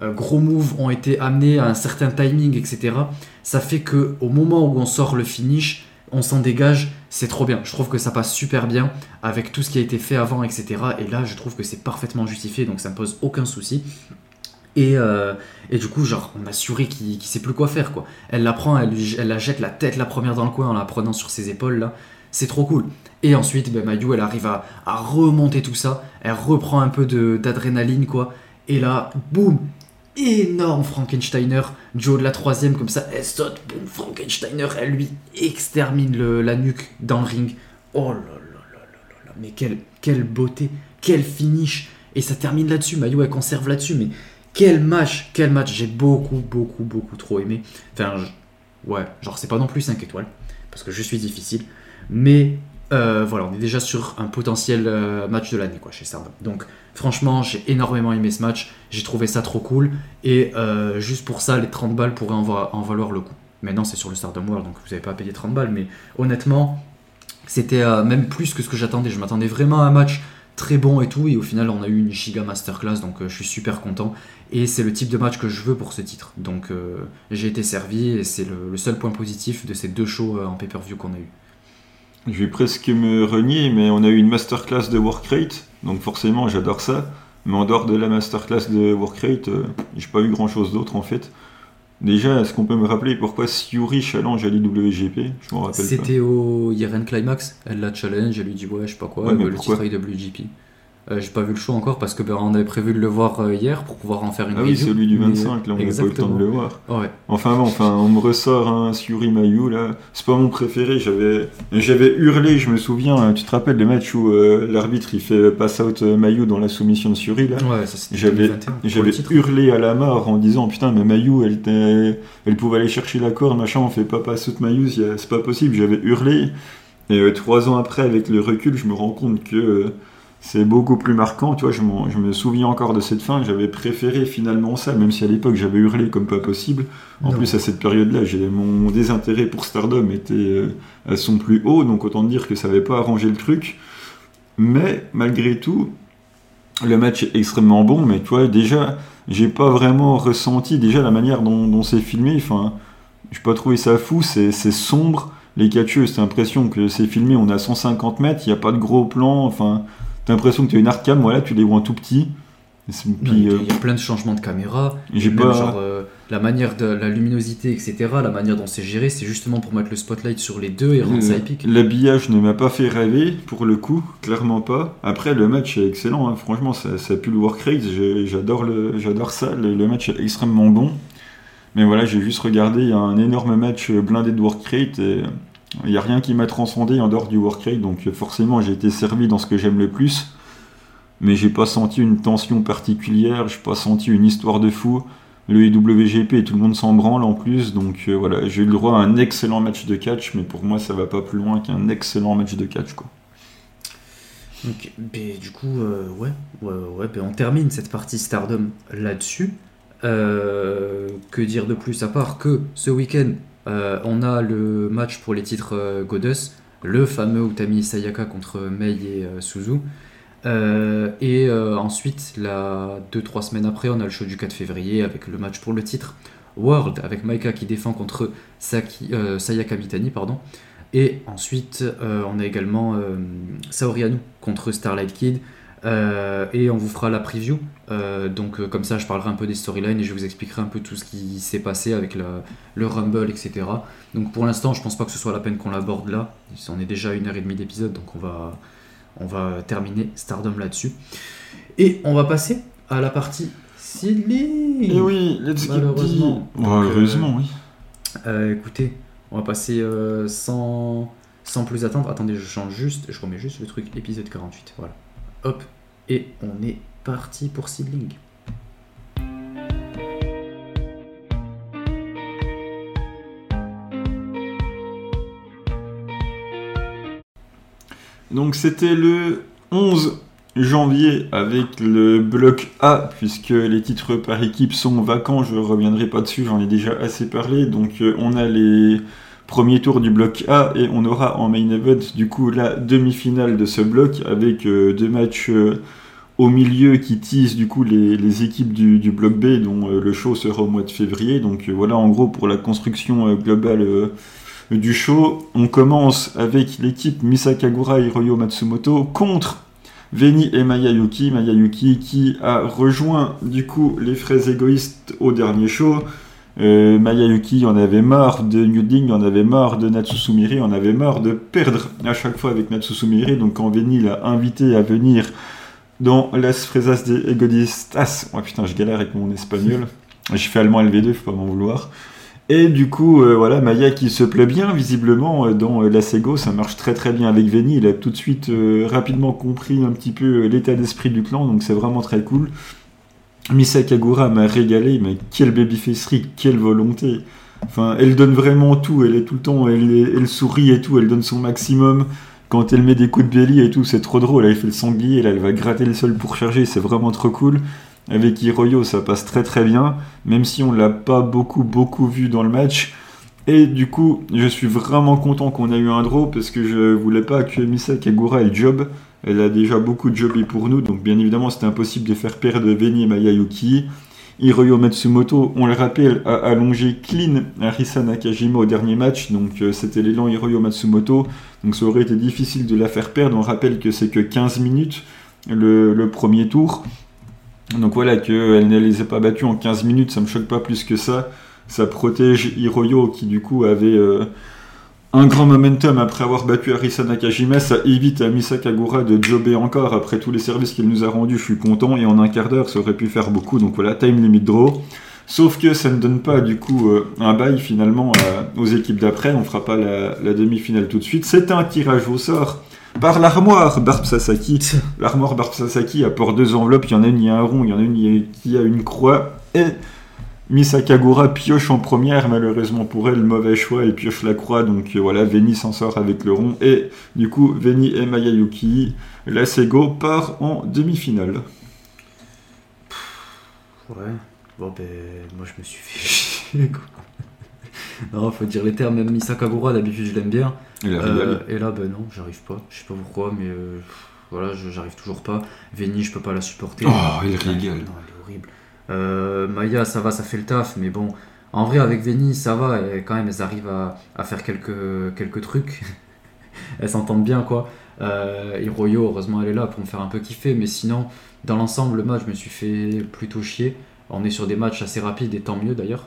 euh, gros moves ont été amenés à un certain timing, et cetera. Ça fait qu'au moment où on sort le finish, on s'en dégage, c'est trop bien. Je trouve que ça passe super bien avec tout ce qui a été fait avant, et cetera. Et là, je trouve que c'est parfaitement justifié, donc ça me pose aucun souci. Et, euh, et du coup, genre, on a Syuri qui, qui sait plus quoi faire, quoi. Elle la prend, elle, lui- elle la jette la tête la première dans le coin en la prenant sur ses épaules, là. C'est trop cool. Et ensuite, ben, Mayu, elle arrive à, à remonter tout ça. Elle reprend un peu de, d'adrénaline, quoi. Et là, boum, énorme Frankensteiner du haut de la troisième, comme ça, elle saute, boum, Frankensteiner, elle lui extermine le- la nuque dans le ring. Oh là là là là là, mais quelle, quelle beauté, quel finish. Et ça termine là-dessus, Mayu, elle conserve là-dessus, mais quel match, quel match, j'ai beaucoup, beaucoup, beaucoup trop aimé. Enfin, je- ouais, genre c'est pas non plus cinq étoiles, parce que je suis difficile, mais euh, voilà, on est déjà sur un potentiel euh, match de l'année, quoi, chez Stardom. Donc franchement, j'ai énormément aimé ce match, j'ai trouvé ça trop cool, et euh, juste pour ça, les trente balles pourraient en, va- en valoir le coup. Maintenant, c'est sur le Stardom World, donc vous n'avez pas à payer trente balles, mais honnêtement, c'était euh, même plus que ce que j'attendais. Je m'attendais vraiment à un match très bon et tout, et au final, on a eu une Giga Masterclass, donc euh, je suis super content. Et c'est le type de match que je veux pour ce titre. Donc euh, j'ai été servi, et c'est le, le seul point positif de ces deux shows euh, en pay-per-view qu'on a eu. Je vais presque me renier, mais on a eu une masterclass de Workrate, donc forcément j'adore ça. Mais en dehors de la masterclass de Workrate, euh, j'ai pas eu grand chose d'autre en fait. Déjà, est-ce qu'on peut me rappeler pourquoi Syuri challenge à l'I W G P? Je m'en rappelle C'était au Yeren Climax, elle l'a challenge, elle lui dit ouais, je sais pas quoi, Ouais, elle mais veut le pourquoi titre I W G P. Euh, j'ai pas vu le show encore parce que ben, on avait prévu de le voir euh, hier pour pouvoir en faire une pas. Ah oui, review. celui du mais- vingt-cinq, là on n'a pas eu le temps Exactement. de le voir. Ouais. Enfin bon, enfin, on me ressort un Syuri Mayu là. C'est pas mon préféré. J'avais, j'avais hurlé. Je me souviens. hein, Tu te rappelles le match où euh, l'arbitre il fait pass out euh, Mayu dans la soumission de Syuri là. Ouais, ça c'était J'avais, deux mille vingt et un, pour j'avais le titre. hurlé à la mort en disant putain mais Mayu elle, était- elle pouvait aller chercher la corde machin. On fait pas pass out Mayu, y a- c'est pas possible. J'avais hurlé. Et euh, trois ans après avec le recul, je me rends compte que euh, c'est beaucoup plus marquant, tu vois, je, m'en- je me souviens encore de cette fin, j'avais préféré finalement ça, même si à l'époque j'avais hurlé comme pas possible. En Non. plus, à cette période-là, j'ai, mon désintérêt pour Stardom était euh, à son plus haut, donc autant dire que ça n'avait pas arrangé le truc. Mais malgré tout, le match est extrêmement bon, mais tu vois, déjà, j'ai pas vraiment ressenti déjà la manière dont, dont c'est filmé, enfin, j'ai pas trouvé ça fou, c'est, c'est sombre. Les catcheuses, t'as l'impression que c'est filmé, on est à cent cinquante mètres, il n'y a pas de gros plan, enfin, t'as l'impression que tu as une arcade, voilà, tu les vois en tout petit. Et c'est- Non, puis, il y a- euh, il y a plein de changements de caméra. j'ai Et pas- même genre euh, la manière de la luminosité, et cetera. La manière dont c'est géré, c'est justement pour mettre le spotlight sur les deux et rendre ça euh, épique. L'habillage ne m'a pas fait rêver, pour le coup, clairement pas. Après, le match est excellent, hein, franchement, ça, ça pue le work rate, j'ai- j'adore, le, j'adore ça, le, le match est extrêmement bon. Mais voilà, j'ai juste regardé, il y a un énorme match blindé de work rate et il n'y a rien qui m'a transcendé en dehors du work rate, donc forcément j'ai été servi dans ce que j'aime le plus. Mais j'ai pas senti une tension particulière, j'ai pas senti une histoire de fou. Le I W G P, tout le monde s'en branle en plus, donc euh, voilà, j'ai eu le droit à un excellent match de catch, mais pour moi ça va pas plus loin qu'un excellent match de catch, quoi. Ok, ben, du coup, euh, ouais, ouais, ouais ben, on termine cette partie Stardom là-dessus. Euh, que dire de plus à part que ce week-end, euh, on a le match pour les titres euh, Goddess, le fameux Utami Sayaka contre Mei et euh, Suzu. Euh, et euh, ensuite, deux trois semaines après, on a le show du quatre février avec le match pour le titre World avec Maika qui défend contre Saki, euh, Sayaka Mitani. Pardon. Et ensuite, euh, on a également euh, Saori Anou contre Starlight Kid. Euh, et on vous fera la preview. Euh, donc, euh, comme ça, je parlerai un peu des storylines et je vous expliquerai un peu tout ce qui s'est passé avec la- le Rumble, et cetera. Donc, pour l'instant, je pense pas que ce soit la peine qu'on l'aborde là. On est déjà à une heure et demie d'épisode, donc on va. On va terminer Stardom là-dessus. Et on va passer à la partie Seedling. Et oui, let's get Malheureusement. the- Ouais, Donc, euh, heureusement, oui. Euh, écoutez, on va passer euh, sans, sans plus attendre. Attendez, je change juste, je remets juste le truc épisode quarante-huit. Voilà. Hop, et on est parti pour Seedling. Donc c'était le onze janvier avec le bloc A, puisque les titres par équipe sont vacants, je ne reviendrai pas dessus, j'en ai déjà assez parlé. Donc euh, on a les premiers tours du bloc A et on aura en main event du coup la demi-finale de ce bloc avec euh, deux matchs euh, au milieu qui tease du coup les, les équipes du, du bloc B, dont euh, le show sera au mois de février. Donc euh, voilà en gros pour la construction euh, globale euh, du show. On commence avec l'équipe Misakagura Hiroyo Matsumoto contre Veni et Mayayuki. Mayayuki qui a rejoint du coup les fraises égoïstes au dernier show. Euh, Mayayuki en avait marre de Newding, en avait marre de Natsusumiri, en avait marre de perdre à chaque fois avec Natsusumiri. Donc quand Veni l'a invité à venir dans Las Fresas de Egoístas, oh putain je galère avec mon espagnol, je fais allemand L V deux, faut pas m'en vouloir. Et du coup, euh, voilà, Maya qui se plaît bien, visiblement, euh, dans euh, la Sego, ça marche très très bien avec Veni, il a tout de suite euh, rapidement compris un petit peu euh, l'état d'esprit du clan, donc c'est vraiment très cool. Misakagura m'a régalé, mais quelle babyfacerie, quelle volonté. Enfin, elle donne vraiment tout, elle est tout le temps, elle, est, elle sourit et tout, elle donne son maximum. Quand elle met des coups de belly et tout, c'est trop drôle, elle fait le sanglier, là, elle va gratter le sol pour charger, c'est vraiment trop cool. Avec Hiroyo, ça passe très très bien, même si on l'a pas beaucoup beaucoup vu dans le match. Et du coup, je suis vraiment content qu'on ait eu un draw, parce que je voulais pas que Misakagura ait le job. Elle a déjà beaucoup de jobs pour nous, donc bien évidemment c'était impossible de faire perdre Veni et Mayayuki. Hiroyo Matsumoto, on le rappelle, a allongé clean Arisa Nakajima au dernier match, donc euh, c'était l'élan Hiroyo Matsumoto, donc ça aurait été difficile de la faire perdre. On rappelle que c'est que quinze minutes le, le premier tour. Donc voilà, qu'elle ne les ait pas battus en quinze minutes, ça me choque pas plus que ça. Ça protège Hiroyo qui du coup avait euh, un grand momentum après avoir battu Arisa Nakajima. Ça évite à Misakagura de jobber encore après tous les services qu'il nous a rendus. Je suis content, et en un quart d'heure ça aurait pu faire beaucoup. Donc voilà, time limit draw. Sauf que ça ne donne pas du coup euh, un bail finalement à, aux équipes d'après. On fera pas la, la demi-finale tout de suite. C'est un tirage au sort par l'armoire Barb Sasaki. L'armoire Barb Sasaki apporte deux enveloppes, il y en a une, il y a un rond, il y en a une qui a une croix, et Misakagura pioche en première, malheureusement pour elle, mauvais choix, elle pioche la croix, donc euh, voilà, Veni s'en sort avec le rond, et du coup, Veni et Mayayuki, la Sego part en demi-finale. Ouais, bon ben, moi je me suis fait chier, quoi. Non, faut dire les termes, même Misakagura, d'habitude je l'aime bien. Et, euh, et là, ben non, j'arrive pas. Je sais pas pourquoi, mais euh, voilà, je, j'arrive toujours pas. Veni, je peux pas la supporter. Oh, il régale. Non, elle est horrible. Euh, Maya, ça va, ça fait le taf, mais bon, en vrai, avec Veni, ça va, et quand même, elles arrivent à, à faire quelques, quelques trucs. Elles s'entendent bien, quoi. Euh, Hiroyo, heureusement, elle est là pour me faire un peu kiffer, mais sinon, dans l'ensemble, le match, je me suis fait plutôt chier. On est sur des matchs assez rapides, et tant mieux d'ailleurs.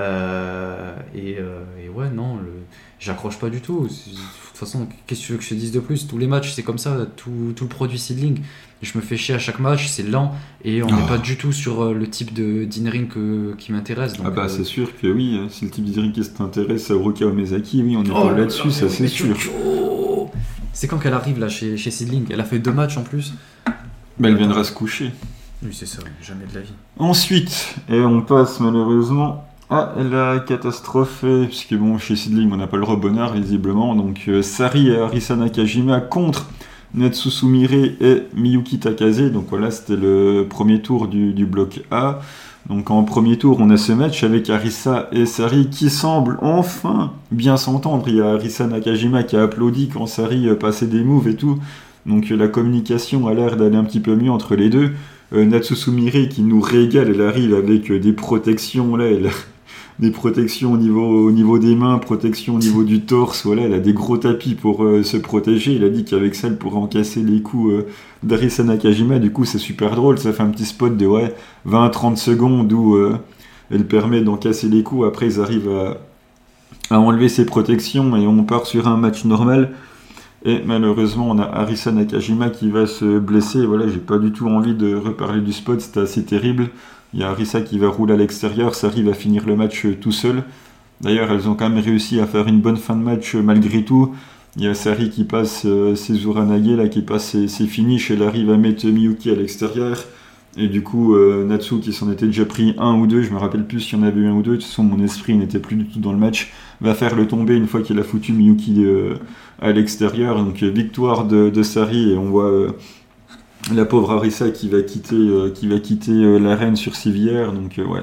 Euh, et, euh, et ouais, non, le, j'accroche pas du tout. C'est, de toute façon, qu'est-ce que tu veux que je te dise de plus? Tous les matchs, c'est comme ça, tout, tout le produit seedling. Je me fais chier à chaque match, c'est lent, et on n'est oh. pas du tout sur le type de d'inring que, qui m'intéresse. Donc, ah bah euh... c'est sûr que oui, si le type d'inring qui t'intéresse, Ruka Omezaki, oui, on est oh pas là-dessus, là, ça c'est sûr. Chaud. C'est quand qu'elle arrive là chez, chez Seedling? Elle a fait deux matchs en plus. Bah elle viendra se coucher. Oui, c'est ça, jamais de la vie. Ensuite, et on passe malheureusement à la catastrophe, puisque bon, chez Seedling, on n'a pas le rebonheur visiblement, donc euh, Sari et Arisa Nakajima contre Natsusumire et Miyuki Takase. Donc voilà, c'était le premier tour du, du bloc A. Donc en premier tour, on a ce match avec Arisa et Sari qui semblent enfin bien s'entendre. Il y a Arisa Nakajima qui a applaudi quand Sari passait des moves et tout. Donc la communication a l'air d'aller un petit peu mieux entre les deux. Euh, Natsusumire qui nous régale, elle arrive avec des protections là, elle a des protections au niveau, au niveau des mains, protection au niveau du torse, voilà, elle a des gros tapis pour euh, se protéger. Il a dit qu'avec ça elle pourrait encaisser les coups euh, d'Arisa Nakajima. Du coup c'est super drôle, ça fait un petit spot de ouais, vingt à trente secondes où euh, elle permet d'encasser les coups. Après ils arrivent à, à enlever ses protections et on part sur un match normal. Et malheureusement, on a Arisa Nakajima qui va se blesser. Voilà, j'ai pas du tout envie de reparler du spot, c'était assez terrible. Il y a Arisa qui va rouler à l'extérieur, Sari va finir le match tout seul. D'ailleurs, elles ont quand même réussi à faire une bonne fin de match malgré tout. Il y a Sari qui passe euh, ses Uranage, là, qui passe ses, ses finishes, elle arrive à mettre Miyuki à l'extérieur. Et du coup, euh, Natsu qui s'en était déjà pris un ou deux, je me rappelle plus s'il y en avait eu un ou deux, de toute façon mon esprit n'était plus du tout dans le match, va faire le tomber une fois qu'il a foutu Miyuki euh, à l'extérieur. Donc euh, victoire de, de Sari, et on voit euh, la pauvre Arisa qui va quitter, euh, qui va quitter euh, l'arène sur civière. Donc euh, ouais.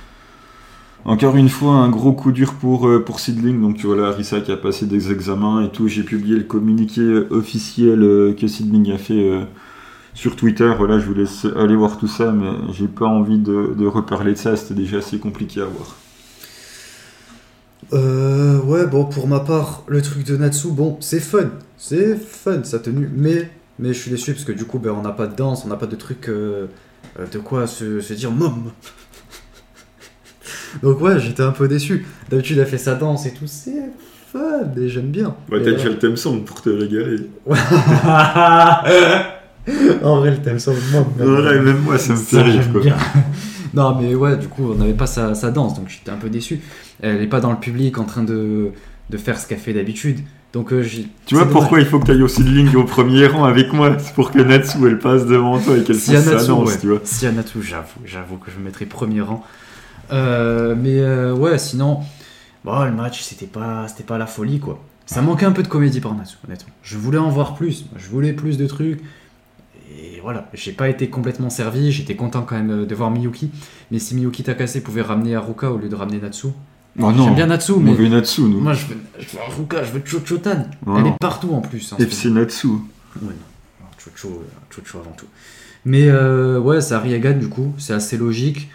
Encore une fois, un gros coup dur pour, euh, pour Seedling. Donc voilà, Arisa qui a passé des examens et tout. J'ai publié le communiqué officiel euh, que Seedling a fait euh, sur Twitter. Voilà, je vous laisse aller voir tout ça, mais j'ai pas envie de, de reparler de ça, c'était déjà assez compliqué à voir. Euh, ouais, bon, pour ma part, le truc de Natsu, bon, c'est fun, c'est fun sa tenue, mais, mais je suis déçu parce que du coup, ben, on n'a pas de danse, on n'a pas de truc euh, de quoi se, se dire mom. Donc ouais, j'étais un peu déçu. D'habitude, elle fait sa danse et tout, c'est fun, et j'aime bien. Ouais, t'as Et, déjà le thème song pour te régaler. En vrai, le thème song, mom. Ouais, même moi, ça me fait rire, quoi. Bien. Non, mais ouais, du coup, on n'avait pas sa, sa danse, donc j'étais un peu déçu. Elle n'est pas dans le public en train de, de faire ce qu'elle fait d'habitude. Donc, euh, j'ai... Tu vois pourquoi il faut que tu ailles au seedling au premier rang avec moi? C'est pour que Natsu elle passe devant toi et qu'elle si fasse sa Natsu, danse, ouais. tu vois. Si Natsu, j'avoue, j'avoue que je me mettrais premier rang. Euh, mais euh, ouais, sinon, bon, le match, c'était pas, c'était pas la folie, quoi. Ça manquait un peu de comédie par Natsu, honnêtement. Je voulais en voir plus, je voulais plus de trucs. Et voilà, j'ai pas été complètement servi, j'étais content quand même de voir Miyuki. Mais si Miyuki Takase pouvait ramener Haruka au lieu de ramener Natsu. Oh non, j'aime bien Natsu, on mais veut Natsu, nous. moi je veux, je veux Haruka, je veux Chochotan. Oh Elle non. est partout en plus. Hein, F C Natsu. Ouais, non. Alors, Chocho, euh, Chocho avant tout. Mais euh, ouais, ça Ryagan du coup, c'est assez logique.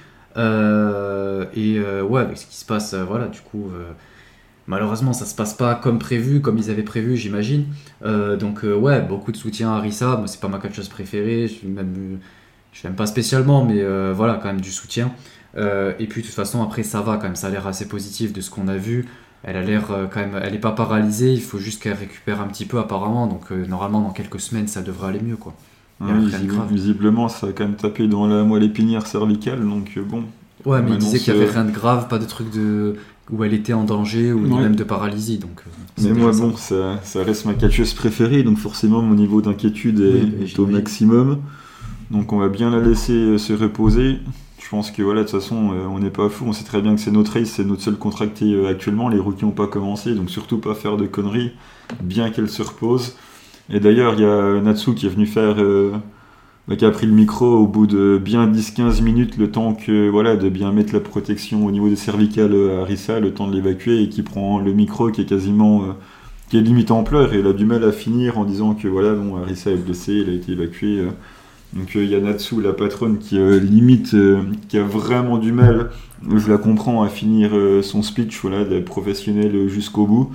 Euh, et euh, ouais, avec ce qui se passe, euh, voilà, du coup, euh, malheureusement, ça se passe pas comme prévu, comme ils avaient prévu, j'imagine. Euh, donc euh, ouais, beaucoup de soutien à Arisa. Moi, c'est pas ma catcheuse préférée, je même, je l'aime pas spécialement, mais euh, voilà, quand même du soutien. Euh, et puis de toute façon, après, ça va quand même, ça a l'air assez positif de ce qu'on a vu. Elle a l'air euh, quand même, elle est pas paralysée. Il faut juste qu'elle récupère un petit peu apparemment. Donc euh, normalement, dans quelques semaines, ça devrait aller mieux, quoi. Il y a Ouais, rien de visible- grave. visiblement, ça a quand même tapé dans la moelle épinière cervicale, donc euh, bon. Ouais, mais il Maintenant, disait qu'il y avait c'est- rien de grave, pas de truc de où elle était en danger ou ni Ouais. même de paralysie. Donc, euh, c'est Mais déjà moi, ça. bon, ça, ça reste ma catcheuse préférée, donc forcément, mon niveau d'inquiétude est, Oui, bah, est au j'imagine. maximum. Donc on va bien la laisser euh, se reposer. Je pense que voilà, de toute façon, euh, on n'est pas fou. On sait très bien que c'est notre race, c'est notre seul contracté euh, actuellement. Les rookies n'ont pas commencé, donc surtout pas faire de conneries, bien qu'elle se repose. Et d'ailleurs, il y a Natsu qui est venu faire, euh, bah, qui a pris le micro au bout de bien dix quinze minutes, le temps que voilà, de bien mettre la protection au niveau des cervicales à Arisa, le temps de l'évacuer, et qui prend le micro qui est quasiment, euh, qui est limite en pleurs, et il a du mal à finir en disant que voilà, bon, Arisa est blessée, elle a été évacuée. euh. Donc il y a Natsu, la patronne, qui euh, limite, euh, qui a vraiment du mal, je la comprends, à finir euh, son speech, voilà, d'être professionnelle jusqu'au bout.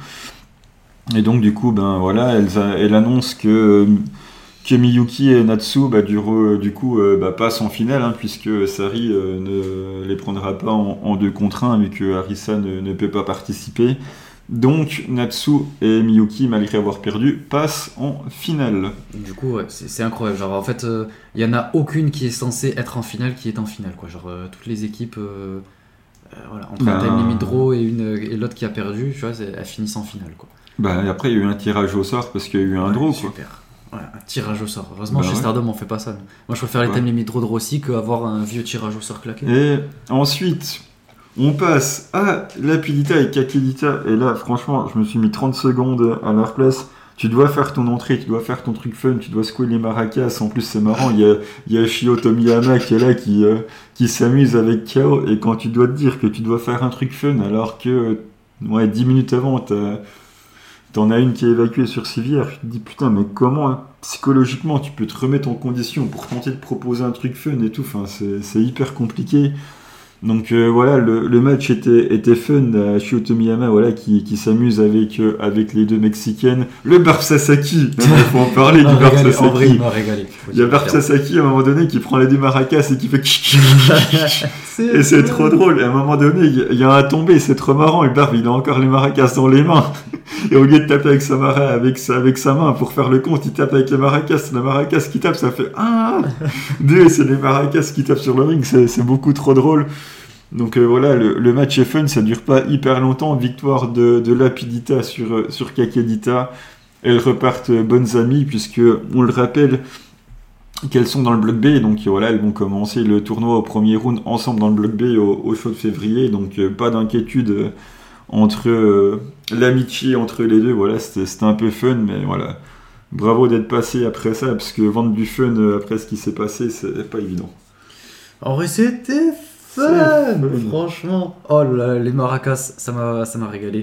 Et donc du coup, ben voilà, elle, a- elle annonce que, euh, que Miyuki et Natsu, bah, du, re- du coup, euh, bah, passent en finale, hein, puisque Sari euh, ne les prendra pas en, en deux contre un, vu que Arisa ne, ne peut pas participer. Donc Natsu et Miyuki, malgré avoir perdu, passent en finale. Du coup, ouais, c'est, c'est incroyable. Genre, en fait, il euh, y en a aucune qui est censée être en finale qui est en finale, quoi. Genre, euh, toutes les équipes, euh, euh, voilà, entre Ben- un time limit draw et, une, et l'autre qui a perdu, tu vois, c'est- elles finissent en finale, quoi. Bah, et après, il y a eu un tirage au sort parce qu'il y a eu un Ouais, draw, quoi. super. Ouais, un tirage au sort. Heureusement, Bah chez ouais. Stardom, on fait pas ça. nous. Moi, je préfère les Ouais. time limit draw de Rossi qu'avoir un vieux tirage au sort claqué. Et ensuite, on passe à Lapidita et Kakidita. Et là, franchement, je me suis mis trente secondes à leur place. Tu dois faire ton entrée, tu dois faire ton truc fun, tu dois secouer les maracas. En plus, c'est marrant, il y a, il y a Shio Tomiyama qui est là, qui, euh, qui s'amuse avec Kao. Et quand tu dois te dire que tu dois faire un truc fun, alors que euh, ouais, dix minutes avant, t'as- t'en as une qui est évacuée sur civière, tu te dis putain, mais comment hein, psychologiquement tu peux te remettre en condition pour tenter de proposer un truc fun et tout. Enfin, c'est c'est hyper compliqué. Donc euh, voilà, le, le match était, était fun. à Shio Tomiyama, voilà, qui, qui s'amuse avec, euh, avec les deux Mexicaines. Le Barb Sasaki, il faut en parler du Il m'a Barb régalé, en vrai, il Sasaki. m'a régalé. Faut Il y a dire, Barb clairement. Sasaki à un moment donné qui prend les deux maracas et qui fait et c'est trop drôle. Et à un moment donné, il y a- il y, a un tombé, c'est trop marrant. Et Barb, il a encore les maracas dans les mains. Et au lieu de taper avec sa, mara, avec sa, avec sa main pour faire le compte, il tape avec les maracas. C'est la maracas qui tape, ça fait un, deux, et c'est les maracas qui tapent sur le ring. C'est c'est beaucoup trop drôle. Donc euh, voilà, le, le match est fun, ça dure pas hyper longtemps. Victoire de, de Lapidita sur, euh, sur Kakidita. Elles repartent euh, bonnes amies, puisque, on le rappelle, qu'elles sont dans le bloc B. Donc euh, voilà, elles vont commencer le tournoi au premier round ensemble dans le bloc B au, au show de février. Donc euh, pas d'inquiétude euh, entre euh, l'amitié entre les deux. Voilà, c'était c'était un peu fun, mais voilà. Bravo d'être passé après ça, parce que vendre du fun euh, après ce qui s'est passé, c'est pas évident. En vrai, c'était fun, C'est fun. franchement. Oh là là, les maracas, ça m'a, ça m'a régalé.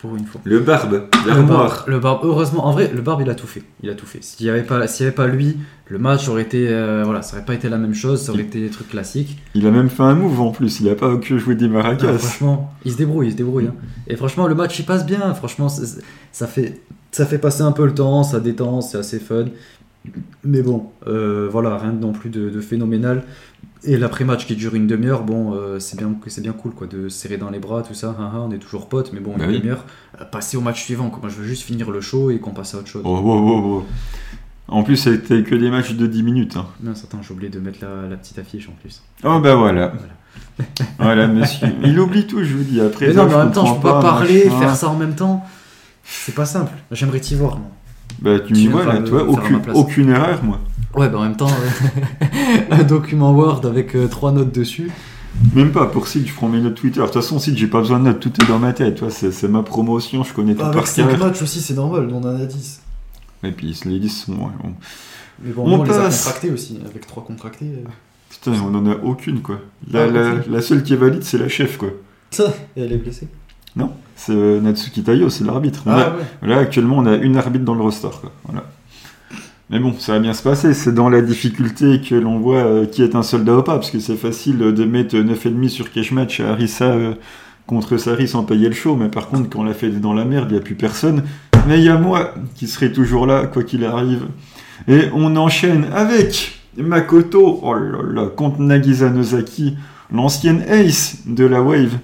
pour une fois. Le barbe, Le l'armoire. barbe, le barbe, heureusement, en vrai, le barbe il a tout fait. Il a tout fait. S'il n'y avait pas, s'il y avait pas lui, le match aurait été, euh, voilà, ça aurait pas été la même chose, ça aurait été des trucs classiques. Il a même fait un move en plus, il a pas que joué des maracas. Ah, franchement, il se débrouille, il se débrouille. Hein. Et franchement, le match il passe bien. Franchement, c'est- ça fait, ça fait passer un peu le temps, ça détend, c'est assez fun. Mais bon, euh, voilà, rien non plus de, de phénoménal. Et l'après-match qui dure une demi-heure, bon, euh, c'est bien, c'est bien cool quoi, de se serrer dans les bras, tout ça. Hein, hein, on est toujours potes, mais bon, Bah une oui. demi-heure. Euh, passer au match suivant. Quoi. Moi, je veux juste finir le show et qu'on passe à autre chose. Oh, oh, oh, oh. En plus, c'était que des matchs de dix minutes. Hein. Non, attends, j'ai oublié de mettre la, la petite affiche en plus. Oh bah voilà. Voilà. Voilà, monsieur. Il oublie tout, je vous dis. Après, Mais ça, non, mais en même temps, je peux comprends pas parler, machin. faire ça en même temps. C'est pas simple. J'aimerais t'y voir, moi. Bah, tu Tu me vois viens là, faire tu vois, le- faire à ma aucune, place. aucune erreur, moi. Ouais, bah en même temps, euh, un document Word avec euh, trois notes dessus. Même pas, pour Sid, je prends mes notes Twitter. De toute façon, Sid, j'ai pas besoin de notes, tout est dans ma tête. Tu vois, c'est, c'est ma promotion, je connais tout Avec par cinq cœur. matchs aussi, c'est normal, on en a dix. Et puis, les dix sont. ouais, bon. Mais bon, On nous, on les a passe. contractés aussi, avec trois contractés. euh. Putain, on en a aucune, quoi. La, Ah, la, aucune. la seule qui est valide, c'est la chef, quoi. Ça, et elle est blessée. Non, c'est euh, Natsuki Tayo, c'est l'arbitre. On a- Ah ouais. Là, actuellement, on a une arbitre dans le roster, quoi. Voilà. Mais bon, ça va bien se passer. C'est dans la difficulté que l'on voit euh, qui est un soldat ou pas, parce que c'est facile de mettre neuf virgule cinq sur cash match à Arisa euh, contre Sari sans payer le show. Mais par contre, quand on l'a fait dans la merde, il n'y a plus personne. Mais il y a moi qui serai toujours là, quoi qu'il arrive. Et on enchaîne avec Makoto, oh là là, contre Nagisa Nozaki, l'ancienne ace de la Wave,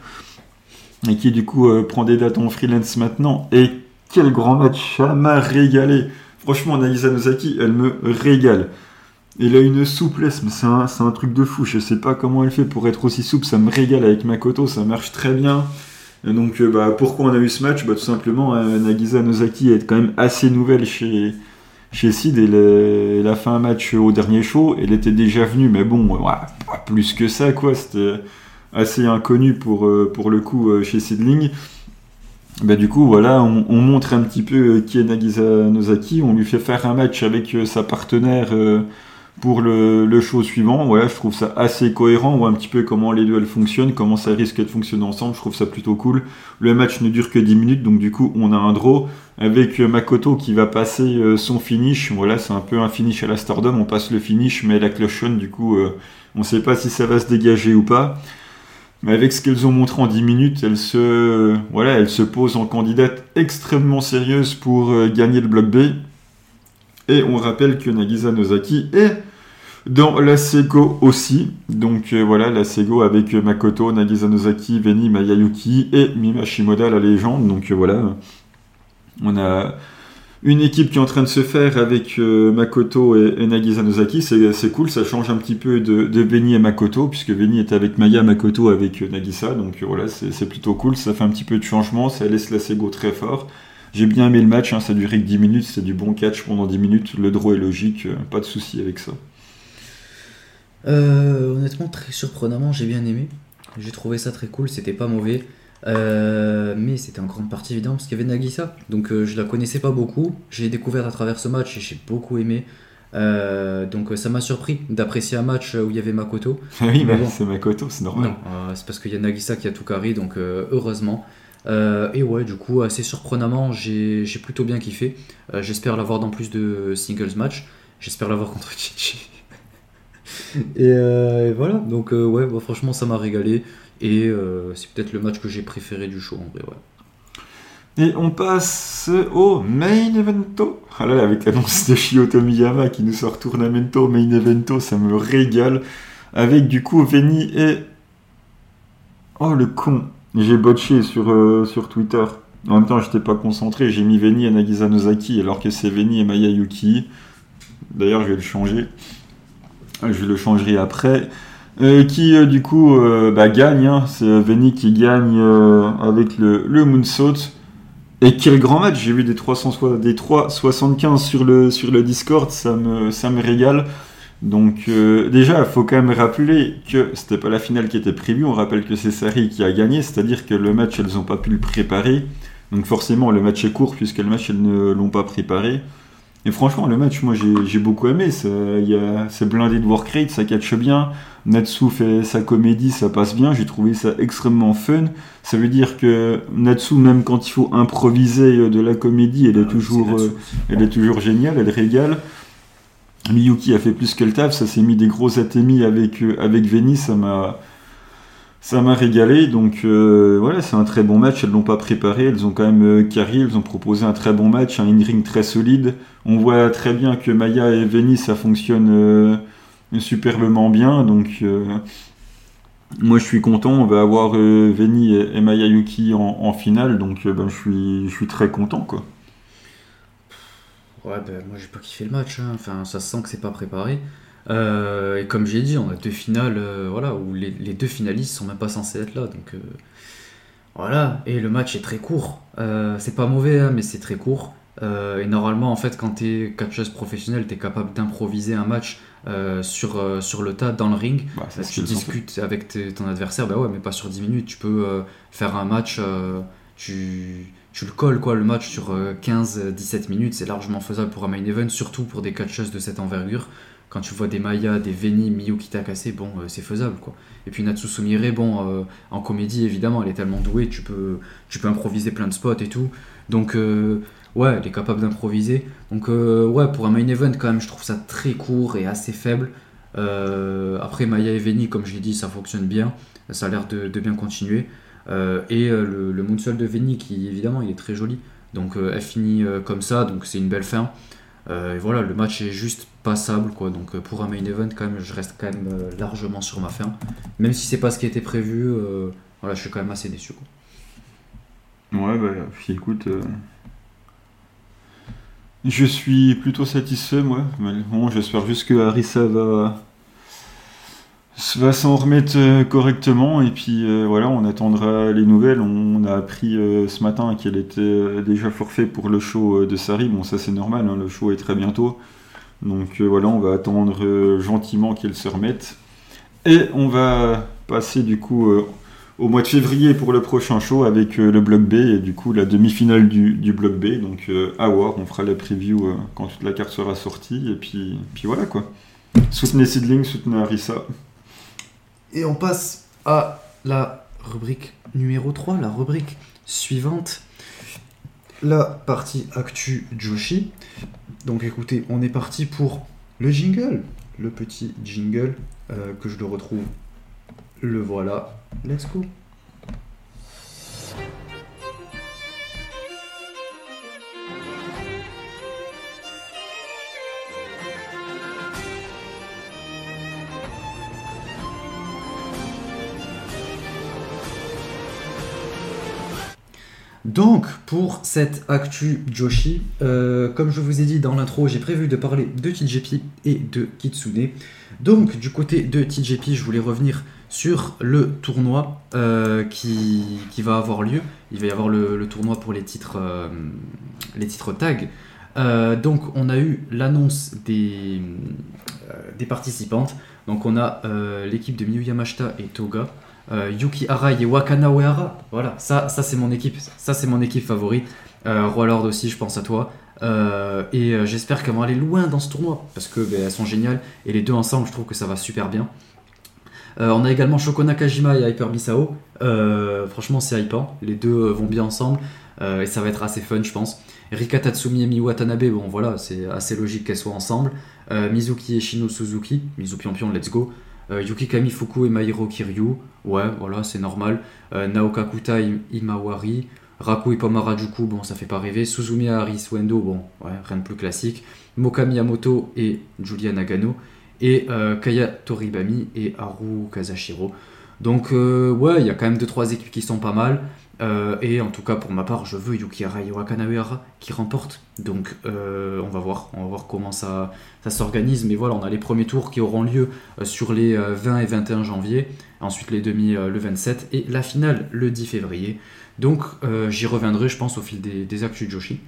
et qui du coup euh, prend des dates en freelance maintenant. Et quel grand match, ça m'a régalé. Franchement, Nagisa Nozaki, elle me régale. Elle a une souplesse, mais c'est un, c'est un truc de fou. Je sais pas comment elle fait pour être aussi souple. Ça me régale avec Makoto, ça marche très bien. Et donc, euh, bah, pourquoi on a eu ce match bah, tout simplement, euh, Nagisa Nozaki est quand même assez nouvelle chez, chez Sid. Elle, a- elle a fait un match au dernier show. Elle était déjà venue, mais bon, ouais, pas plus que ça, quoi. C'était assez inconnu pour, euh, pour le coup euh, chez Sidling. Bah, du coup, voilà, on, on montre un petit peu euh, qui est Nagisa Nozaki. On lui fait faire un match avec euh, sa partenaire euh, pour le, le show suivant. Voilà, je trouve ça assez cohérent. On voit un petit peu comment les duels fonctionnent, comment ça risque de fonctionner ensemble. Je trouve ça plutôt cool. Le match ne dure que dix minutes, donc du coup, on a un draw avec euh, Makoto qui va passer euh, son finish. Voilà, c'est un peu un finish à la Stardom. On passe le finish, mais la cloche sonne. Du coup, euh, on ne sait pas si ça va se dégager ou pas. Mais avec ce qu'elles ont montré en dix minutes, elles se, voilà, elles se posent en candidate extrêmement sérieuse pour euh, gagner le bloc B. Et on rappelle que Nagisa Nozaki est dans la Sego aussi. Donc euh, voilà, la Sego avec euh, Makoto, Nagisa Nozaki, Veni Mayayuki et Mima Shimoda, la légende. Donc euh, voilà, on a une équipe qui est en train de se faire avec euh, Makoto et, et Nagisa Nozaki. C'est, c'est cool, ça change un petit peu de, de Veni et Makoto, puisque Veni est avec Maya, Makoto avec euh, Nagisa. Donc euh, voilà, c'est, c'est plutôt cool, ça fait un petit peu de changement, ça laisse la Sego très fort. J'ai bien aimé le match, hein, ça durait que dix minutes, c'est du bon catch pendant dix minutes, le draw est logique, euh, pas de souci avec ça. Euh, honnêtement, très surprenamment, j'ai bien aimé. J'ai trouvé ça très cool, c'était pas mauvais. Euh, mais c'était en grande partie évident parce qu'il y avait Nagisa. Donc euh, je la connaissais pas beaucoup. J'ai découvert à travers ce match et j'ai beaucoup aimé. Euh, donc euh, ça m'a surpris d'apprécier un match où il y avait Makoto. oui, mais Mais bon. c'est Makoto, c'est normal. Non, euh, c'est parce qu'il y a Nagisa qui a tout carré, donc euh, heureusement. Euh, et ouais, du coup, assez surprenamment, j'ai, j'ai plutôt bien kiffé. Euh, j'espère l'avoir dans plus de singles match. J'espère l'avoir contre Chichi. et, euh, et voilà, donc euh, ouais, bah, franchement, ça m'a régalé. Et euh, c'est peut-être le match que j'ai préféré du show en vrai, ouais. Et on passe au main evento. Ah là là, avec l'annonce de Shio Tomiyama qui nous sort Tournamento, main evento, ça me régale. Avec du coup Veni et... Oh le con, j'ai botché sur, euh, sur Twitter. En même temps, j'étais pas concentré, j'ai mis Veni et Nagisa Nozaki alors que c'est Veni et Mayayuki. D'ailleurs, je vais le changer. Je le changerai après. Euh, qui euh, du coup euh, bah, gagne, hein. C'est Veni qui gagne euh, avec le, le moonsault. Et quel grand match, j'ai vu des, trois cents, des trois soixante-quinze sur le, sur le Discord, ça me, ça me régale. Donc euh, déjà, il faut quand même rappeler que c'était pas la finale qui était prévue, on rappelle que c'est Sari qui a gagné, c'est-à-dire que le match, elles n'ont pas pu le préparer. Donc forcément, le match est court puisque le match, elles ne l'ont pas préparé. Et franchement, le match, moi j'ai, j'ai beaucoup aimé. Ça, y a, c'est blindé de work rate, ça catch bien. Natsu fait sa comédie, ça passe bien. J'ai trouvé ça extrêmement fun. Ça veut dire que Natsu, même quand il faut improviser de la comédie, elle est, Ah, toujours, c'est Natsu euh, aussi. elle est toujours géniale, elle régale. Miyuki a fait plus que le taf, ça s'est mis des gros atémis avec, euh, avec Veni, ça m'a, ça m'a régalé. Donc euh, voilà, c'est un très bon match, elles l'ont pas préparé, elles ont quand même euh, carré, elles ont proposé un très bon match, un in-ring très solide. On voit très bien que Maya et Veni, ça fonctionne euh, superbement bien, donc euh, moi je suis content, on va avoir euh, Veni et, et Maya Yuki en, en finale, donc euh, ben, je, suis, je suis très content quoi. Ouais, ben moi j'ai pas kiffé le match, hein. Enfin, ça se sent que c'est pas préparé. Euh, et comme j'ai dit, on a deux finales euh, voilà, où les, les deux finalistes sont même pas censés être là. Donc euh, voilà, et le match est très court. Euh, c'est pas mauvais, hein, mais c'est très court. Euh, et normalement, en fait, quand t'es catcheuse professionnelle, t'es capable d'improviser un match euh, sur, euh, sur le tas, dans le ring. Bah, c'est Euh, ce tu qu'ils ont fait. discutes avec tes- ton adversaire, bah ouais, mais pas sur dix minutes. Tu peux euh, faire un match, euh, tu, tu le colles, quoi, le match sur euh, quinze à dix-sept minutes. C'est largement faisable pour un main event, surtout pour des catcheuses de cette envergure. Quand tu vois des Maya, des Veni, Miyuki Takase, bon, euh, c'est faisable, quoi. Et puis Natsu Sumire, bon, euh, en comédie, évidemment, elle est tellement douée, tu peux, tu peux improviser plein de spots et tout. Donc, euh, ouais, elle est capable d'improviser. Donc, euh, ouais, pour un main event, quand même, je trouve ça très court et assez faible. Euh, après, Maya et Veni, comme je l'ai dit, ça fonctionne bien. Ça a l'air de, de bien continuer. Euh, et euh, le, le Moonsault de Veni, qui, évidemment, il est très joli. Donc, euh, elle finit euh, comme ça, donc c'est une belle fin. Euh, et voilà, le match est juste passable, quoi. Donc euh, pour un main event, quand même, je reste quand même euh, largement sur ma fin. Même si c'est pas ce qui était prévu, euh, voilà, je suis quand même assez déçu, quoi. Ouais, bah, puis écoute, euh, je suis plutôt satisfait, moi. Mais bon, j'espère juste que Harissa va, va s'en remettre euh, correctement. Et puis euh, voilà, on attendra les nouvelles. On a appris euh, ce matin qu'elle était euh, déjà forfait pour le show euh, de Sari. Bon, ça c'est normal, hein, le show est très bientôt. Donc euh, voilà, on va attendre euh, gentiment qu'elle se remette. Et on va passer du coup euh, au mois de février pour le prochain show avec euh, le bloc B et du coup la demi-finale du, du bloc B. Donc euh, à voir, on fera la preview euh, quand toute la carte sera sortie. Et puis, puis voilà quoi. Soutenez Seedling, soutenez Harissa. Et on passe à la rubrique numéro trois, la rubrique suivante. La partie actu Joshi. Donc écoutez, on est parti pour le jingle. Le petit jingle euh, que je le retrouve. Le voilà. Let's go. Donc, pour cette actu Joshi, euh, comme je vous ai dit dans l'intro, j'ai prévu de parler de T J P et de Kitsune. Donc, du côté de T J P, je voulais revenir sur le tournoi euh, qui, qui va avoir lieu. Il va y avoir le, le tournoi pour les titres, euh, les titres tag. Euh, donc, on a eu l'annonce des, euh, des participantes. Donc, on a euh, l'équipe de Miyu Yamashita et Toga. Euh, Yuki Arai et Wakana Uehara, voilà, ça, ça c'est mon équipe, ça c'est mon équipe favorite. Euh, Roilord aussi, je pense à toi. Euh, et euh, j'espère qu'elles vont aller loin dans ce tournoi parce que ben, elles sont géniales et les deux ensemble, je trouve que ça va super bien. Euh, on a également Shoko Nakajima et Hyper Misao. Euh, franchement, c'est hypant. Les deux euh, vont bien ensemble euh, et ça va être assez fun, je pense. Rika Tatsumi et Miyu Watanabe, bon voilà, c'est assez logique qu'elles soient ensemble. Euh, Mizuki et Shino Suzuki, Mizu Pion Pion, let's go. Euh, Yukikami Fuku et Mairo Kiryu, ouais, voilà, c'est normal. Euh, Naoka Kuta et Imawari, Raku et Pomarajuku, bon, ça fait pas rêver. Suzumi Ari Suendo, bon, ouais, rien de plus classique. Moka Miyamoto et Julia Nagano. Et euh, Kaya Toribami et Haru Kazashiro. Donc, euh, ouais, il y a quand même deux trois équipes qui sont pas mal. Euh, et en tout cas, pour ma part, je veux Yuki Arai et Wakana Uehara qui remportent. Donc, euh, on va voir, on va voir comment ça, ça s'organise. Mais voilà, on a les premiers tours qui auront lieu euh, sur les euh, vingt et vingt et un janvier. Ensuite, les demi euh, le vingt-sept et la finale le dix février. Donc, euh, j'y reviendrai, je pense, au fil des, des actus Joshi.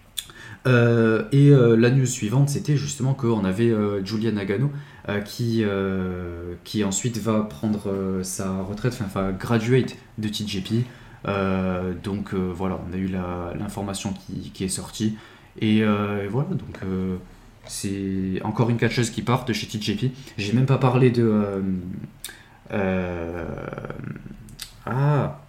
Euh, et euh, la news suivante, c'était justement qu'on avait euh, Julia Nagano euh, qui, euh, qui ensuite va prendre euh, sa retraite, enfin graduate de T J P. Euh, donc euh, voilà, on a eu la, l'information qui, qui est sortie Et, euh, et voilà, donc euh, c'est encore une catcheuse qui part de chez T J P. J'ai même pas parlé de... Euh, euh, ah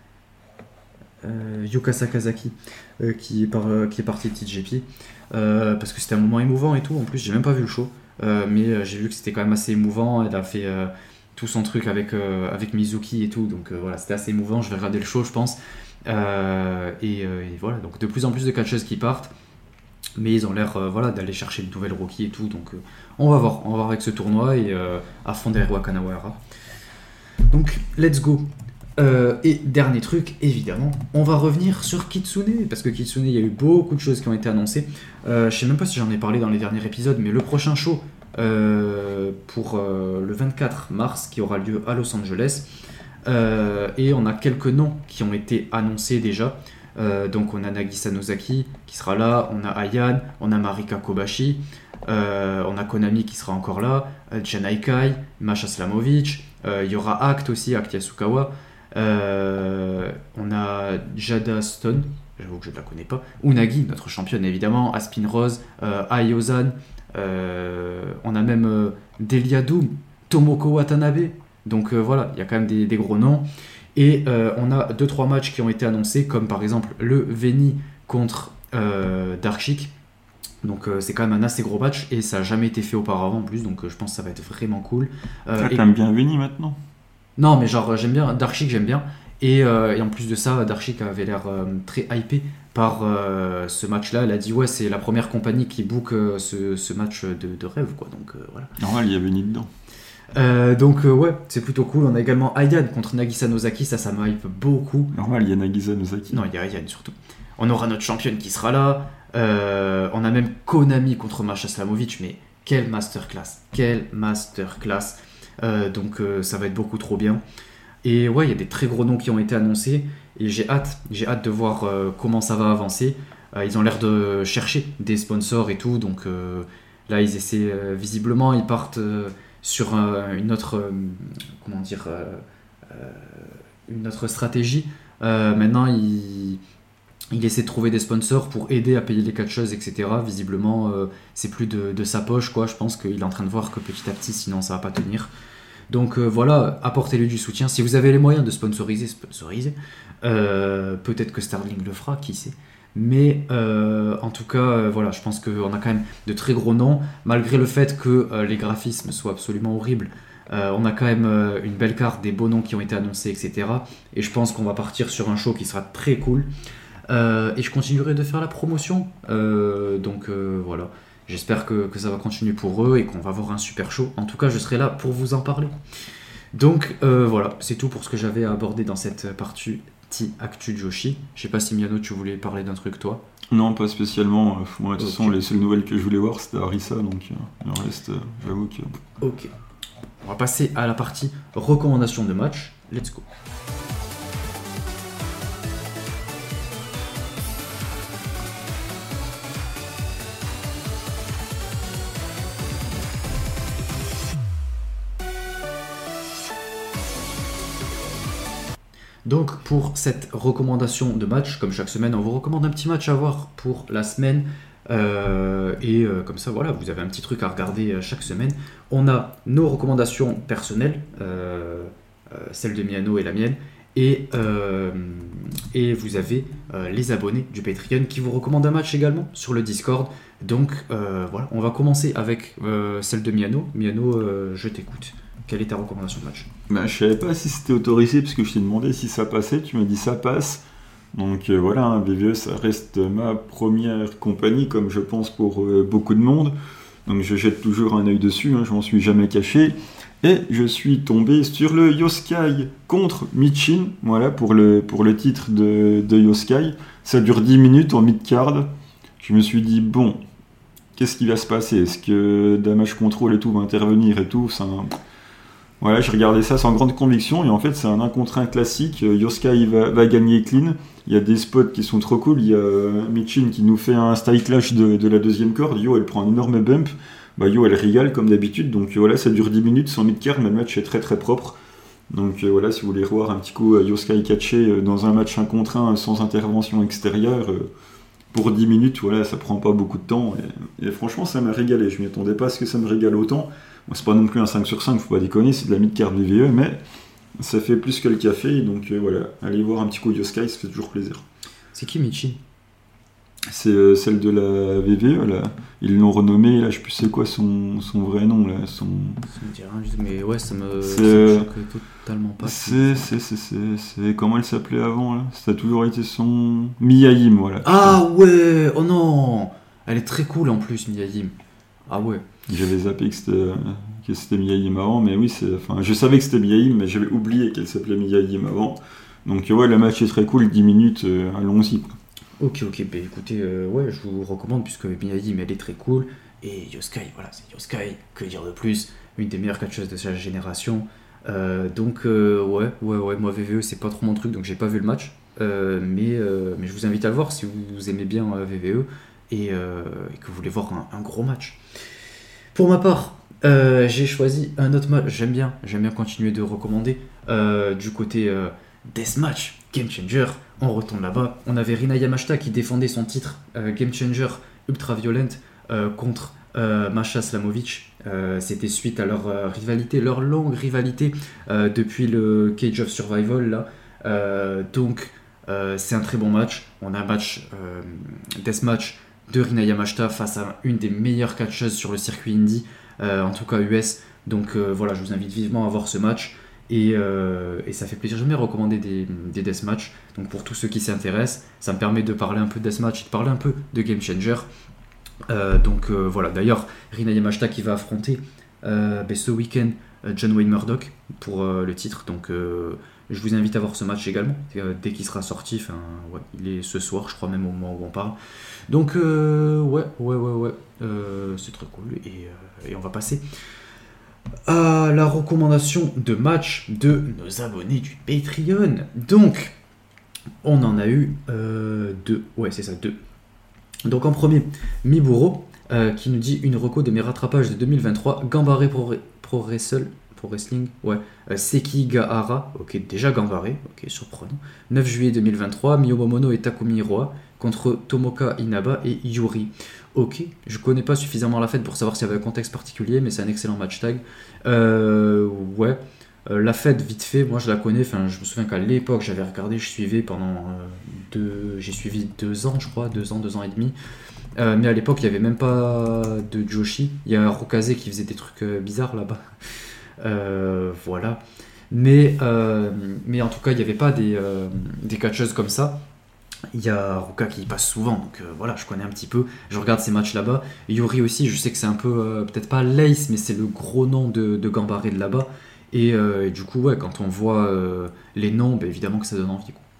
euh, Yuka Sakazaki euh, qui, est par, euh, qui est partie de T J P. Euh, parce que c'était un moment émouvant et tout. En plus, j'ai même pas vu le show. Euh, mais euh, j'ai vu que c'était quand même assez émouvant. Elle a fait euh, tout son truc avec, euh, avec Mizuki et tout. Donc euh, voilà, c'était assez émouvant. Je vais regarder le show, je pense. Euh, et, euh, et voilà, donc de plus en plus de catcheuses qui partent. Mais ils ont l'air euh, voilà, d'aller chercher de nouvelles rookies et tout. Donc euh, on va voir. On va voir avec ce tournoi et euh, à fond derrière Wakanawara. Donc let's go. Euh, et dernier truc, évidemment, on va revenir sur Kitsune, parce que Kitsune, il y a eu beaucoup de choses qui ont été annoncées. Euh, je sais même pas si j'en ai parlé dans les derniers épisodes, mais le prochain show euh, pour euh, le vingt-quatre mars, qui aura lieu à Los Angeles, euh, et on a quelques noms qui ont été annoncés déjà. Euh, donc on a Nagisa Nozaki qui sera là, on a Ayan, on a Marika Kobashi, euh, on a Konami qui sera encore là, euh, Janai Kai, Masha Slamovic, euh, il y aura Act aussi, Act Yasukawa. Euh, on a Jada Stone, j'avoue que je ne la connais pas, Unagi, notre championne évidemment, Aspin Rose, euh, Ai Ozan, euh, on a même euh, Delia Doom, Tomoko Watanabe, donc euh, voilà, il y a quand même des, des gros noms. Et euh, on a deux trois matchs qui ont été annoncés, comme par exemple le Veni contre euh, Dark Sheik. Donc euh, c'est quand même un assez gros match et ça n'a jamais été fait auparavant en plus, donc euh, je pense que ça va être vraiment cool. Euh, ah, t'aimes bien Veni maintenant ? Non, mais genre j'aime bien Dark Sheik, j'aime bien. Et, euh, et en plus de ça, Dark Sheik avait l'air euh, très hypé par euh, ce match-là. Elle a dit ouais, c'est la première compagnie qui book euh, ce, ce match de, de rêve, quoi. Donc euh, voilà. Normal, il y a Veni dedans. Euh, donc euh, ouais, c'est plutôt cool. On a également Ayan contre Nagisa Nozaki, ça, ça me hype beaucoup. Normal, il y a Nagisa Nozaki. Non, il y a Ayan surtout. On aura notre championne qui sera là. Euh, on a même Konami contre Masha Slamovic, mais quelle masterclass, quelle masterclass. Euh, donc euh, ça va être beaucoup trop bien. Et ouais, il y a des très gros noms qui ont été annoncés et j'ai hâte, j'ai hâte de voir euh, comment ça va avancer. Euh, ils ont l'air de chercher des sponsors et tout, donc euh, là ils essaient euh, visiblement, ils partent euh, sur euh, une autre, euh, comment dire, euh, euh, une autre stratégie. Euh, maintenant ils Il essaie de trouver des sponsors pour aider à payer les catcheuses, et cetera. Visiblement, euh, c'est plus de, de sa poche, quoi. Je pense qu'il est en train de voir que petit à petit, sinon ça va pas tenir. Donc euh, voilà, apportez-lui du soutien. Si vous avez les moyens de sponsoriser, sponsorisez. Euh, peut-être que Starling le fera, qui sait. Mais euh, en tout cas, euh, voilà, je pense qu'on a quand même de très gros noms. Malgré le fait que euh, les graphismes soient absolument horribles, euh, on a quand même euh, une belle carte, des beaux noms qui ont été annoncés, et cetera. Et je pense qu'on va partir sur un show qui sera très cool. Euh, et je continuerai de faire la promotion. Euh, donc euh, voilà. J'espère que, que ça va continuer pour eux et qu'on va avoir un super show. En tout cas, je serai là pour vous en parler. Donc euh, voilà, c'est tout pour ce que j'avais à aborder dans cette partie Actu Joshi. Je sais pas si Miano, tu voulais parler d'un truc toi ? Non, pas spécialement. Moi, de toute okay. façon, les seules nouvelles que je voulais voir, c'était Arisa. Donc euh, le reste, euh, j'avoue que... Ok. On va passer à la partie recommandation de match. Let's go. Donc pour cette recommandation de match, comme chaque semaine, on vous recommande un petit match à voir pour la semaine. Euh, et euh, comme ça, voilà, vous avez un petit truc à regarder euh, chaque semaine. On a nos recommandations personnelles, euh, euh, celle de Miano et la mienne. Et, euh, et vous avez euh, les abonnés du Patreon qui vous recommandent un match également sur le Discord. Donc euh, voilà, on va commencer avec euh, celle de Miano. Miano, euh, je t'écoute. Quelle est ta recommandation de match ? Bah, je savais pas si c'était autorisé parce que je t'ai demandé si ça passait. Tu m'as dit ça passe. Donc euh, voilà, hein, V V E, ça reste ma première compagnie, comme je pense pour euh, beaucoup de monde. Donc je jette toujours un œil dessus, hein, je m'en suis jamais caché. Et je suis tombé sur le Yoskai contre Michin, voilà, pour le, pour le titre de, de Yoskai. Ça dure dix minutes en mid-card. Je me suis dit, bon, qu'est-ce qui va se passer ? Est-ce que Damage Control et tout va intervenir et tout ? C'est un... Voilà, j'ai regardé ça sans grande conviction, et en fait, c'est un un contre un classique. Yoskai va, va gagner clean. Il y a des spots qui sont trop cool. Il y a Michin qui nous fait un style clash de, de la deuxième corde. Yo, elle prend un énorme bump. Bah, Yo, elle régale comme d'habitude. Donc voilà, ça dure dix minutes sans mid-card, mais le match est très très propre. Donc euh, voilà, si vous voulez revoir un petit coup Yoskai catché dans un match un contre un sans intervention extérieure, euh, pour dix minutes, voilà, ça prend pas beaucoup de temps. Et, et franchement, ça m'a régalé. Je m'y attendais pas à ce que ça me régale autant. Bon, c'est pas non plus un cinq sur cinq, faut pas déconner, c'est de la mid-card V V E, mais ça fait plus que le café. Donc euh, voilà, allez voir un petit coup Yoskai, ça fait toujours plaisir. C'est qui Michin? C'est euh, celle de la V V E, là. Ils l'ont renommée, là, je sais plus c'est quoi son, son vrai nom, là. Son... Ça me dit rien, mais ouais, ça me, C'est, ça me euh, choque totalement pas. C'est, c'est, c'est, c'est, c'est... Comment elle s'appelait avant, là? Ça a toujours été son... Miyahim, voilà. Ah ouais, oh non, elle est très cool en plus, Miyahim. Ah ouais. J'avais zappé que c'était, euh, que c'était Miyahim avant, mais oui, c'est... Enfin, je savais que c'était Miyahim, mais j'avais oublié qu'elle s'appelait Miyahim avant. Donc ouais, le match est très cool, dix minutes, euh, allons-y, quoi. Ok, ok, bah écoutez, euh, ouais, je vous recommande puisque Miyahim elle est très cool. Et Yoskai, voilà, c'est Yoskai, que dire de plus? Une des meilleures catcheuses de sa génération. Euh, donc, euh, ouais, ouais, ouais, moi V V E c'est pas trop mon truc donc j'ai pas vu le match. Euh, mais, euh, mais je vous invite à le voir si vous aimez bien euh, V V E et, euh, et que vous voulez voir un, un gros match. Pour ma part, euh, j'ai choisi un autre match, j'aime bien, j'aime bien continuer de recommander. Euh, du côté euh, Deathmatch, Game Changer, on retourne là-bas. On avait Rina Yamashita qui défendait son titre euh, Game Changer Ultra Violent euh, contre euh, Masha Slamovic. Euh, c'était suite à leur euh, rivalité, leur longue rivalité euh, depuis le Cage of Survival là. Euh, donc euh, c'est un très bon match. On a un match euh, Deathmatch de Rina Yamashita face à une des meilleures catcheuses sur le circuit indie, euh, en tout cas U S. Donc euh, voilà, je vous invite vivement à voir ce match. Et, euh, et ça fait plaisir, j'aime bien recommander des, des deathmatch. Donc pour tous ceux qui s'intéressent, ça me permet de parler un peu de deathmatch et de parler un peu de Game Changer. Euh, donc euh, voilà, d'ailleurs, Rina Yamashita qui va affronter euh, ben, ce week-end euh, John Wayne Murdoch pour euh, le titre. Donc euh, je vous invite à voir ce match également, euh, dès qu'il sera sorti. Enfin, ouais, il est ce soir, je crois même au moment où on parle. Donc euh, ouais, ouais, ouais, ouais, euh, c'est très cool. Et, euh, et on va passer à la recommandation de match de nos abonnés du Patreon. Donc, on en a eu euh, deux. Ouais, c'est ça, deux. Donc, en premier, Miburo, euh, qui nous dit une reco de mes rattrapages de deux mille vingt-trois. Gambare Pro, Pro Wrestle. Pro Wrestling, ouais. Euh, Sekigahara, ok, déjà Gambare, ok, surprenant. neuf juillet deux mille vingt-trois, Miyomomono et Takumi Hiroa contre Tomoka Inaba et Yuri. Ok, je connais pas suffisamment la fête pour savoir s'il y avait un contexte particulier, mais c'est un excellent match tag. Euh, ouais, euh, la fête, vite fait, moi je la connais, enfin je me souviens qu'à l'époque j'avais regardé, je suivais pendant euh, deux, j'ai suivi deux ans, je crois, deux ans, deux ans et demi. Euh, mais à l'époque il n'y avait même pas de Joshi, il y a Rokaze qui faisait des trucs euh, bizarres là-bas. Euh, voilà. Mais, euh, mais en tout cas, il n'y avait pas des, euh, des catcheuses comme ça. Il y a Ruka qui y passe souvent, donc euh, voilà, je connais un petit peu. Je regarde ces matchs là-bas. Yuri aussi, je sais que c'est un peu, euh, peut-être pas l'Ace, mais c'est le gros nom de, de Gambare de là-bas. Et, euh, et du coup, ouais, quand on voit euh, les noms, bah, évidemment que ça donne envie, quoi.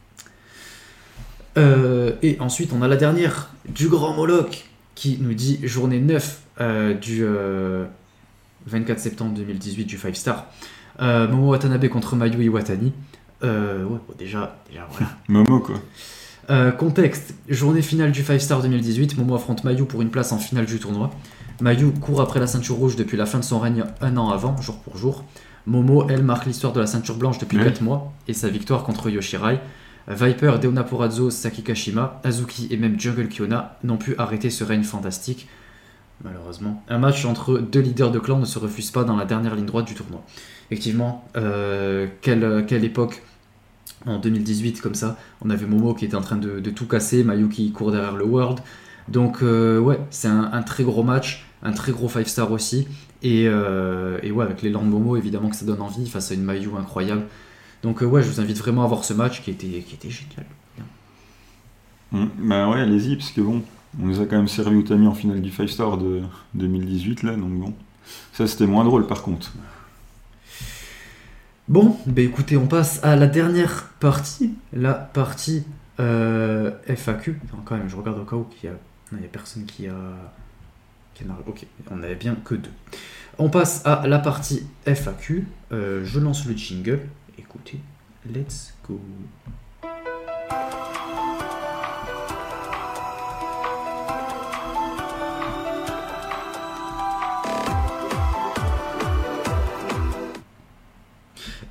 Euh, et ensuite, on a la dernière du Grand Moloch qui nous dit journée neuf euh, du euh, vingt-quatre septembre deux mille dix-huit du five star. Euh, Momo Watanabe contre Mayu Iwatani. Euh, ouais, bon, déjà, déjà, voilà. Momo, quoi. Euh, contexte, journée finale du five star deux mille dix-huit, Momo affronte Mayu pour une place en finale du tournoi. Mayu court après la ceinture rouge depuis la fin de son règne un an avant, jour pour jour. Momo, elle, marque l'histoire de la ceinture blanche depuis ouais. quatre mois et sa victoire contre Yoshirai. Viper, Deonna Purrazzo, Saki Kashima, Azuki et même Jungle Kyona n'ont pu arrêter ce règne fantastique, malheureusement. Un match entre deux leaders de clan ne se refuse pas dans la dernière ligne droite du tournoi. Effectivement, euh, quelle, quelle époque en deux mille dix-huit comme ça, on avait Momo qui était en train de, de tout casser, Mayu qui court derrière le World. Donc euh, ouais, c'est un, un très gros match, un très gros five star aussi. Et, euh, et ouais, avec l'élan de Momo, évidemment que ça donne envie face à une Mayu incroyable. Donc euh, ouais, je vous invite vraiment à voir ce match qui était, qui était génial. Mmh, bah ouais, allez-y, parce que bon, on nous a quand même servi Utami en finale du five star de deux mille dix-huit là, donc bon. Ça c'était moins drôle par contre. Bon, bah écoutez, on passe à la dernière partie, la partie euh, F A Q. Enfin, quand même, je regarde au cas où il y a, non, il y a personne qui a, qui a... Ok, on n'avait bien que deux. On passe à la partie F A Q. Euh, je lance le jingle. Écoutez, let's go.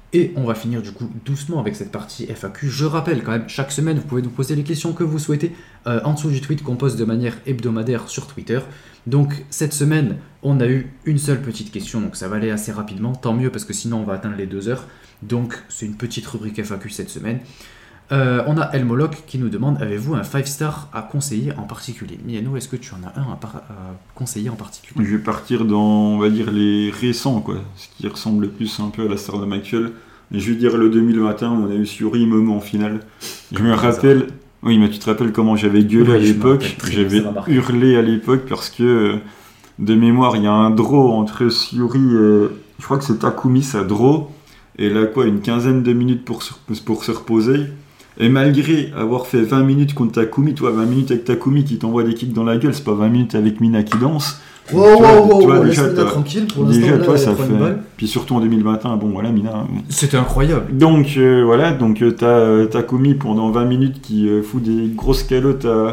Et on va finir du coup doucement avec cette partie F A Q. Je rappelle quand même, chaque semaine, vous pouvez nous poser les questions que vous souhaitez euh, en dessous du tweet qu'on poste de manière hebdomadaire sur Twitter. Donc cette semaine, on a eu une seule petite question, donc ça va aller assez rapidement. Tant mieux parce que sinon on va atteindre les deux heures. Donc c'est une petite rubrique F A Q cette semaine. Euh, on a Elmoloc qui nous demande, avez-vous un five star à conseiller en particulier? Miano, est-ce que tu en as un à, par- à conseiller en particulier? Je vais partir dans, on va dire, les récents, quoi. Ce qui ressemble le plus un peu à la Stardom actuelle. Et je vais dire le deux mille vingt et un, où on a eu Syuri Momo en finale. Je me rappelle... Oui, mais tu te rappelles comment j'avais gueulé Oui, à je me l'époque? rappelle très J'avais bien, ça m'a marqué. hurlé à l'époque parce que, euh, de mémoire, il y a un draw entre Syuri et... Je crois que c'est Takumi, ça draw. Et là, quoi, une quinzaine de minutes pour se, pour se reposer. Et malgré avoir fait vingt minutes contre Takumi, toi, vingt minutes avec Takumi qui t'envoie des kicks dans la gueule, c'est pas vingt minutes avec Mina qui danse. Wow, Donc, toi, wow, wow, toi, wow, déjà, laisse Mina t'as- tranquille pour l'instant. Déjà, là, toi, elle ça prend fait. une balle. Puis surtout en deux mille vingt et un, bon, voilà, Mina. C'était incroyable. Donc, euh, voilà, donc euh, t'as euh, Takumi pendant vingt minutes qui euh, fout des grosses calottes à,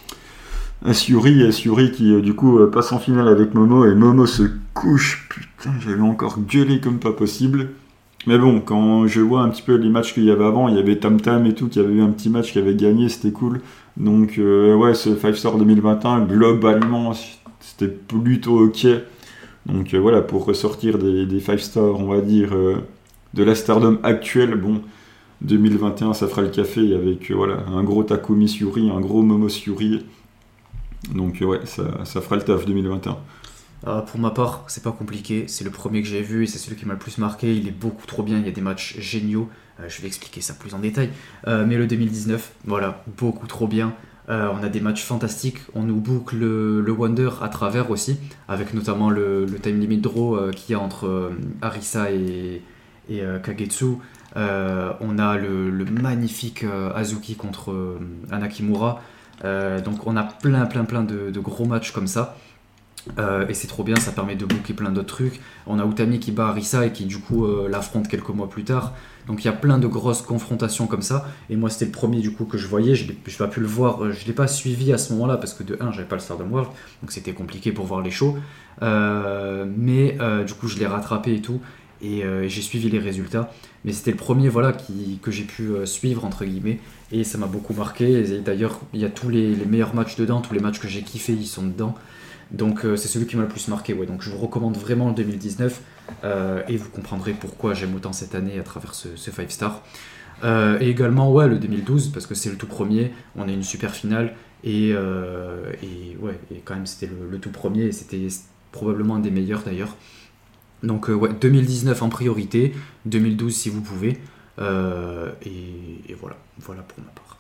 à Syuri, et Syuri qui, euh, du coup, euh, passe en finale avec Momo, et Momo se couche. Putain, j'avais encore gueulé comme pas possible. Mais bon, quand je vois un petit peu les matchs qu'il y avait avant, il y avait Tam Tam et tout, qui avait eu un petit match qui avait gagné, c'était cool. Donc, euh, ouais, ce five star deux mille vingt et un, globalement, c'était plutôt ok. Donc, euh, voilà, pour ressortir des, des five stars, on va dire, euh, de la Stardom actuelle, bon, deux mille vingt et un, ça fera le café avec, euh, voilà, un gros Takumi Syuri, un gros Momo Syuri. Donc, euh, ouais, ça, ça fera le taf deux mille vingt et un. Euh, pour ma part, c'est pas compliqué, c'est le premier que j'ai vu et c'est celui qui m'a le plus marqué, il est beaucoup trop bien, il y a des matchs géniaux, euh, je vais expliquer ça plus en détail, euh, mais le deux mille dix-neuf, voilà, beaucoup trop bien, euh, on a des matchs fantastiques, on nous boucle le, le Wonder à travers aussi, avec notamment le, le time limit draw euh, qu'il y a entre euh, Arisa et, et euh, Kagetsu, euh, on a le, le magnifique euh, Azuki contre euh, Anakimura, euh, donc on a plein plein plein de, de gros matchs comme ça. Euh, et c'est trop bien, ça permet de booker plein d'autres trucs. On a Utami qui bat Arisa et qui du coup euh, l'affronte quelques mois plus tard. Donc il y a plein de grosses confrontations comme ça. Et moi c'était le premier du coup que je voyais. Je n'ai pas pu le voir, euh, je l'ai pas suivi à ce moment-là parce que de un j'avais pas le Stardom World, donc c'était compliqué pour voir les shows. Euh, mais euh, du coup je l'ai rattrapé et tout. Et euh, j'ai suivi les résultats. Mais c'était le premier voilà, qui, que j'ai pu euh, suivre entre guillemets. Et ça m'a beaucoup marqué. Et d'ailleurs il y a tous les, les meilleurs matchs dedans, tous les matchs que j'ai kiffés ils sont dedans. Donc euh, c'est celui qui m'a le plus marqué, ouais. Donc je vous recommande vraiment le deux mille dix-neuf euh, et vous comprendrez pourquoi j'aime autant cette année à travers ce, ce five star. Euh, et également ouais le deux mille douze parce que c'est le tout premier, on a une super finale et, euh, et ouais et quand même c'était le, le tout premier et c'était probablement un des meilleurs d'ailleurs. Donc euh, ouais deux mille dix-neuf en priorité, deux mille douze si vous pouvez euh, et, et voilà voilà pour ma part.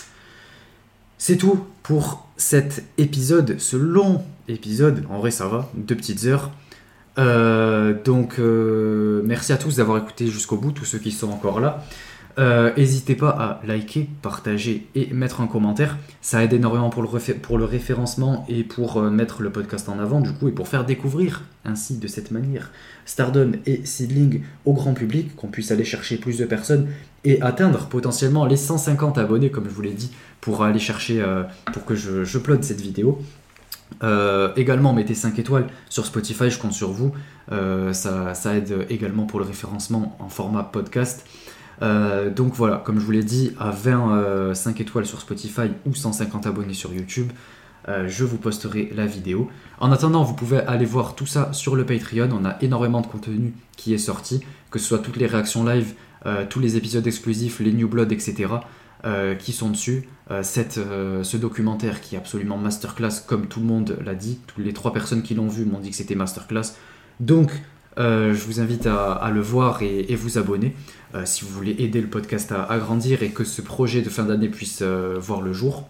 C'est tout pour cet épisode, ce long épisode, en vrai ça va, deux petites heures. Euh, donc euh, merci à tous d'avoir écouté jusqu'au bout, tous ceux qui sont encore là. Euh, n'hésitez pas à liker, partager et mettre un commentaire, ça aide énormément pour le, réfé- pour le référencement et pour euh, mettre le podcast en avant du coup et pour faire découvrir ainsi de cette manière Stardom et Seedling au grand public, qu'on puisse aller chercher plus de personnes et atteindre potentiellement les cent cinquante abonnés comme je vous l'ai dit pour aller chercher, euh, pour que je, je upload cette vidéo. Euh, également mettez cinq étoiles sur Spotify, je compte sur vous, euh, ça, ça aide également pour le référencement en format podcast. Euh, donc voilà, comme je vous l'ai dit, à vingt, euh, cinq étoiles sur Spotify ou cent cinquante abonnés sur YouTube, euh, je vous posterai la vidéo. En attendant, vous pouvez aller voir tout ça sur le Patreon, on a énormément de contenu qui est sorti, que ce soit toutes les réactions live, euh, tous les épisodes exclusifs, les New Blood, et cetera euh, qui sont dessus. Euh, cette, euh, ce documentaire qui est absolument masterclass, comme tout le monde l'a dit, toutes les trois personnes qui l'ont vu m'ont dit que c'était masterclass. Donc, Euh, je vous invite à, à le voir et, et vous abonner euh, si vous voulez aider le podcast à, à grandir et que ce projet de fin d'année puisse euh, voir le jour.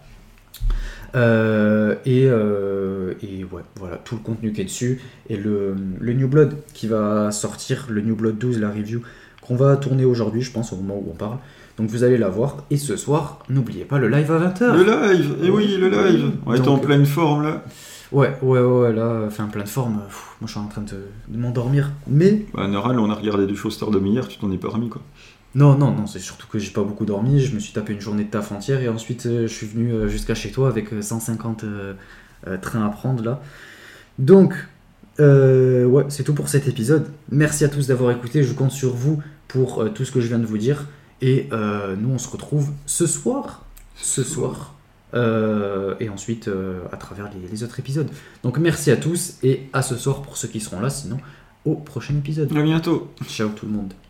Euh, et, euh, et ouais, voilà, tout le contenu qui est dessus. Et le, le New Blood qui va sortir, le New Blood douze, la review, qu'on va tourner aujourd'hui, je pense, au moment où on parle. Donc vous allez la voir. Et ce soir, n'oubliez pas le live à vingt heures. Le live, et oui, le live. On est en Donc, pleine forme là. Ouais, ouais, ouais, là, enfin, plein de forme. Pff, moi, je suis en train de, de m'endormir. Mais. Bah, Noral, on a regardé du show Stardom hier, tu t'en es pas remis quoi. Non, non, non, c'est surtout que j'ai pas beaucoup dormi. Je me suis tapé une journée de taf entière et ensuite euh, je suis venu euh, jusqu'à chez toi avec euh, cent cinquante euh, euh, trains à prendre là. Donc, euh, ouais, c'est tout pour cet épisode. Merci à tous d'avoir écouté. Je compte sur vous pour euh, tout ce que je viens de vous dire. Et euh, nous, on se retrouve ce soir. Ce soir. Euh, et ensuite, euh, à travers les, les autres épisodes. Donc, merci à tous et à ce soir pour ceux qui seront là. Sinon, au prochain épisode. À bientôt. Ciao tout le monde.